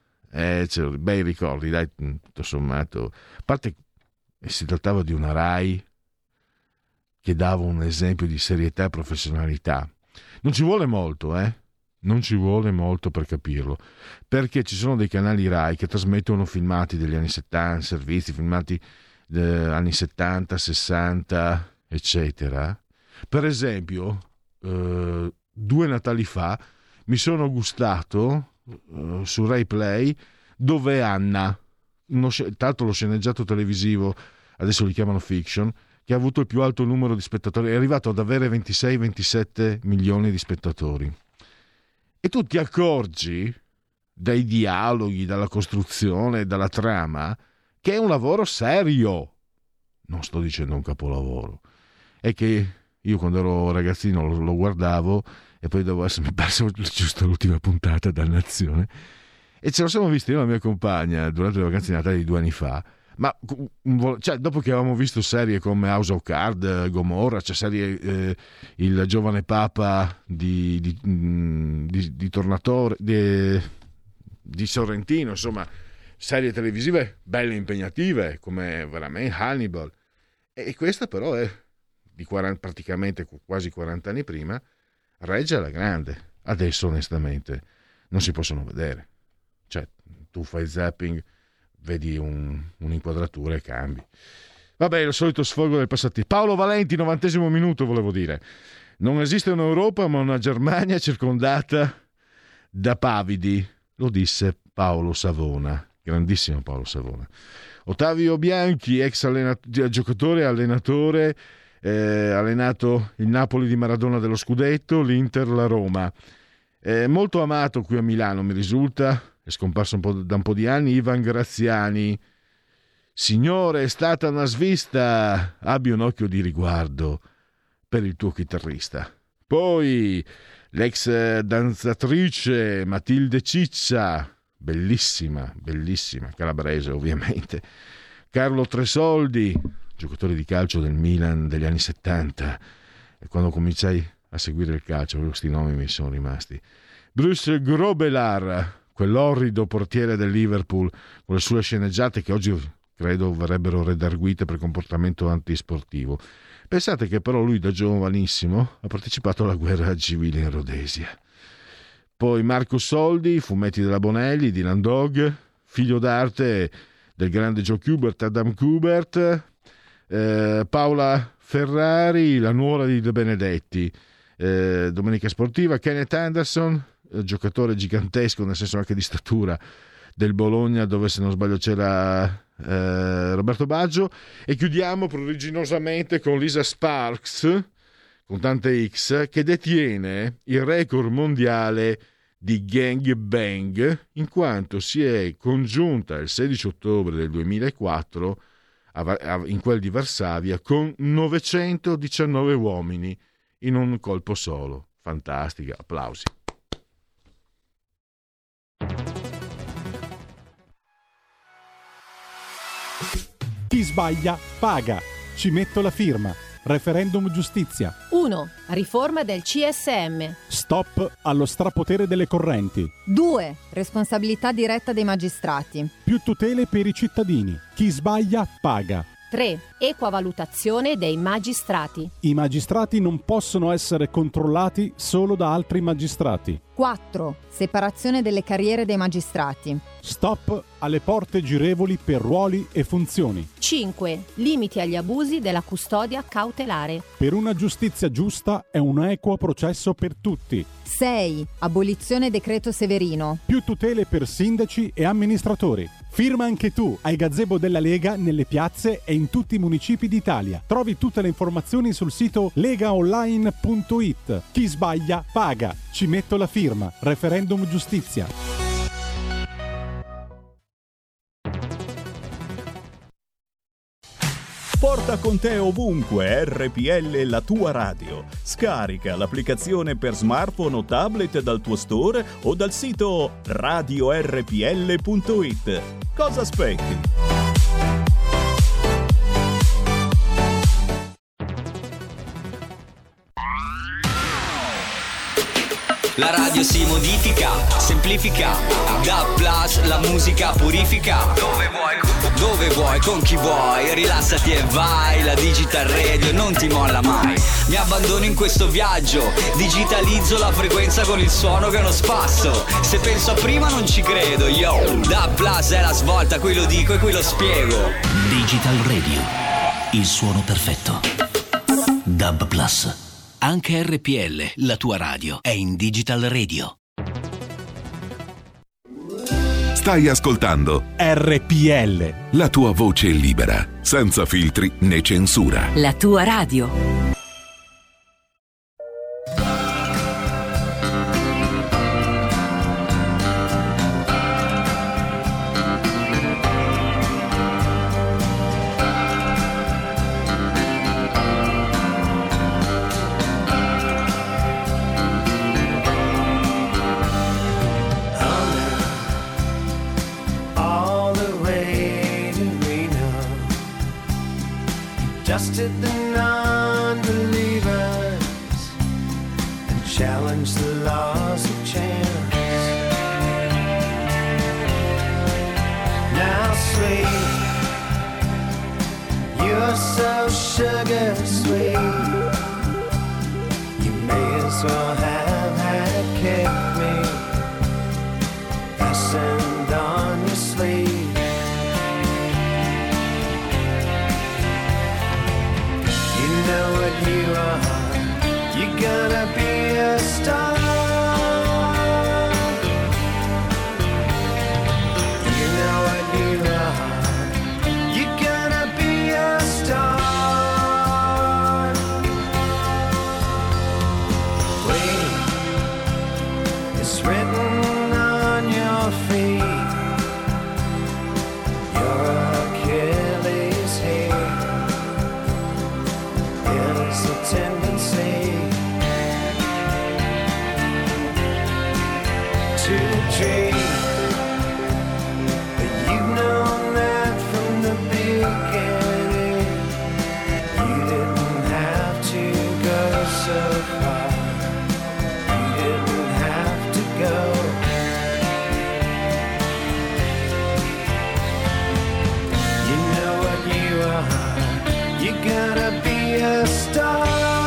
bei ricordi, dai, tutto sommato, a parte si trattava di una Rai che dava un esempio di serietà e professionalità. Non ci vuole molto, non ci vuole molto per capirlo, perché ci sono dei canali Rai che trasmettono filmati degli anni 70, servizi filmati anni 70, 60, eccetera. Per esempio, 2 Natali fa mi sono gustato su Rai Play Dove Anna, tanto lo sceneggiato televisivo, adesso li chiamano fiction, che ha avuto il più alto numero di spettatori, è arrivato ad avere 26-27 milioni di spettatori. E tu ti accorgi dai dialoghi, dalla costruzione, dalla trama, che è un lavoro serio. Non sto dicendo un capolavoro. È che io quando ero ragazzino lo guardavo e poi dopo essermi perso giusto l'ultima puntata, dannazione, e ce lo siamo visti io e la mia compagna durante le vacanze di Natale di 2 anni fa. Ma cioè, dopo che avevamo visto serie come House of Cards, Gomorra, cioè serie Il giovane papa di Tornatore, di Sorrentino, insomma serie televisive belle impegnative come veramente Hannibal, e questa però è di praticamente quasi 40 anni prima, regge alla grande. Adesso onestamente non si possono vedere, cioè tu fai zapping, vedi un'inquadratura e cambi. Vabbè, il solito sfogo del passato. Paolo Valenti, 90° minuto, volevo dire. Non esiste un'Europa ma una Germania circondata da pavidi, lo disse Paolo Savona, grandissimo Paolo Savona. Ottavio Bianchi, ex giocatore e allenatore, allenato il Napoli di Maradona dello Scudetto, l'Inter, la Roma. Molto amato qui a Milano, mi risulta. È scomparso da un po' di anni. Ivan Graziani, signore, è stata una svista, abbi un occhio di riguardo per il tuo chitarrista. Poi l'ex danzatrice Matilde Ciccia, bellissima, calabrese ovviamente. Carlo Tresoldi, giocatore di calcio del Milan degli anni 70, e quando cominciai a seguire il calcio questi nomi mi sono rimasti. Bruce Grobelar, quell'orrido portiere del Liverpool, con le sue sceneggiate che oggi credo verrebbero redarguite per comportamento antisportivo. Pensate che però lui da giovanissimo ha partecipato alla guerra civile in Rhodesia. Poi Marco Soldi, fumetti della Bonelli, Dylan Dog, figlio d'arte del grande Joe Kubert, Adam Kubert, Paola Ferrari, la nuora di De Benedetti, Domenica Sportiva, Kenneth Anderson, giocatore gigantesco, nel senso anche di statura, del Bologna, dove se non sbaglio c'era Roberto Baggio. E chiudiamo pruriginosamente con Lisa Sparks, con tante X, che detiene il record mondiale di gangbang, in quanto si è congiunta il 16 ottobre del 2004 in quel di Varsavia con 919 uomini in un colpo solo. Fantastica, applausi. Chi sbaglia paga. Ci metto la firma. Referendum giustizia. 1. Riforma del CSM. Stop allo strapotere delle correnti. 2. Responsabilità diretta dei magistrati. Più tutele per i cittadini. Chi sbaglia paga. 3. Equa valutazione dei magistrati. I magistrati non possono essere controllati solo da altri magistrati. 4. Separazione delle carriere dei magistrati. Stop alle porte girevoli per ruoli e funzioni. 5. Limiti agli abusi della custodia cautelare. Per una giustizia giusta e un equo processo per tutti. 6. Abolizione decreto Severino. Più tutele per sindaci e amministratori. Firma anche tu ai gazebo della Lega nelle piazze e in tutti i municipi d'Italia. Trovi tutte le informazioni sul sito legaonline.it. Chi sbaglia paga. Ci metto la firma. Referendum giustizia. Porta con te ovunque RPL la tua radio. Scarica l'applicazione per smartphone o tablet dal tuo store o dal sito radiorpl.it. Cosa aspetti? La radio si modifica, semplifica, da plus la musica purifica. Dove vuoi, con chi vuoi, rilassati e vai. La Digital Radio non ti molla mai. Mi abbandono in questo viaggio, digitalizzo la frequenza con il suono che è uno spasso. Se penso a prima non ci credo, yo. Da plus è la svolta, qui lo dico e qui lo spiego. Digital Radio, il suono perfetto. DAB Plus. Anche RPL, la tua radio, è in Digital Radio. Stai ascoltando RPL. La tua voce libera, senza filtri né censura. La tua radio. Dusted the non-believers and challenged the laws of chance. Now sweet, you're so sugar sweet. You may as well have had kept me fastened on your sleeve. You know what you are, you're gonna be a star. You know what you are, you're gonna be a star. Wait, it's written on your feet, your Achilles heel. There's a tendency to dream, but you've known that from the beginning. You didn't have to go so far. You didn't have to go. You know what you are, you're gonna be a star.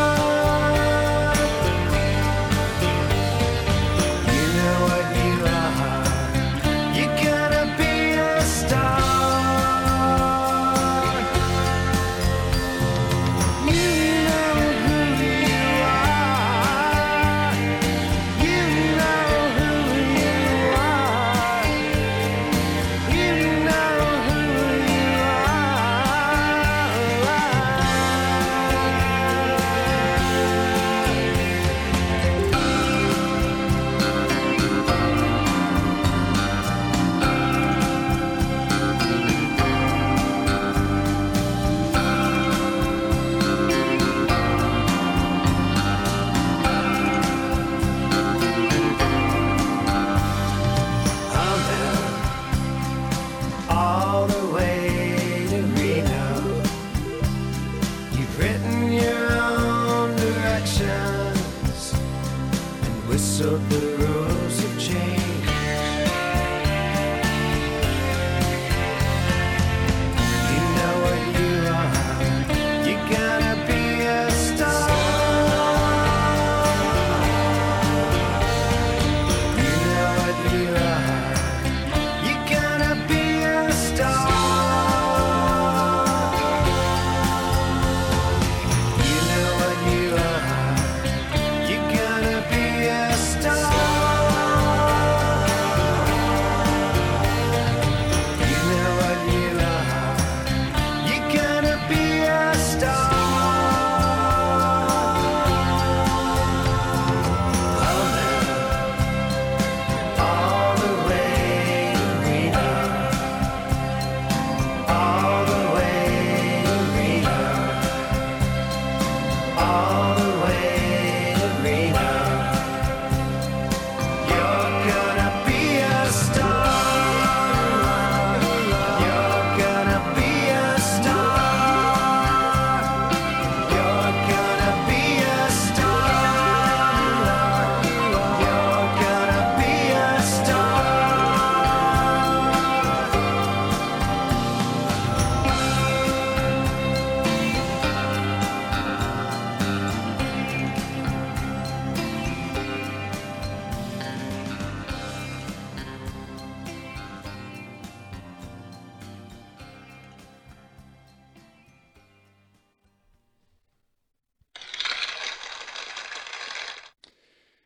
You know what you are, you're gonna be a star. You know who you are. You know who you are. You know who you all the way to Reno. You've written your own directions and whistled the rules of change. You know what you are, you're gonna be a star. You know what you are, you're gonna be a star. You know what you are, you're gonna be a star.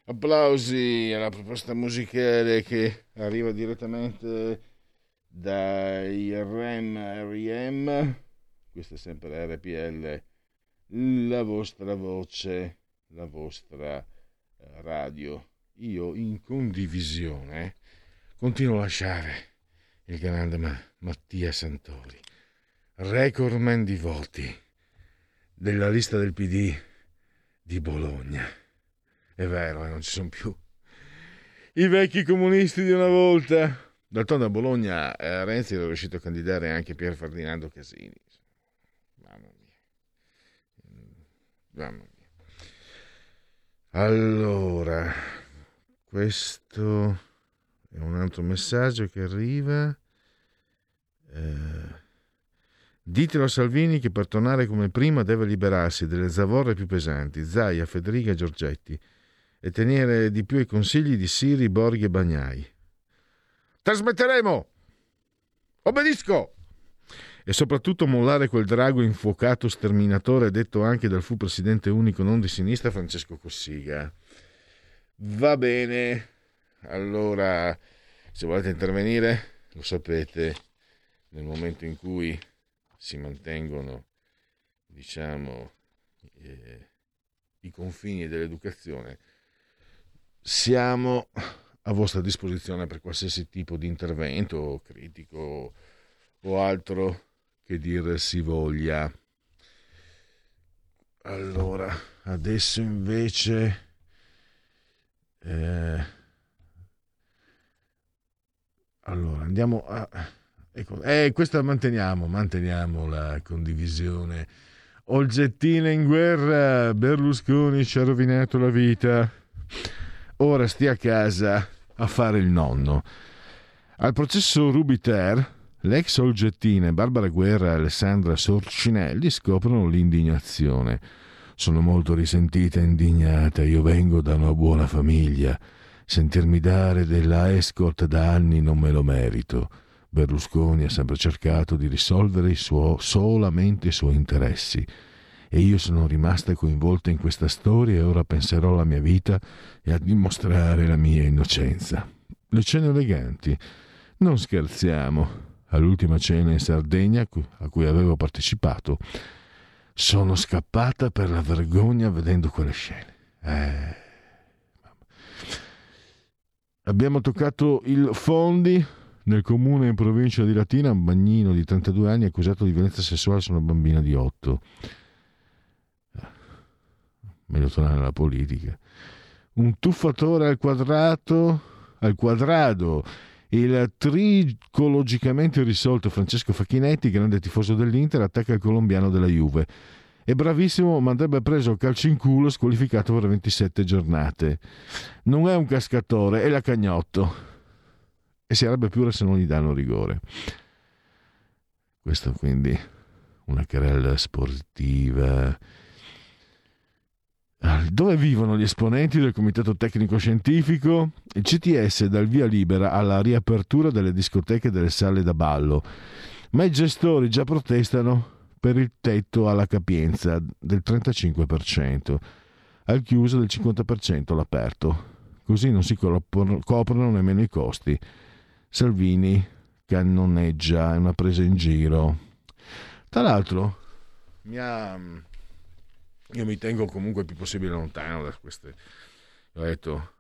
Applausi alla proposta musicale che arriva direttamente dai REM. Questa è sempre RPL, la vostra voce, la vostra radio. Io in condivisione continuo a lasciare il grande Mattia Santori, recordman di voti della lista del PD di Bologna. È vero, non ci sono più i vecchi comunisti di una volta. D'altronde a Bologna Renzi era riuscito a candidare anche Pier Ferdinando Casini. Mamma mia. Allora, questo è un altro messaggio che arriva. Ditelo a Salvini che per tornare come prima deve liberarsi delle zavorre più pesanti, Zaia, Federica e Giorgetti, e tenere di più i consigli di Siri, Borghi e Bagnai. Trasmetteremo! Obbedisco! E soprattutto mollare quel drago infuocato sterminatore detto anche dal fu presidente unico non di sinistra Francesco Cossiga. Va bene, allora se volete intervenire lo sapete, nel momento in cui si mantengono, diciamo, i confini dell'educazione, siamo a vostra disposizione per qualsiasi tipo di intervento critico o altro che dir si voglia. Allora, adesso invece allora andiamo a questa manteniamo la condivisione. Olgettina in guerra, Berlusconi ci ha rovinato la vita, ora stia a casa a fare il nonno. Al processo Ruby-Ter, l'ex Olgettina, Barbara Guerra e Alessandra Sorcinelli scoprono l'indignazione. Sono molto risentita e indignata, io vengo da una buona famiglia. Sentirmi dare della escort da anni non me lo merito. Berlusconi ha sempre cercato di risolvere solamente i suoi interessi. E io sono rimasta coinvolta in questa storia e ora penserò alla mia vita e a dimostrare la mia innocenza. Le cene eleganti. Non scherziamo. All'ultima cena in Sardegna a cui avevo partecipato sono scappata per la vergogna vedendo quelle scene. Abbiamo toccato il Fondi. Nel comune in provincia di Latina, un bagnino di 32 anni accusato di violenza sessuale su una bambina di 8. Meglio tornare alla politica. Un tuffatore al quadrado, il tricologicamente risolto Francesco Facchinetti, grande tifoso dell'Inter, attacca il colombiano della Juve. È bravissimo, ma andrebbe preso calcio in culo, squalificato per 27 giornate. Non è un cascatore, è la Cagnotto. E si arrabbia pure se non gli danno rigore. Questo quindi una querela sportiva. Dove vivono gli esponenti del Comitato Tecnico Scientifico? Il CTS dà il via libera alla riapertura delle discoteche e delle sale da ballo, ma i gestori già protestano per il tetto alla capienza del 35%, al chiuso del 50% all'aperto. Così non si coprono nemmeno i costi. Salvini cannoneggia, è una presa in giro. Tra l'altro io mi tengo comunque il più possibile lontano da queste, ho detto,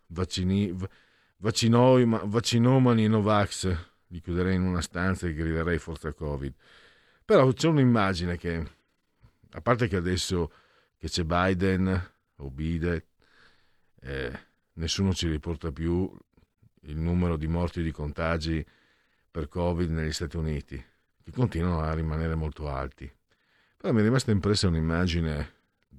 vaccinomani e Novax, li chiuderei in una stanza e griderei forza Covid. Però c'è un'immagine che, a parte che adesso che c'è Biden o Biden, nessuno ci riporta più il numero di morti e di contagi per Covid negli Stati Uniti, che continuano a rimanere molto alti. Però mi è rimasta impressa un'immagine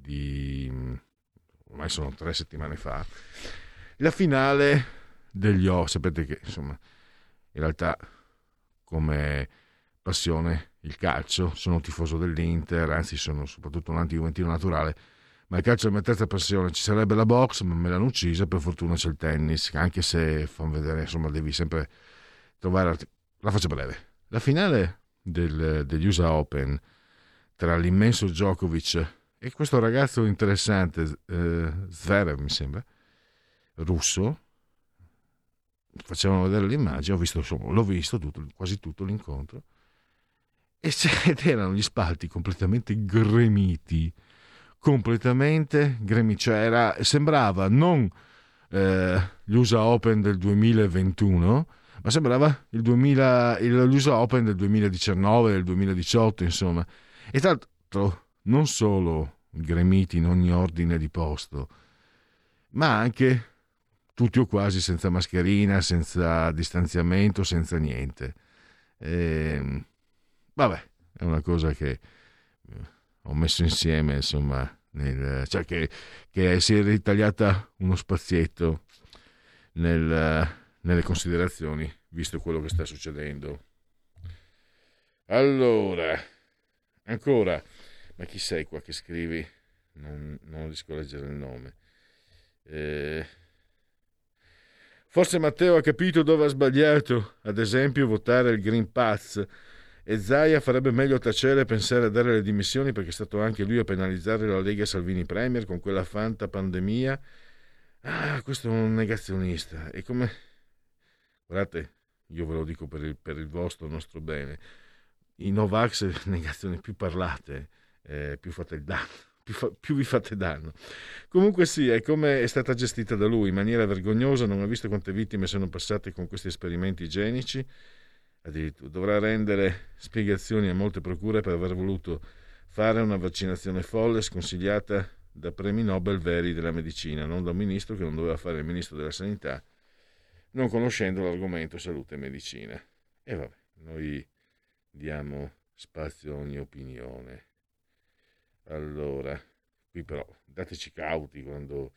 ormai sono 3 settimane fa, la finale degli sapete che insomma in realtà come passione il calcio, sono tifoso dell'Inter, anzi sono soprattutto un anti-juventino naturale, ma il calcio è la mia terza passione. Ci sarebbe la box, ma me l'hanno uccisa, per fortuna c'è il tennis, anche se fanno vedere, insomma, devi sempre trovare, la faccio breve, la finale degli USA Open tra l'immenso Djokovic e questo ragazzo interessante, Zverev mi sembra, russo, facevano vedere l'immagine, l'ho visto quasi tutto l'incontro, ed erano gli spalti completamente gremiti, cioè sembrava non gli USA Open del 2021, ma sembrava gli USA Open del 2019, del 2018, insomma. E tra l'altro non solo gremiti in ogni ordine di posto, ma anche tutti o quasi senza mascherina, senza distanziamento, senza niente. Vabbè, è una cosa che ho messo insieme, insomma, cioè che si è ritagliata uno spazietto nelle considerazioni, visto quello che sta succedendo. Allora, ancora, ma chi sei qua che scrivi? Non riesco a leggere il nome. Forse Matteo ha capito dove ha sbagliato, ad esempio votare il Green Pass, e Zaia farebbe meglio tacere e pensare a dare le dimissioni, perché è stato anche lui a penalizzare la Lega Salvini Premier con quella fanta pandemia. Questo è un negazionista. E come... Guardate, io ve lo dico per il vostro nostro bene, i Novax negazioni più parlate, più fate il danno, più vi fate danno. Comunque sì, è come è stata gestita da lui in maniera vergognosa. Non ha visto quante vittime sono passate con questi esperimenti igienici. Addirittura dovrà rendere spiegazioni a molte procure per aver voluto fare una vaccinazione folle sconsigliata da premi Nobel veri della medicina, non da un ministro che non doveva fare il ministro della sanità, non conoscendo l'argomento salute e medicina. E vabbè, noi diamo spazio a ogni opinione. Allora, qui però dateci cauti quando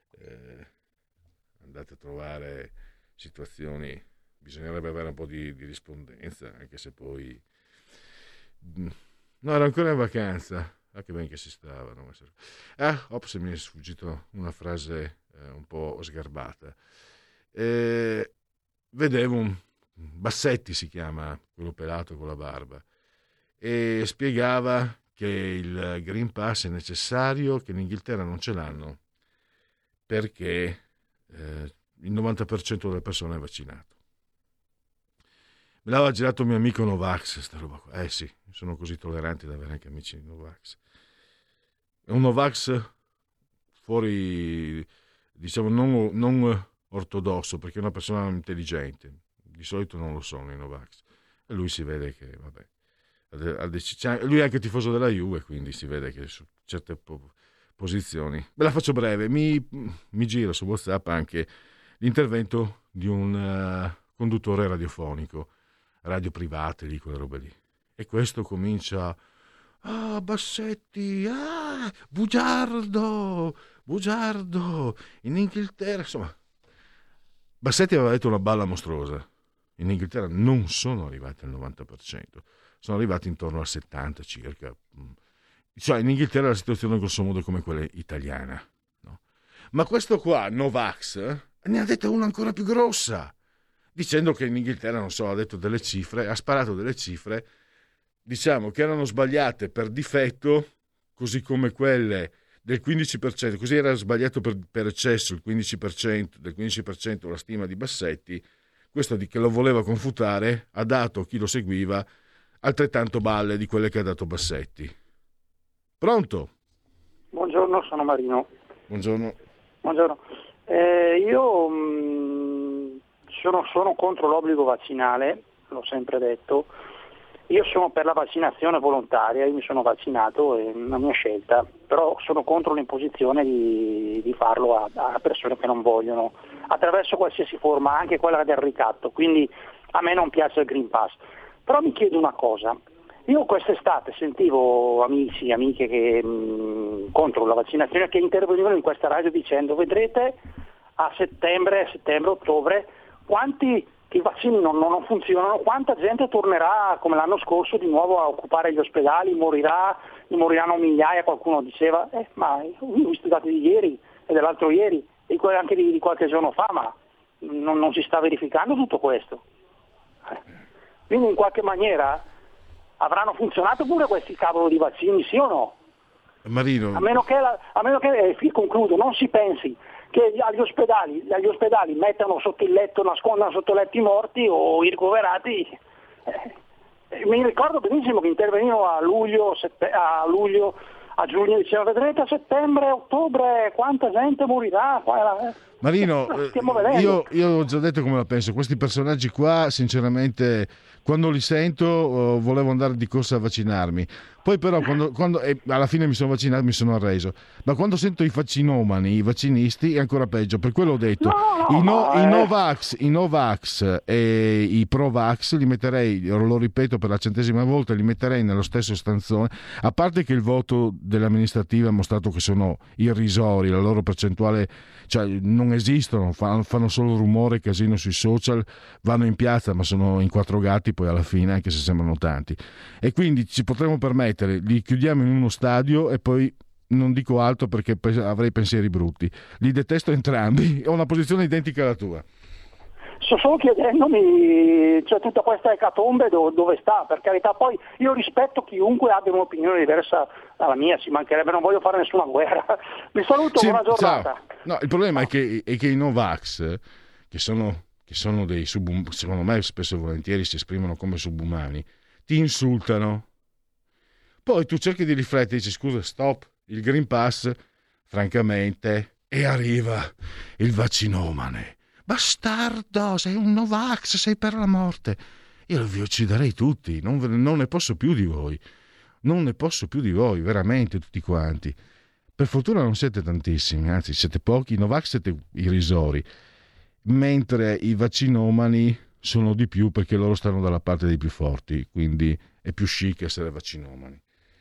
andate a trovare situazioni. Bisognerebbe avere un po' di rispondenza, anche se poi... No, era ancora in vacanza. Che ben che si stava. No? Ops, mi è sfuggito una frase un po' sgarbata. Vedevo Bassetti, si chiama, quello pelato con la barba, e spiegava che il Green Pass è necessario, che in Inghilterra non ce l'hanno, perché il 90% delle persone è vaccinato. Me l'aveva girato mio amico Novax, sta roba qua. Sì, sono così tolleranti da avere anche amici Novax. È un Novax fuori, diciamo, non ortodosso, perché è una persona intelligente. Di solito non lo sono i Novax. E lui si vede che, vabbè, lui è anche tifoso della Juve, quindi si vede che su certe posizioni. Ve la faccio breve. Mi giro su WhatsApp anche l'intervento di un conduttore radiofonico, radio private, lì, quelle robe lì. E questo comincia: Bassetti, bugiardo, in Inghilterra, insomma. Bassetti aveva detto una balla mostruosa. In Inghilterra non sono arrivati al 90%, sono arrivati intorno al 70% circa. Cioè in Inghilterra la situazione grosso modo è come quella italiana, no? Ma questo qua, Novax, ne ha detto una ancora più grossa, dicendo che in Inghilterra, non so, ha detto delle cifre, ha sparato delle cifre, diciamo, che erano sbagliate per difetto, così come quelle del 15%, così era sbagliato per eccesso il 15%, del 15% la stima di Bassetti, questo di che lo voleva confutare ha dato a chi lo seguiva altrettanto balle di quelle che ha dato Bassetti. Pronto? Buongiorno, sono Marino. Buongiorno. Io sono contro l'obbligo vaccinale, l'ho sempre detto. Io sono per la vaccinazione volontaria, io mi sono vaccinato, è una mia scelta, però sono contro l'imposizione di farlo a persone che non vogliono, attraverso qualsiasi forma, anche quella del ricatto, quindi a me non piace il Green Pass. Però mi chiedo una cosa, io quest'estate sentivo amici, amiche che contro la vaccinazione che intervenivano in questa radio dicendo: vedrete a settembre, ottobre, quanti i vaccini non funzionano, quanta gente tornerà come l'anno scorso di nuovo a occupare gli ospedali, moriranno migliaia, qualcuno diceva, ma io ho visto i dati di ieri e dell'altro ieri e anche di qualche giorno fa, ma non si sta verificando tutto questo. Quindi in qualche maniera avranno funzionato pure questi cavolo di vaccini, sì o no? Marino. A meno che concludo, non si pensi che agli ospedali mettano sotto il letto, nascondano sotto il letto i morti o i ricoverati. Mi ricordo benissimo che intervenivano a giugno, dicevano vedrete a settembre, ottobre quanta gente morirà. Marino, io ho già detto come la penso. Questi personaggi qua, sinceramente, quando li sento volevo andare di corsa a vaccinarmi. Poi però quando alla fine mi sono vaccinato, mi sono arreso. Ma quando sento i vaccinomani, i vaccinisti, è ancora peggio. Per quello ho detto, i Novax e i Provax li metterei, lo ripeto per la 100ª volta, li metterei nello stesso stanzone. A parte che il voto delle amministrative ha mostrato che sono irrisori, la loro percentuale, cioè non esistono, fanno solo rumore, casino sui social, vanno in piazza ma sono in 4 gatti poi alla fine, anche se sembrano tanti. E quindi ci potremmo permettere, li chiudiamo in uno stadio e poi non dico altro perché avrei pensieri brutti. Li detesto entrambi, ho una posizione identica alla tua. Sto solo chiedendomi, cioè, tutta questa ecatombe dove sta, per carità. Poi io rispetto chiunque abbia un'opinione diversa dalla mia, ci mancherebbe, non voglio fare nessuna guerra. Vi saluto, buona giornata. Ciao. No, il problema è che i Novax, che sono dei secondo me spesso e volentieri si esprimono come subumani, ti insultano. Poi tu cerchi di riflettere e dici scusa, stop, il Green Pass, francamente, e arriva il vaccinomane. Bastardo, sei un Novax, sei per la morte. Io vi ucciderei tutti, non ne posso più di voi. Non ne posso più di voi, veramente, tutti quanti. Per fortuna non siete tantissimi, anzi siete pochi. I Novax siete irrisori, mentre i vaccinomani sono di più perché loro stanno dalla parte dei più forti, quindi è più chic essere vaccinomani.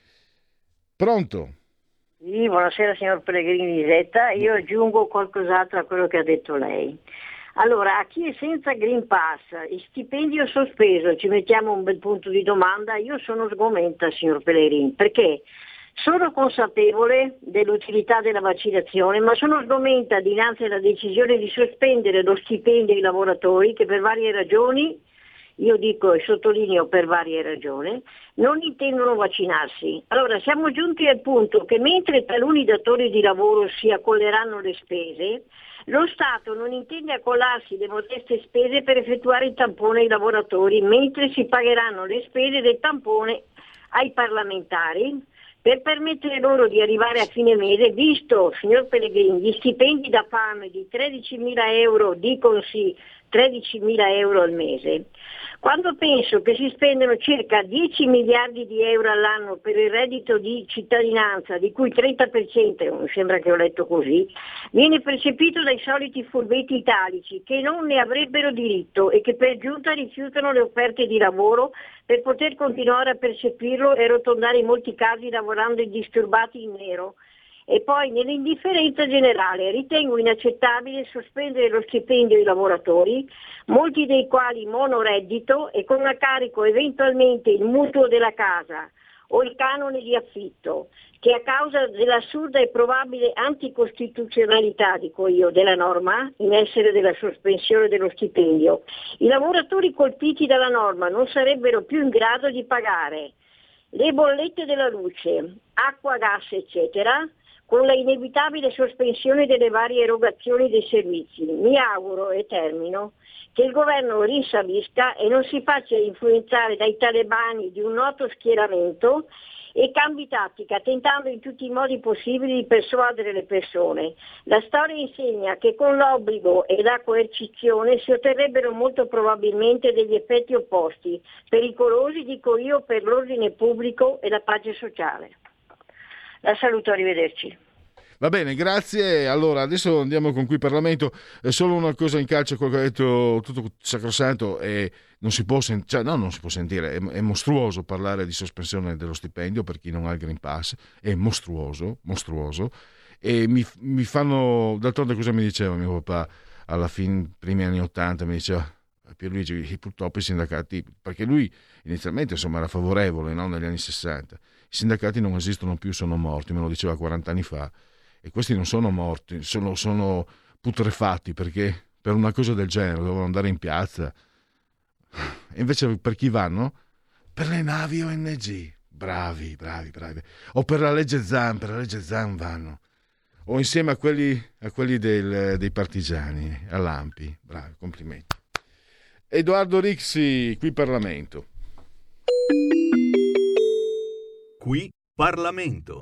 Pronto? Sì, buonasera signor Pellegrini Zetta, io aggiungo qualcos'altro a quello che ha detto lei. Allora, a chi è senza Green Pass, stipendio sospeso, ci mettiamo un bel punto di domanda, io sono sgomenta signor Pellegrini, perché sono consapevole dell'utilità della vaccinazione, ma sono sgomenta dinanzi alla decisione di sospendere lo stipendio ai lavoratori che per varie ragioni, io dico e sottolineo per varie ragioni, non intendono vaccinarsi. Allora siamo giunti al punto che mentre taluni datori di lavoro si accolleranno le spese, lo Stato non intende accollarsi le modeste spese per effettuare il tampone ai lavoratori, mentre si pagheranno le spese del tampone ai parlamentari per permettere loro di arrivare a fine mese, visto, signor Pellegrini, gli stipendi da fame di 13.000 euro, dicono sì, 13.000 euro al mese. Quando penso che si spendono circa 10 miliardi di euro all'anno per il reddito di cittadinanza, di cui 30%, mi sembra che ho letto così, viene percepito dai soliti furbetti italici che non ne avrebbero diritto e che per giunta rifiutano le offerte di lavoro per poter continuare a percepirlo e arrotondare in molti casi lavorando indisturbati in nero. E poi nell'indifferenza generale ritengo inaccettabile sospendere lo stipendio ai lavoratori, molti dei quali monoreddito e con a carico eventualmente il mutuo della casa o il canone di affitto, che a causa dell'assurda e probabile anticostituzionalità, dico io, della norma in essere della sospensione dello stipendio, i lavoratori colpiti dalla norma non sarebbero più in grado di pagare le bollette della luce, acqua, gas, eccetera, con la inevitabile sospensione delle varie erogazioni dei servizi. Mi auguro, e termino, che il governo rinsabisca e non si faccia influenzare dai talebani di un noto schieramento e cambi tattica, tentando in tutti i modi possibili di persuadere le persone. La storia insegna che con l'obbligo e la coercizione si otterrebbero molto probabilmente degli effetti opposti, pericolosi, dico io, per l'ordine pubblico e la pace sociale. La saluto, arrivederci. Va bene, grazie. Allora, adesso andiamo con qui Parlamento. Solo una cosa in calcio, quello che ha detto tutto sacrosanto, e non si può sentire, è mostruoso parlare di sospensione dello stipendio per chi non ha il Green Pass, è mostruoso, e mi fanno, d'altronde cosa mi diceva mio papà alla fine, primi anni 80, mi diceva Pierluigi, purtroppo i sindacati, perché lui inizialmente insomma era favorevole, no? Negli anni 60, i sindacati non esistono più, sono morti, me lo diceva 40 anni fa, e questi non sono morti, sono putrefatti, perché per una cosa del genere dovevano andare in piazza, e invece per chi vanno? Per le navi ONG, bravi, o per la legge Zan vanno, o insieme a quelli dei partigiani, all'ANPI. Bravi, complimenti. Edoardo Rixi, qui Parlamento. Qui Parlamento.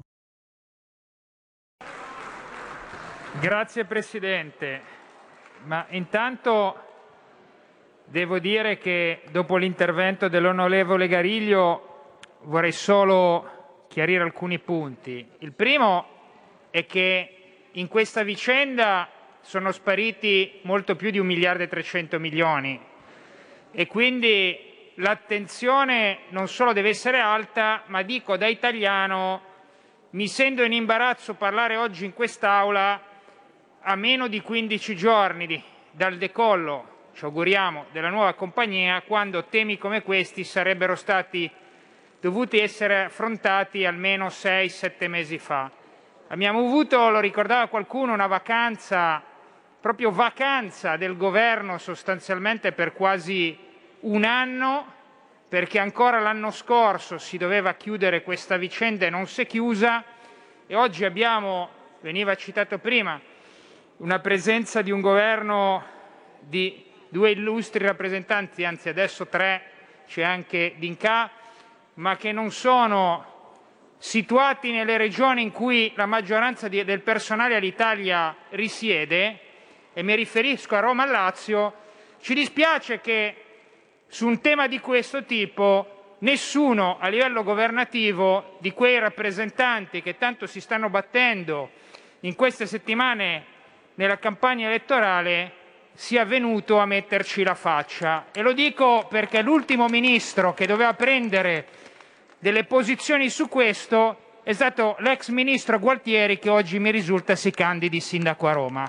Grazie Presidente, ma intanto devo dire che dopo l'intervento dell'onorevole Gariglio vorrei solo chiarire alcuni punti. Il primo è che in questa vicenda sono spariti molto più di 1.300 milioni e quindi l'attenzione non solo deve essere alta, ma dico da italiano mi sento in imbarazzo parlare oggi in quest'Aula a meno di 15 giorni dal decollo, ci auguriamo, della nuova compagnia, quando temi come questi sarebbero stati dovuti essere affrontati almeno 6-7 mesi fa. Abbiamo avuto, lo ricordava qualcuno, una vacanza, proprio vacanza del governo sostanzialmente per quasi un anno, perché ancora l'anno scorso si doveva chiudere questa vicenda e non si è chiusa, e oggi abbiamo, veniva citato prima, una presenza di un governo di 2 illustri rappresentanti, anzi adesso 3, c'è anche D'Incà, ma che non sono situati nelle regioni in cui la maggioranza del personale all'Italia risiede, e mi riferisco a Roma e Lazio. Ci dispiace che su un tema di questo tipo nessuno a livello governativo di quei rappresentanti che tanto si stanno battendo in queste settimane nella campagna elettorale sia venuto a metterci la faccia. E lo dico perché l'ultimo ministro che doveva prendere delle posizioni su questo è stato l'ex ministro Gualtieri, che oggi mi risulta si candidi sindaco a Roma.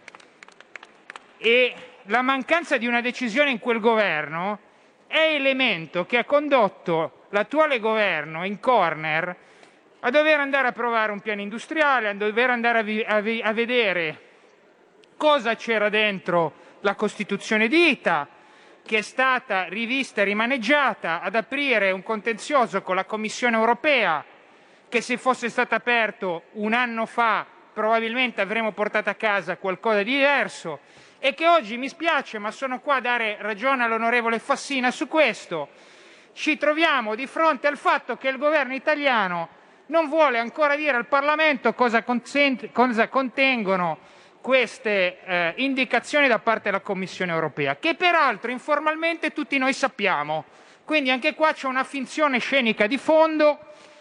E la mancanza di una decisione in quel governo è elemento che ha condotto l'attuale governo in corner a dover andare a provare un piano industriale, a dover andare a vedere cosa c'era dentro la Costituzione di ITA, che è stata rivista e rimaneggiata, ad aprire un contenzioso con la Commissione europea, che se fosse stato aperto un anno fa probabilmente avremmo portato a casa qualcosa di diverso, e che oggi, mi spiace, ma sono qua a dare ragione all'onorevole Fassina su questo, ci troviamo di fronte al fatto che il governo italiano non vuole ancora dire al Parlamento cosa contengono queste indicazioni da parte della Commissione europea, che peraltro informalmente tutti noi sappiamo. Quindi anche qua c'è una finzione scenica di fondo,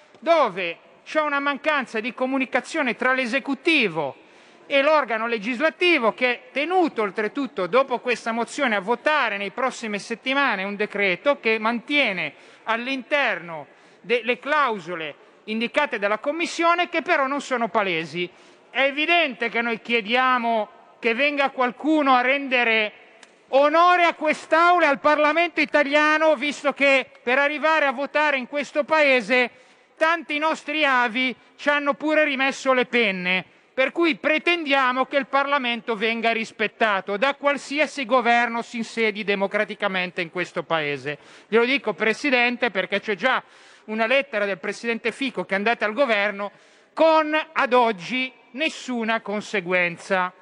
dove c'è una mancanza di comunicazione tra l'esecutivo e l'organo legislativo, che è tenuto oltretutto dopo questa mozione a votare nei prossime settimane un decreto che mantiene all'interno delle clausole indicate dalla Commissione, che però non sono palesi. È evidente che noi chiediamo che venga qualcuno a rendere onore a quest'Aula e al Parlamento italiano, visto che per arrivare a votare in questo Paese tanti nostri avi ci hanno pure rimesso le penne, per cui pretendiamo che il Parlamento venga rispettato da qualsiasi governo si insedi democraticamente in questo Paese. Glielo dico, Presidente, perché c'è già una lettera del Presidente Fico che è andata al governo con, ad oggi, nessuna conseguenza.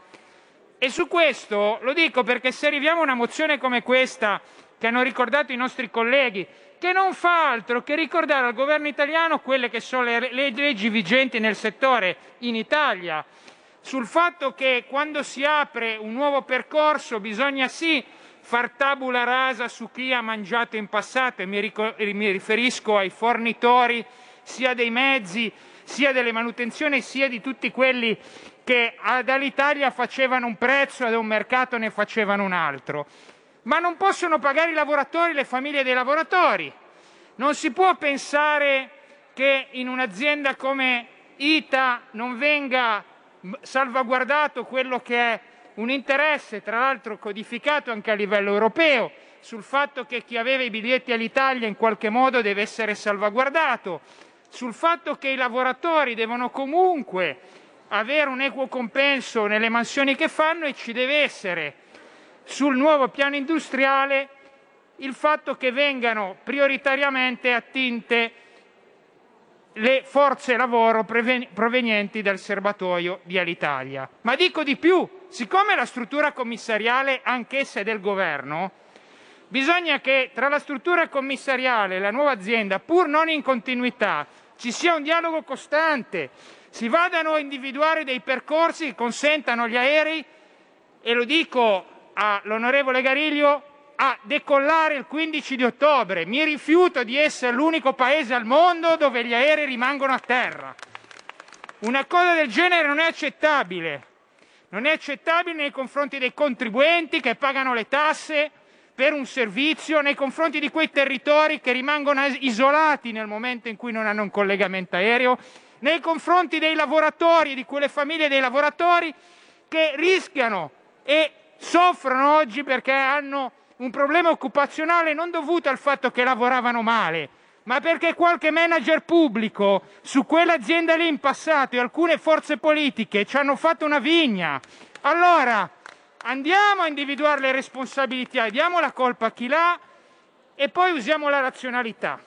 E su questo lo dico perché se arriviamo a una mozione come questa, che hanno ricordato i nostri colleghi, che non fa altro che ricordare al governo italiano quelle che sono le leggi vigenti nel settore in Italia, sul fatto che quando si apre un nuovo percorso bisogna sì far tabula rasa su chi ha mangiato in passato, e mi riferisco ai fornitori sia dei mezzi, sia delle manutenzioni, sia di tutti quelli che dall'Italia facevano un prezzo e da un mercato ne facevano un altro. Ma non possono pagare i lavoratori, le famiglie dei lavoratori. Non si può pensare che in un'azienda come ITA non venga salvaguardato quello che è un interesse, tra l'altro codificato anche a livello europeo, sul fatto che chi aveva i biglietti all'Italia in qualche modo deve essere salvaguardato, sul fatto che i lavoratori devono comunque avere un equo compenso nelle mansioni che fanno, e ci deve essere sul nuovo piano industriale il fatto che vengano prioritariamente attinte le forze lavoro provenienti dal serbatoio di Alitalia. Ma dico di più, siccome la struttura commissariale anch'essa è del governo, bisogna che tra la struttura commissariale e la nuova azienda, pur non in continuità, ci sia un dialogo costante, si vadano a individuare dei percorsi che consentano agli aerei, e lo dico all'onorevole Gariglio, a decollare il 15 di ottobre. Mi rifiuto di essere l'unico paese al mondo dove gli aerei rimangono a terra. Una cosa del genere non è accettabile. Non è accettabile nei confronti dei contribuenti che pagano le tasse per un servizio, nei confronti di quei territori che rimangono isolati nel momento in cui non hanno un collegamento aereo, nei confronti dei lavoratori e di quelle famiglie dei lavoratori che rischiano e soffrono oggi perché hanno un problema occupazionale non dovuto al fatto che lavoravano male, ma perché qualche manager pubblico su quell'azienda lì in passato e alcune forze politiche ci hanno fatto una vigna. Allora, andiamo a individuare le responsabilità, diamo la colpa a chi l'ha e poi usiamo la razionalità.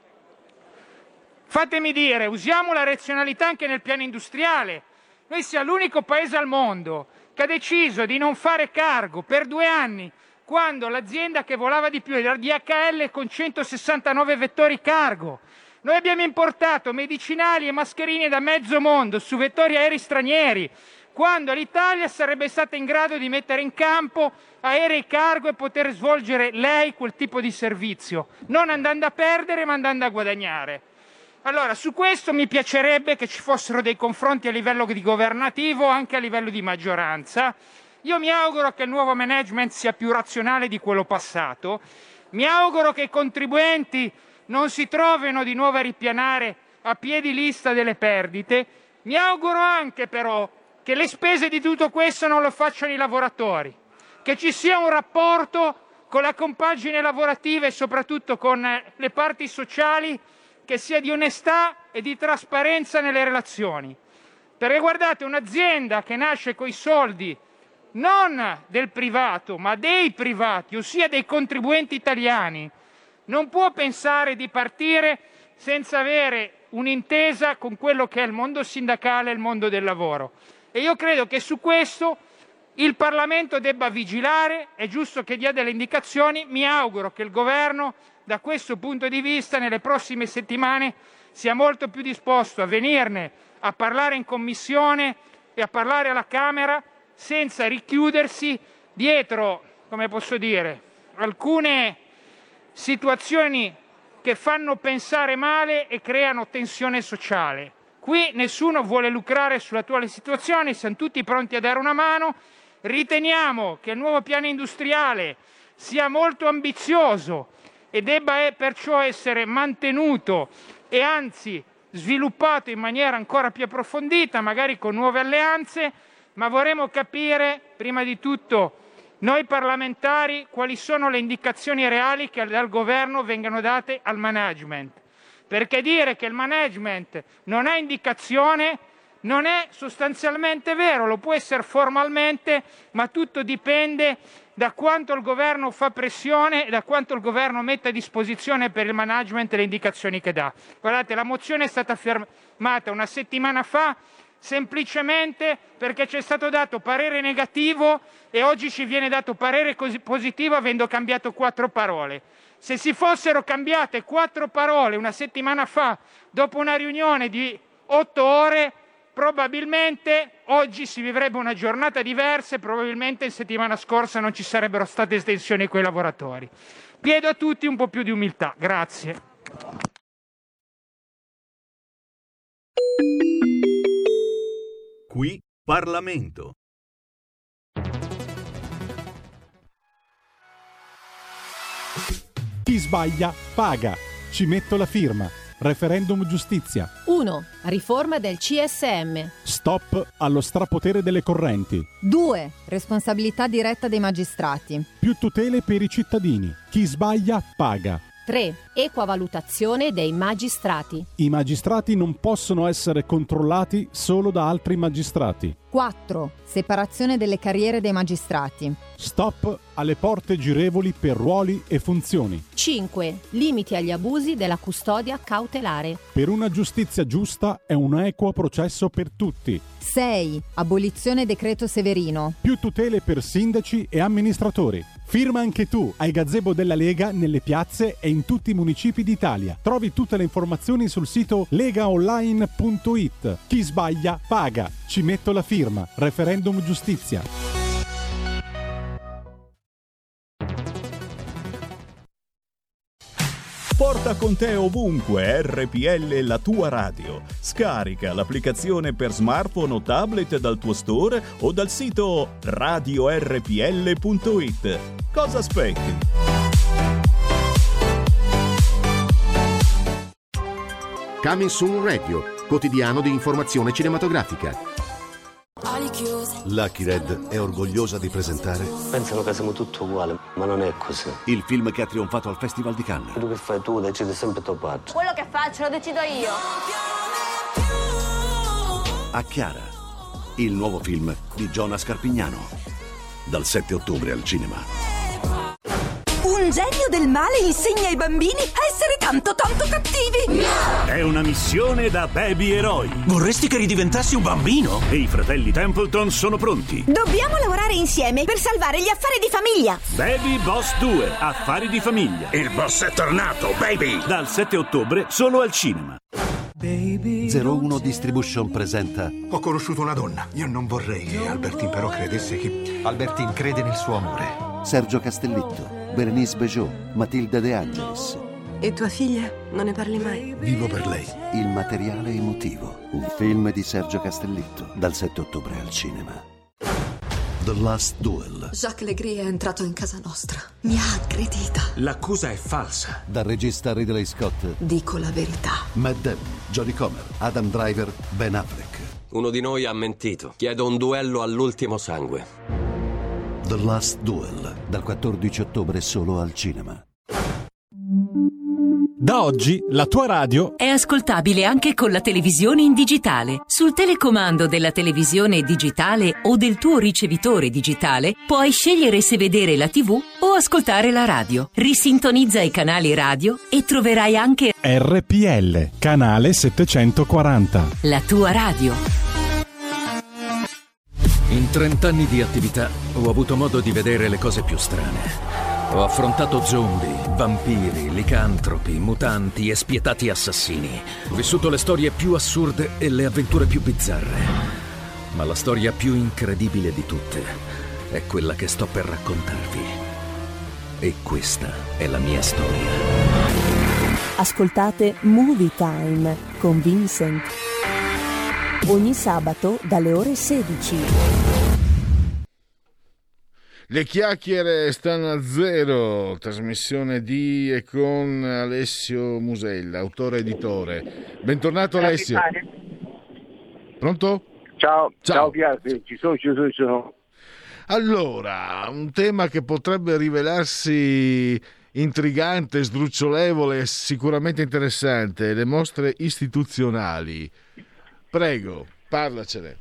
Fatemi dire, usiamo la razionalità anche nel piano industriale. Noi siamo l'unico paese al mondo che ha deciso di non fare cargo per 2 anni, quando l'azienda che volava di più era DHL con 169 vettori cargo. Noi abbiamo importato medicinali e mascherine da mezzo mondo su vettori aerei stranieri, quando l'Italia sarebbe stata in grado di mettere in campo aerei cargo e poter svolgere lei quel tipo di servizio, non andando a perdere ma andando a guadagnare. Allora, su questo mi piacerebbe che ci fossero dei confronti a livello di governativo, anche a livello di maggioranza. Io mi auguro che il nuovo management sia più razionale di quello passato, mi auguro che i contribuenti non si trovino di nuovo a ripianare a piedi lista delle perdite, mi auguro anche però che le spese di tutto questo non lo facciano i lavoratori, che ci sia un rapporto con la compagine lavorativa e soprattutto con le parti sociali che sia di onestà e di trasparenza nelle relazioni. Perché guardate, un'azienda che nasce coi soldi non del privato, ma dei privati, ossia dei contribuenti italiani, non può pensare di partire senza avere un'intesa con quello che è il mondo sindacale e il mondo del lavoro. E io credo che su questo il Parlamento debba vigilare, è giusto che dia delle indicazioni. Mi auguro che il Governo, da questo punto di vista, nelle prossime settimane sia molto più disposto a venirne a parlare in Commissione e a parlare alla Camera, senza richiudersi dietro, come posso dire, alcune situazioni che fanno pensare male e creano tensione sociale. Qui nessuno vuole lucrare sull'attuale situazione, siamo tutti pronti a dare una mano. Riteniamo che il nuovo piano industriale sia molto ambizioso e debba perciò essere mantenuto e anzi sviluppato in maniera ancora più approfondita, magari con nuove alleanze, ma vorremmo capire, prima di tutto, noi parlamentari, quali sono le indicazioni reali che dal governo vengano date al management. Perché dire che il management non ha indicazione non è sostanzialmente vero, lo può essere formalmente, ma tutto dipende da quanto il governo fa pressione e da quanto il governo mette a disposizione per il management le indicazioni che dà. Guardate, la mozione è stata firmata una settimana fa semplicemente perché ci è stato dato parere negativo e oggi ci viene dato parere così positivo avendo cambiato 4 parole. Se si fossero cambiate 4 parole una settimana fa dopo una riunione di 8 ore, probabilmente oggi si vivrebbe una giornata diversa e probabilmente in settimana scorsa non ci sarebbero state estensioni con i lavoratori. Chiedo a tutti un po' più di umiltà. Grazie. Qui Parlamento. Chi sbaglia paga. Ci metto la firma. Referendum giustizia. 1. Riforma del CSM. Stop allo strapotere delle correnti. 2. Responsabilità diretta dei magistrati. Più tutele per i cittadini. Chi sbaglia paga. 3. Equavalutazione dei magistrati. I magistrati non possono essere controllati solo da altri magistrati. 4. Separazione delle carriere dei magistrati. Stop alle porte girevoli per ruoli e funzioni. 5. Limiti agli abusi della custodia cautelare. Per una giustizia giusta e un equo processo per tutti. 6. Abolizione decreto Severino. Più tutele per sindaci e amministratori. Firma anche tu ai gazebo della Lega nelle piazze e in tutti i municipi d'Italia. Trovi tutte le informazioni sul sito legaonline.it. Chi sbaglia paga. Ci metto la firma. Referendum giustizia. Porta con te ovunque RPL la tua radio. Scarica l'applicazione per smartphone o tablet dal tuo store o dal sito radiorpl.it. Cosa aspetti? Coming Soon Radio, quotidiano di informazione cinematografica. Lucky Red è orgogliosa di presentare. Pensano che siamo tutti uguali, ma non è così. Il film che ha trionfato al Festival di Cannes. Quello che fai tu decidi sempre tuo padre. Quello che faccio lo decido io. A Chiara, il nuovo film di Jonas Carpignano. Dal 7 ottobre al cinema. Un genio del male insegna ai bambini a essere tanto cattivi. È una missione da baby eroi. Vorresti che ridiventassi un bambino? E i fratelli Templeton sono pronti. Dobbiamo lavorare insieme per salvare gli affari di famiglia. Baby Boss 2, affari di famiglia. Il boss è tornato, baby! Dal 7 ottobre solo al cinema. 01 Distribution presenta. Ho conosciuto una donna. Io non vorrei che Albertine però credesse che... Albertine crede nel suo amore. Sergio Castellitto, Berenice Bejo, Matilda De Angelis. E tua figlia? Non ne parli mai? Vivo per lei. Il materiale emotivo. Un film di Sergio Castellitto. Dal 7 ottobre al cinema. The Last Duel. Jacques Legris è entrato in casa nostra. Mi ha aggredita. L'accusa è falsa. Dal regista Ridley Scott. Dico la verità. Matt Damon, Jodie Comer, Adam Driver, Ben Affleck. Uno di noi ha mentito. Chiedo un duello all'ultimo sangue. The Last Duel. Dal 14 ottobre solo al cinema. Da oggi la tua radio è ascoltabile anche con la televisione in digitale. Sul telecomando della televisione digitale o del tuo ricevitore digitale puoi scegliere se vedere la TV o ascoltare la radio. Risintonizza i canali radio e troverai anche RPL, canale 740. La tua radio. In 30 anni di attività ho avuto modo di vedere le cose più strane. Ho affrontato zombie, vampiri, licantropi, mutanti e spietati assassini. Ho vissuto le storie più assurde e le avventure più bizzarre. Ma la storia più incredibile di tutte è quella che sto per raccontarvi. E questa è la mia storia. Ascoltate Movie Time con Vincent. Ogni sabato dalle ore 16. Le chiacchiere stanno a zero, trasmissione di e con Alessio Musella, autore editore. Bentornato Alessio. Pronto? Ciao Pier, ci sono. Allora, un tema che potrebbe rivelarsi intrigante, sdrucciolevole e sicuramente interessante, le mostre istituzionali. Prego, parlacene.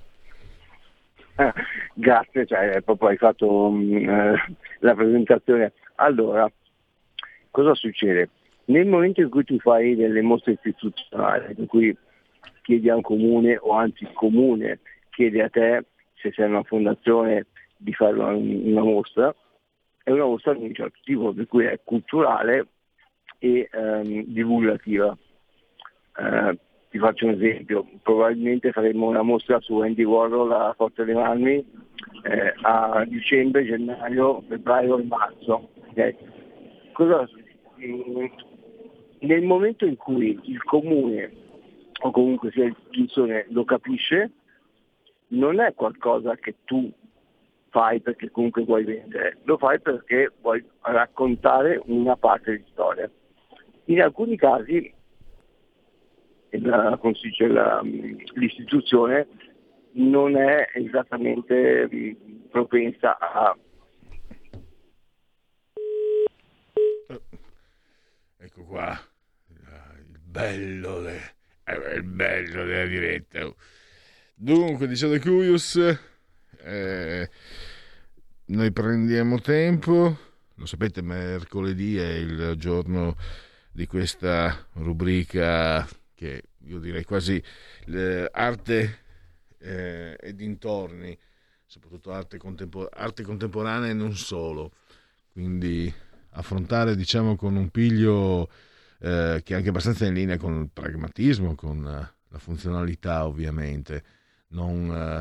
Grazie, proprio hai fatto la presentazione. Allora, cosa succede? Nel momento in cui tu fai delle mostre istituzionali, in cui chiedi a un comune, o anzi il comune chiede a te, se sei una fondazione, di fare una mostra, è una mostra di un certo tipo, per cui è culturale e divulgativa. Ti faccio un esempio, probabilmente faremo una mostra su Andy Warhol a Forte dei Marmi a dicembre, gennaio, febbraio e marzo. Okay? Nel momento in cui il comune o comunque sia l'istituzione lo capisce, non è qualcosa che tu fai perché comunque vuoi vendere, lo fai perché vuoi raccontare una parte di storia. In alcuni casi l'istituzione non è esattamente propensa a... Ecco qua, il bello della diretta. Dunque, dice De Cuius, noi prendiamo tempo, lo sapete, mercoledì è il giorno di questa rubrica che io direi quasi arte e dintorni, soprattutto arte contemporanea e non solo, quindi affrontare, diciamo, con un piglio che è anche abbastanza in linea con il pragmatismo, con la funzionalità, ovviamente, non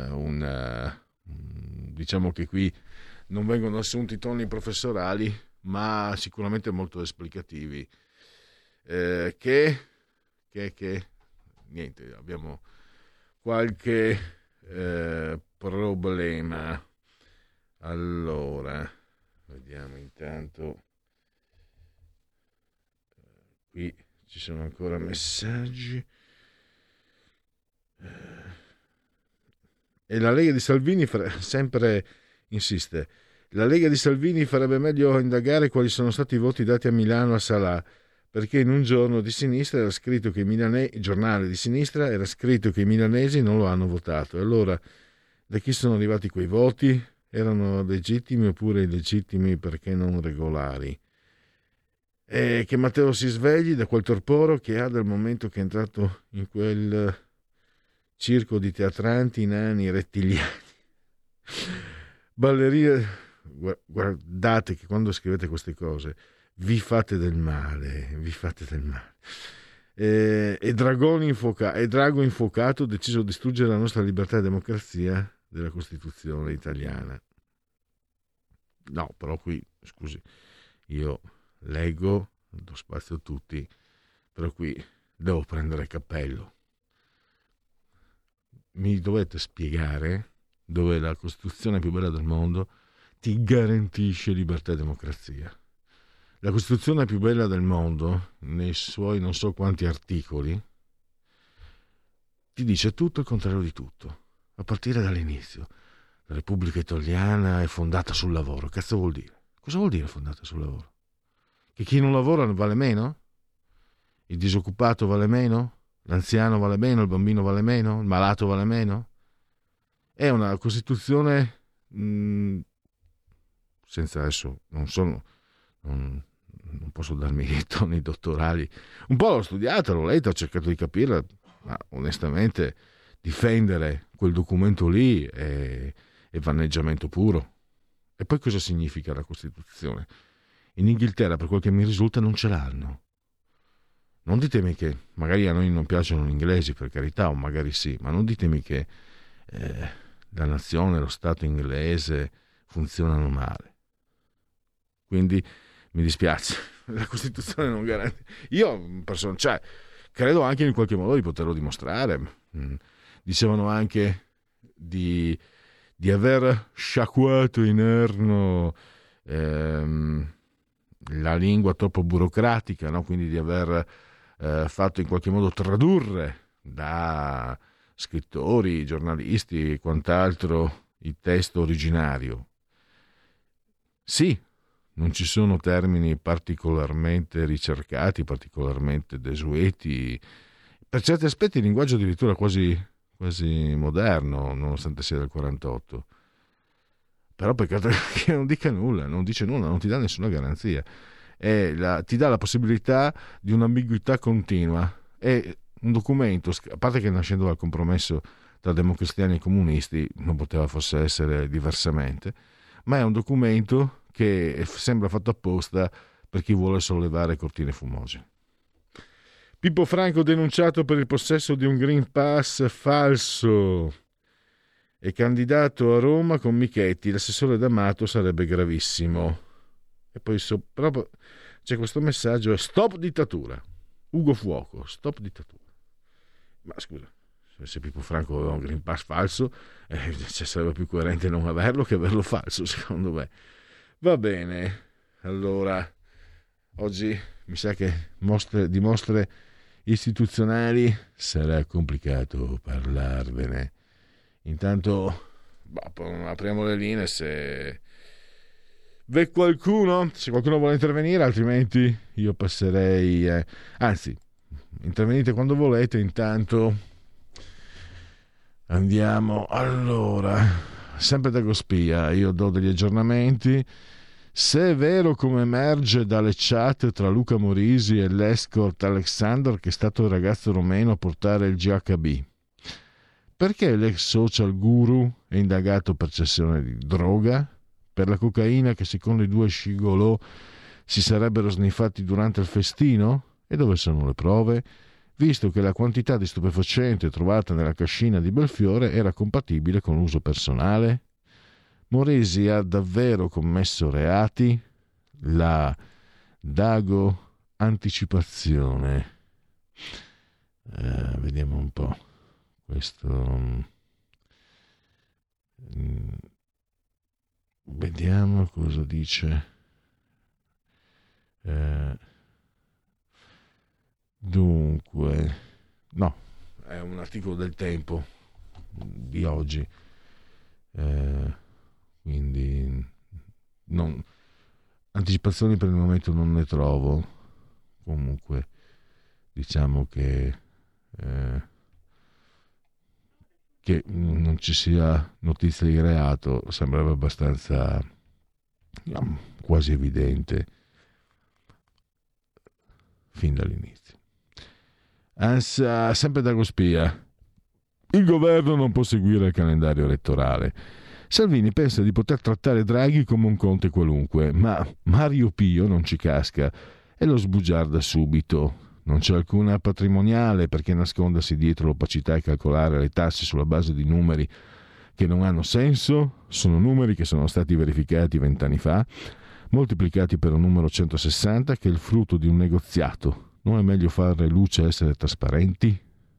diciamo che qui non vengono assunti toni professorali, ma sicuramente molto esplicativi, che niente, abbiamo qualche problema. Allora, vediamo intanto, qui ci sono ancora messaggi. E la Lega di Salvini sempre insiste, la Lega di Salvini farebbe meglio a indagare quali sono stati i voti dati a Milano a Salah, perché in un giorno di sinistra era scritto che il giornale di sinistra era scritto che i milanesi non lo hanno votato. E allora, da chi sono arrivati quei voti? Erano legittimi oppure illegittimi, perché non regolari? E che Matteo si svegli da quel torpore che ha dal momento che è entrato in quel circo di teatranti, nani, rettiliani, ballerine. Guardate che quando scrivete queste cose vi fate del male. E Drago infuocato deciso di distruggere la nostra libertà e democrazia della Costituzione italiana. No, però qui, scusi, io leggo, do spazio a tutti, però qui devo prendere cappello. Mi dovete spiegare dove la Costituzione più bella del mondo ti garantisce libertà e democrazia. La Costituzione più bella del mondo, nei suoi non so quanti articoli, ti dice tutto il contrario di tutto, a partire dall'inizio. La Repubblica Italiana è fondata sul lavoro. Cazzo vuol dire? Cosa vuol dire fondata sul lavoro? Che chi non lavora vale meno? Il disoccupato vale meno? L'anziano vale meno? Il bambino vale meno? Il malato vale meno? È una Costituzione senza adesso, non posso darmi i toni dottorali. Un po' l'ho studiata, l'ho letta, ho cercato di capirla, ma onestamente difendere quel documento lì è vanneggiamento puro. E poi cosa significa la Costituzione? In Inghilterra, per quel che mi risulta, non ce l'hanno. Non ditemi che magari a noi non piacciono gli inglesi, per carità, o magari sì, ma non ditemi che la nazione, lo Stato inglese funzionano male. Quindi mi dispiace, la Costituzione non garantisce. Io credo anche in qualche modo di poterlo dimostrare. Dicevano anche di aver sciacquato in erno la lingua troppo burocratica, no? Quindi di aver fatto in qualche modo tradurre da scrittori, giornalisti e quant'altro il testo originario. Sì, non ci sono termini particolarmente ricercati, particolarmente desueti. Per certi aspetti il linguaggio addirittura quasi moderno, nonostante sia del 48. Però peccato che non dica nulla, non dice nulla, non ti dà nessuna garanzia. Ti dà la possibilità di un'ambiguità continua. È un documento, a parte che nascendo dal compromesso tra democristiani e comunisti, non poteva forse essere diversamente, ma è un documento che sembra fatto apposta per chi vuole sollevare cortine fumose. Pippo Franco denunciato per il possesso di un Green Pass falso. È candidato a Roma con Michetti, l'assessore D'Amato sarebbe gravissimo. E poi proprio c'è questo messaggio: stop dittatura. Ugo Fuoco, stop dittatura. Ma scusa, se Pippo Franco aveva un Green Pass falso, sarebbe più coerente non averlo che averlo falso, secondo me. Va bene, allora oggi mi sa che di mostre istituzionali sarà complicato parlarvene. Intanto apriamo le linee. Se V'è qualcuno? Se qualcuno vuole intervenire, altrimenti io passerei... Anzi, intervenite quando volete, intanto andiamo. Allora, sempre da Gospia, io do degli aggiornamenti. Se è vero, come emerge dalle chat tra Luca Morisi e l'escort Alexander, che è stato il ragazzo romeno a portare il GHB, perché l'ex social guru è indagato per cessione di droga? Per la cocaina che secondo i due scigolò si sarebbero sniffati durante il festino? E dove sono le prove? Visto che la quantità di stupefacente trovata nella cascina di Belfiore era compatibile con l'uso personale? Moresi ha davvero commesso reati? La Dago anticipazione. Vediamo un po'. Questo... Vediamo cosa dice. Dunque, no, è un articolo del Tempo di oggi, quindi anticipazioni per il momento non ne trovo. Comunque diciamo che non ci sia notizia di reato sembrava abbastanza quasi evidente fin dall'inizio. Sempre da Gospia, il governo non può seguire il calendario elettorale. Salvini pensa di poter trattare Draghi come un conte qualunque, ma Mario Pio non ci casca e lo sbugiarda subito. Non c'è alcuna patrimoniale perché nascondersi dietro l'opacità e calcolare le tasse sulla base di numeri che non hanno senso. Sono numeri che sono stati verificati 20 anni fa, moltiplicati per un numero 160 che è il frutto di un negoziato. Non è meglio fare luce e essere trasparenti?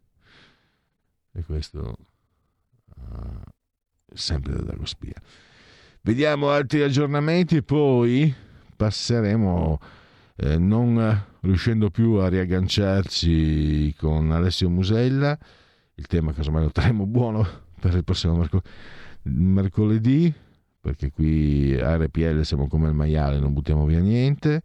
E questo sempre da Dagospia. Vediamo altri aggiornamenti e poi passeremo, non riuscendo più a riagganciarci con Alessio Musella, il tema casomai lo terremo buono per il prossimo mercoledì, perché qui a RPL siamo come il maiale, non buttiamo via niente.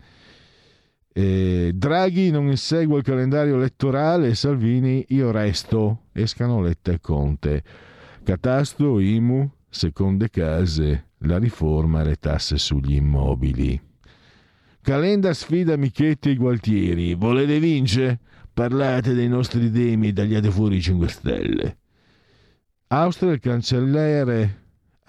Draghi non insegua il calendario elettorale e Salvini io resto, escano Letta e Conte, catasto, IMU, seconde case, la riforma e le tasse sugli immobili. Calenda sfida Michetti e Gualtieri, volete vincere? Parlate dei nostri demi e tagliate fuori i 5 Stelle. Austria, il cancelliere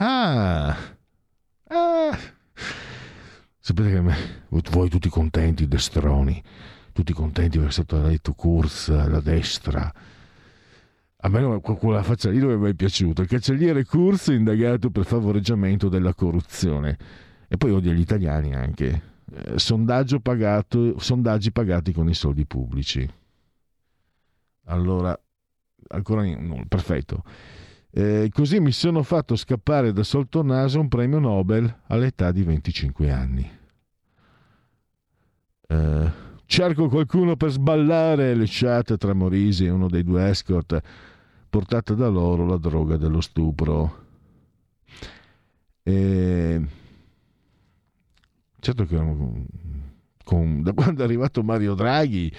sapete che voi tutti contenti, destroni, tutti contenti perché è stato eletto Kurz alla destra. A me quella faccia lì non mi è mai piaciuto. Il cancelliere Kurz è indagato per favoreggiamento della corruzione e poi odia gli italiani anche. Sondaggi pagati con i soldi pubblici. Allora, ancora no, perfetto. Così mi sono fatto scappare da sotto naso un premio Nobel all'età di 25 anni. Cerco qualcuno per sballare le chat tra Morisi e uno dei due escort, portata da loro la droga dello stupro. Certo che da quando è arrivato Mario Draghi,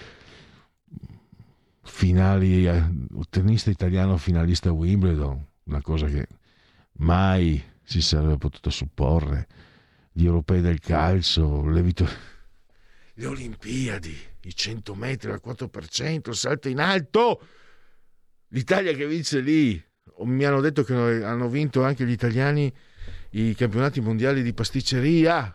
tennista italiano finalista a Wimbledon, una cosa che mai si sarebbe potuto supporre, gli europei del calcio, le Olimpiadi, i 100 metri al 4%, il salto in alto, l'Italia che vince lì. Mi hanno detto che hanno vinto anche gli italiani i campionati mondiali di pasticceria,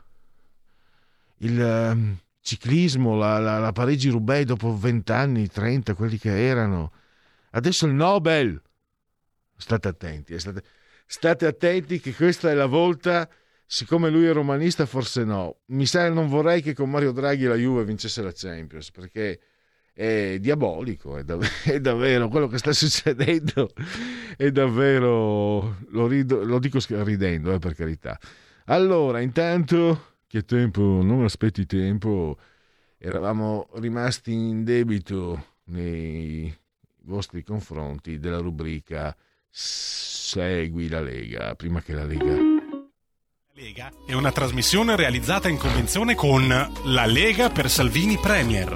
il ciclismo, la Parigi-Roubaix dopo 20 anni, 30, quelli che erano. Adesso il Nobel. State attenti che questa è la volta. Siccome lui è romanista, forse no. Mi sa, non vorrei che con Mario Draghi la Juve vincesse la Champions, perché è diabolico, è davvero quello che sta succedendo, è davvero, lo dico ridendo, per carità. Allora, intanto, che tempo, non aspetti tempo, eravamo rimasti in debito nei vostri confronti della rubrica Segui la Lega, prima che la Lega... Lega è una trasmissione realizzata in convenzione con La Lega per Salvini Premier.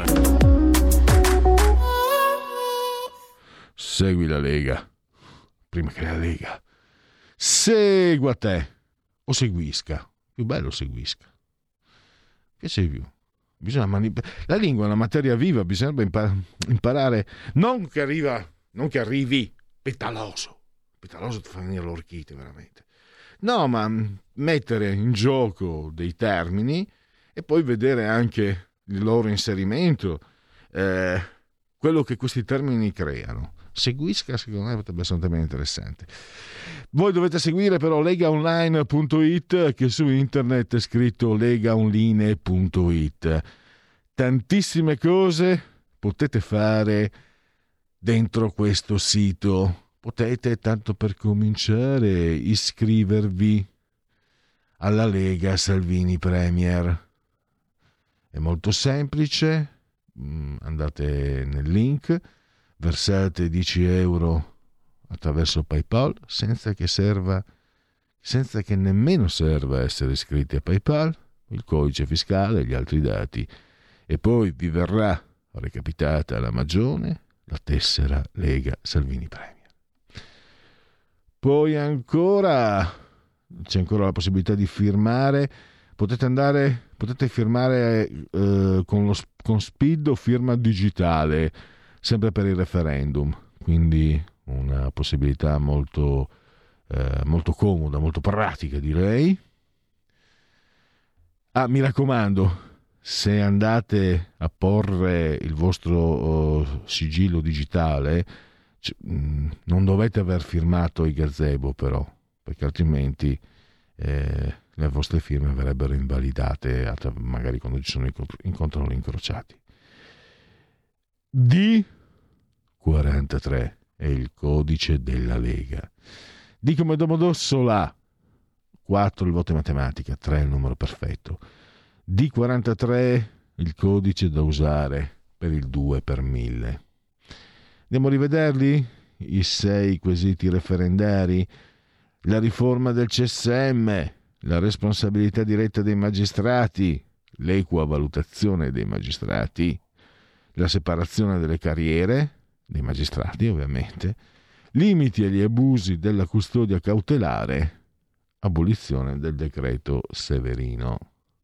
Segui la Lega prima che la Lega segua te o seguisca. Più bello seguisca. Che sei più? Bisogna la lingua è una materia viva, bisogna imparare, non che arrivi petaloso ti fa venire l'orchite veramente. No, ma mettere in gioco dei termini e poi vedere anche il loro inserimento, quello che questi termini creano. Seguisca, secondo me potrebbe essere assolutamente interessante. Voi dovete seguire però legaonline.it, che su internet è scritto legaonline.it. Tantissime cose potete fare dentro questo sito. Potete, tanto per cominciare, iscrivervi alla Lega Salvini Premier. È molto semplice, andate nel link, versate 10 euro attraverso PayPal senza che nemmeno serva essere iscritti a PayPal, il codice fiscale e gli altri dati, e poi vi verrà recapitata la magione, la tessera Lega Salvini Premier. Poi c'è ancora la possibilità di firmare. Potete firmare con SPID o firma digitale, sempre per il referendum, quindi una possibilità molto comoda, molto pratica, direi. Mi raccomando, se andate a porre il vostro sigillo digitale, non dovete aver firmato i gazebo, però, perché altrimenti le vostre firme verrebbero invalidate magari quando ci sono i controlli incrociati. D43 è il codice della Lega. D come Domodossola, 4 il voto in matematica, 3 il numero perfetto. D43 il codice da usare per il 2 per 1000. Andiamo a rivederli? I 6 quesiti referendari, la riforma del CSM, la responsabilità diretta dei magistrati, l'equa valutazione dei magistrati, la separazione delle carriere dei magistrati, ovviamente, limiti agli abusi della custodia cautelare, abolizione del decreto Severino.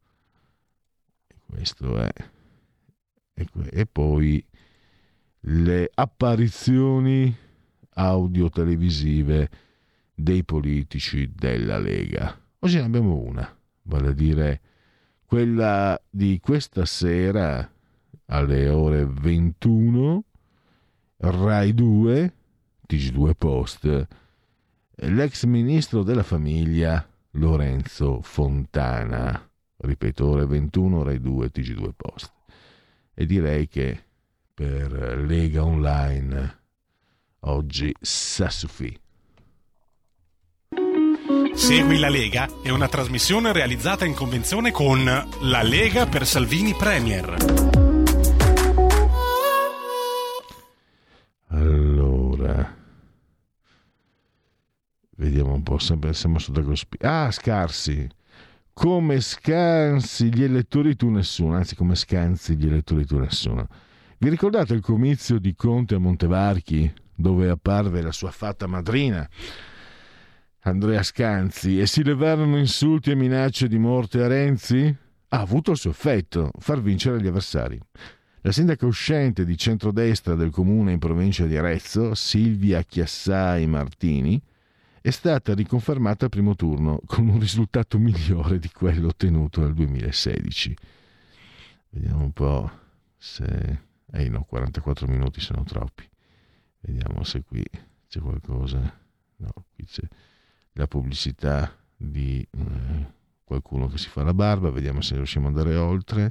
Questo è. E poi le apparizioni audio-televisive dei politici della Lega. Oggi ne abbiamo una, vale a dire quella di questa sera alle ore 21, Rai 2, TG2 Post, l'ex ministro della famiglia Lorenzo Fontana. Ripeto, ore 21, Rai 2, TG2 Post. E direi che per Lega Online oggi s'assuffì. Segui la Lega è una trasmissione realizzata in convenzione con La Lega per Salvini Premier. Allora, vediamo un po', sempre siamo sotto scarsi. Come scansi gli elettori tu nessuno, anzi come scansi gli elettori tu nessuno. Vi ricordate il comizio di Conte a Montevarchi, dove apparve la sua fata madrina, Andrea Scanzi, e si levarono insulti e minacce di morte a Renzi? Ha avuto il suo effetto, far vincere gli avversari. La sindaca uscente di centrodestra del comune in provincia di Arezzo, Silvia Chiassai Martini, è stata riconfermata al primo turno con un risultato migliore di quello ottenuto nel 2016. Vediamo un po' se... 44 minuti sono troppi. Vediamo se qui c'è qualcosa. No, qui c'è la pubblicità di qualcuno che si fa la barba. Vediamo se riusciamo ad andare oltre.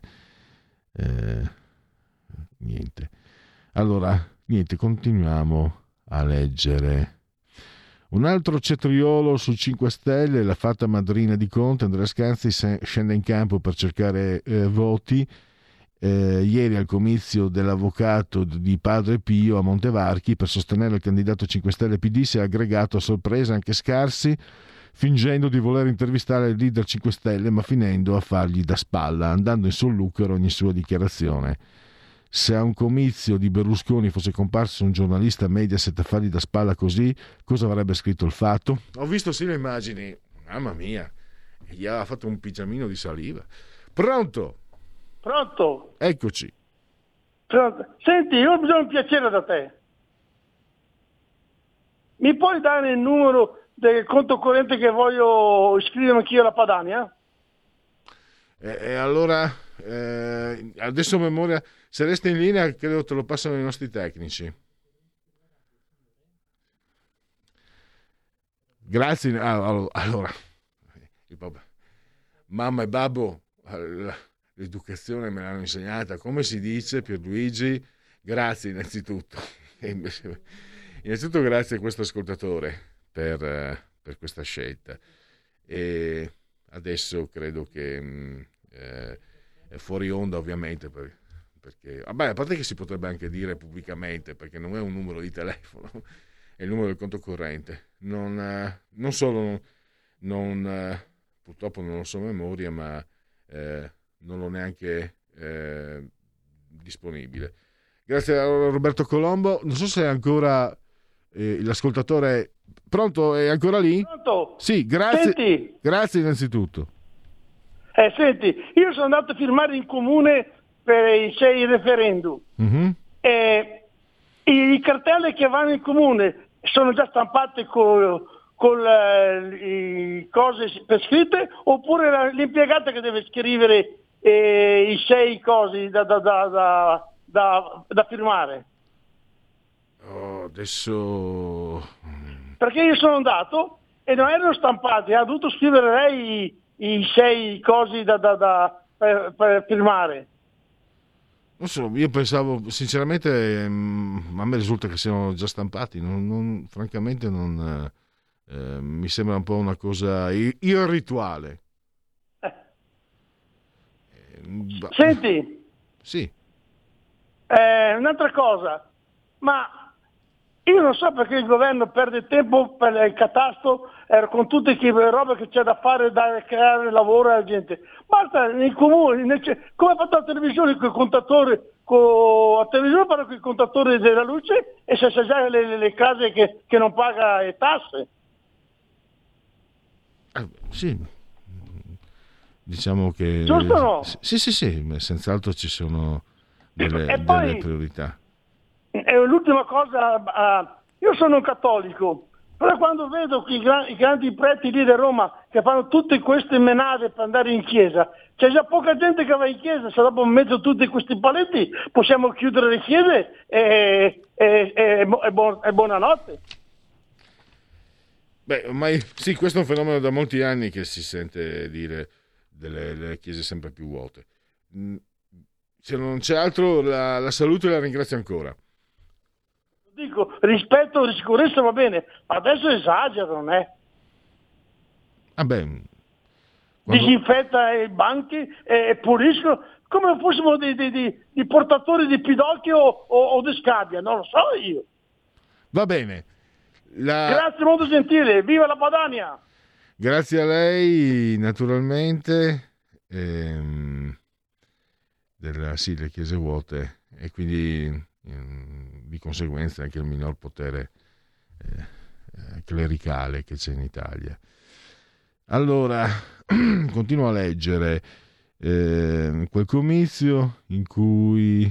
Niente. Allora, continuiamo a leggere. Un altro cetriolo su 5 Stelle, la fata madrina di Conte, Andrea Scanzi, scende in campo per cercare voti. Ieri al comizio dell'avvocato di Padre Pio a Montevarchi per sostenere il candidato 5 Stelle PD si è aggregato a sorpresa anche Scarsi, fingendo di voler intervistare il leader 5 Stelle, ma finendo a fargli da spalla, andando in solluchero ogni sua dichiarazione. Se a un comizio di Berlusconi fosse comparso un giornalista Mediaset a fargli da spalla così, cosa avrebbe scritto il Fatto? Ho visto sì le immagini, mamma mia, gli ha fatto un pigiamino di saliva. Pronto? Pronto? Eccoci. Pronto. Senti, io ho bisogno di un piacere da te. Mi puoi dare il numero del conto corrente che voglio iscrivermi anch'io alla Padania? E allora, adesso memoria, se resta in linea credo te lo passano i nostri tecnici. Grazie. Allora, mamma e babbo, l'educazione me l'hanno insegnata. Come si dice, Pierluigi? Grazie innanzitutto. Innanzitutto grazie a questo ascoltatore per questa scelta. E adesso credo che è fuori onda ovviamente perché vabbè, a parte che si potrebbe anche dire pubblicamente, perché non è un numero di telefono, è il numero del conto corrente. Non solo purtroppo non lo so a memoria, ma non l'ho neanche disponibile. Grazie a Roberto Colombo. Non so se è ancora l'ascoltatore pronto, è ancora lì? Pronto? Sì, grazie. Senti. Grazie innanzitutto. Senti, io sono andato a firmare in comune per i 6 referendum. Mm-hmm. I cartelli che vanno in comune sono già stampati con i cose per scritte, oppure l'impiegato che deve scrivere i 6 cose da firmare? Adesso perché io sono andato e non erano stampati, ha dovuto scrivere lei i 6 cose per firmare. Non so, io pensavo sinceramente, a me risulta che siano già stampati, francamente non mi sembra un po' una cosa irrituale. Senti, sì, un'altra cosa, ma io non so perché il governo perde tempo per il catasto con tutte le robe che c'è da fare, da creare lavoro alla gente. Basta nei comuni, come ha fatto la televisione con i contatori, a televisione parla con i contatori della luce e se c'è già le case che non paga le tasse. Sì, diciamo che giusto o no? Sì, senz'altro ci sono delle priorità. E l'ultima cosa, io sono un cattolico, però quando vedo i grandi preti lì di Roma che fanno tutte queste menate per andare in chiesa, c'è già poca gente che va in chiesa, se dopo in mezzo a tutti questi paletti possiamo chiudere le chiese e buonanotte. Beh, ormai sì, questo è un fenomeno da molti anni che si sente dire delle chiese sempre più vuote. Se non c'è altro, la saluto e la ringrazio ancora. Dico, rispetto e sicurezza va bene, ma adesso esagerano, disinfetta i banchi e puliscono come fossimo di portatori di pidocchio o di scabbia, non lo so io. Va bene. Grazie, molto gentile, viva la Padania! Grazie a lei, naturalmente. Le chiese vuote e quindi di conseguenza anche il minor potere clericale che c'è in Italia. Allora, continuo a leggere quel comizio in cui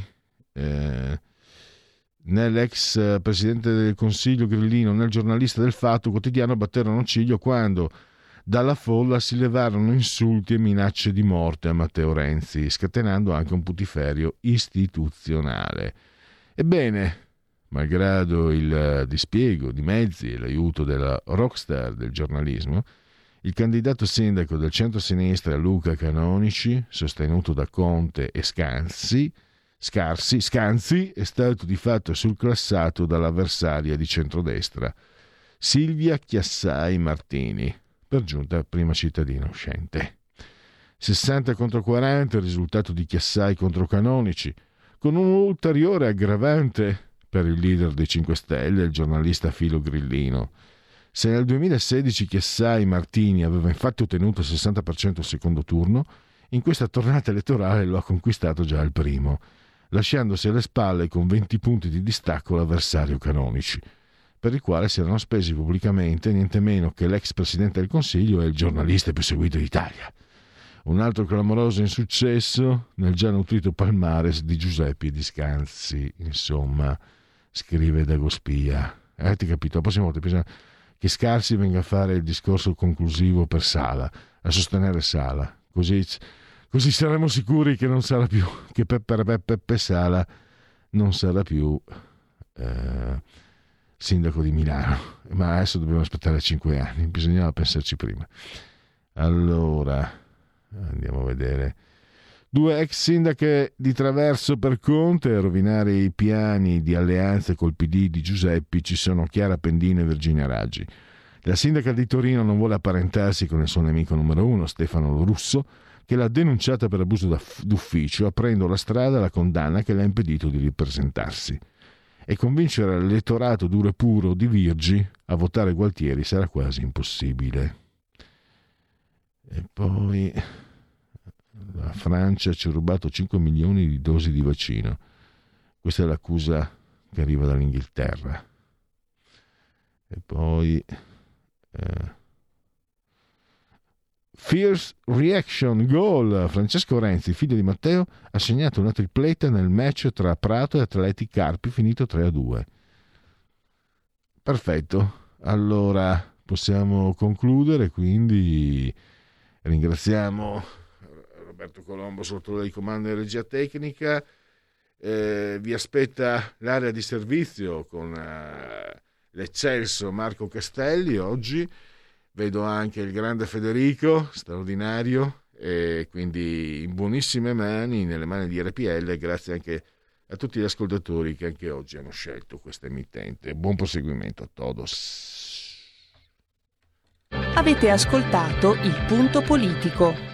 né l'ex presidente del Consiglio Grillino né il giornalista del Fatto Quotidiano batterono ciglio quando dalla folla si levarono insulti e minacce di morte a Matteo Renzi, scatenando anche un putiferio istituzionale. Ebbene, malgrado il dispiego di mezzi e l'aiuto della rockstar del giornalismo, il candidato sindaco del centro-sinistra Luca Canonici, sostenuto da Conte e Scanzi, è stato di fatto surclassato dall'avversaria di centrodestra, Silvia Chiassai Martini, per giunta prima cittadina uscente. 60 contro 40 il risultato di Chiassai contro Canonici, con un ulteriore aggravante per il leader dei 5 Stelle, il giornalista Filo Grillino. Se nel 2016 Chiassai Martini aveva infatti ottenuto il 60% al secondo turno, in questa tornata elettorale lo ha conquistato già al primo, lasciandosi alle spalle con 20 punti di distacco l'avversario Canonici, per il quale si erano spesi pubblicamente niente meno che l'ex Presidente del Consiglio e il giornalista più seguito d'Italia. Un altro clamoroso insuccesso nel già nutrito palmares di Giuseppi e di Scanzi, insomma, scrive Dagospia. Avete capito? La prossima volta bisogna che Scarsi venga a fare il discorso conclusivo per Sala, a sostenere Sala, così saremo sicuri che non sarà più, che Peppe Sala non sarà più sindaco di Milano, ma adesso dobbiamo aspettare 5 anni, bisognava pensarci prima. Allora, andiamo a vedere. 2 ex sindache di traverso per Conte, a rovinare i piani di alleanze col PD di Giuseppi ci sono Chiara Pendino e Virginia Raggi. La sindaca di Torino non vuole apparentarsi con il suo nemico numero 1, Stefano Lo Russo, che l'ha denunciata per abuso d'ufficio, aprendo la strada alla condanna che le ha impedito di ripresentarsi. E convincere l'elettorato duro e puro di Virgi a votare Gualtieri sarà quasi impossibile. E poi la Francia ci ha rubato 5 milioni di dosi di vaccino. Questa è l'accusa che arriva dall'Inghilterra. E poi Fierce reaction goal. Francesco Renzi, figlio di Matteo, ha segnato una tripletta nel match tra Prato e Atleti Carpi, finito 3-2. Perfetto, allora possiamo concludere, quindi ringraziamo Roberto Colombo sotto il comando di regia tecnica. Vi aspetta l'area di servizio con l'eccelso Marco Castelli oggi. Vedo anche il grande Federico, straordinario, e quindi in buonissime mani, nelle mani di RPL, grazie anche a tutti gli ascoltatori che anche oggi hanno scelto questa emittente. Buon proseguimento a todos. Avete ascoltato Il Punto Politico.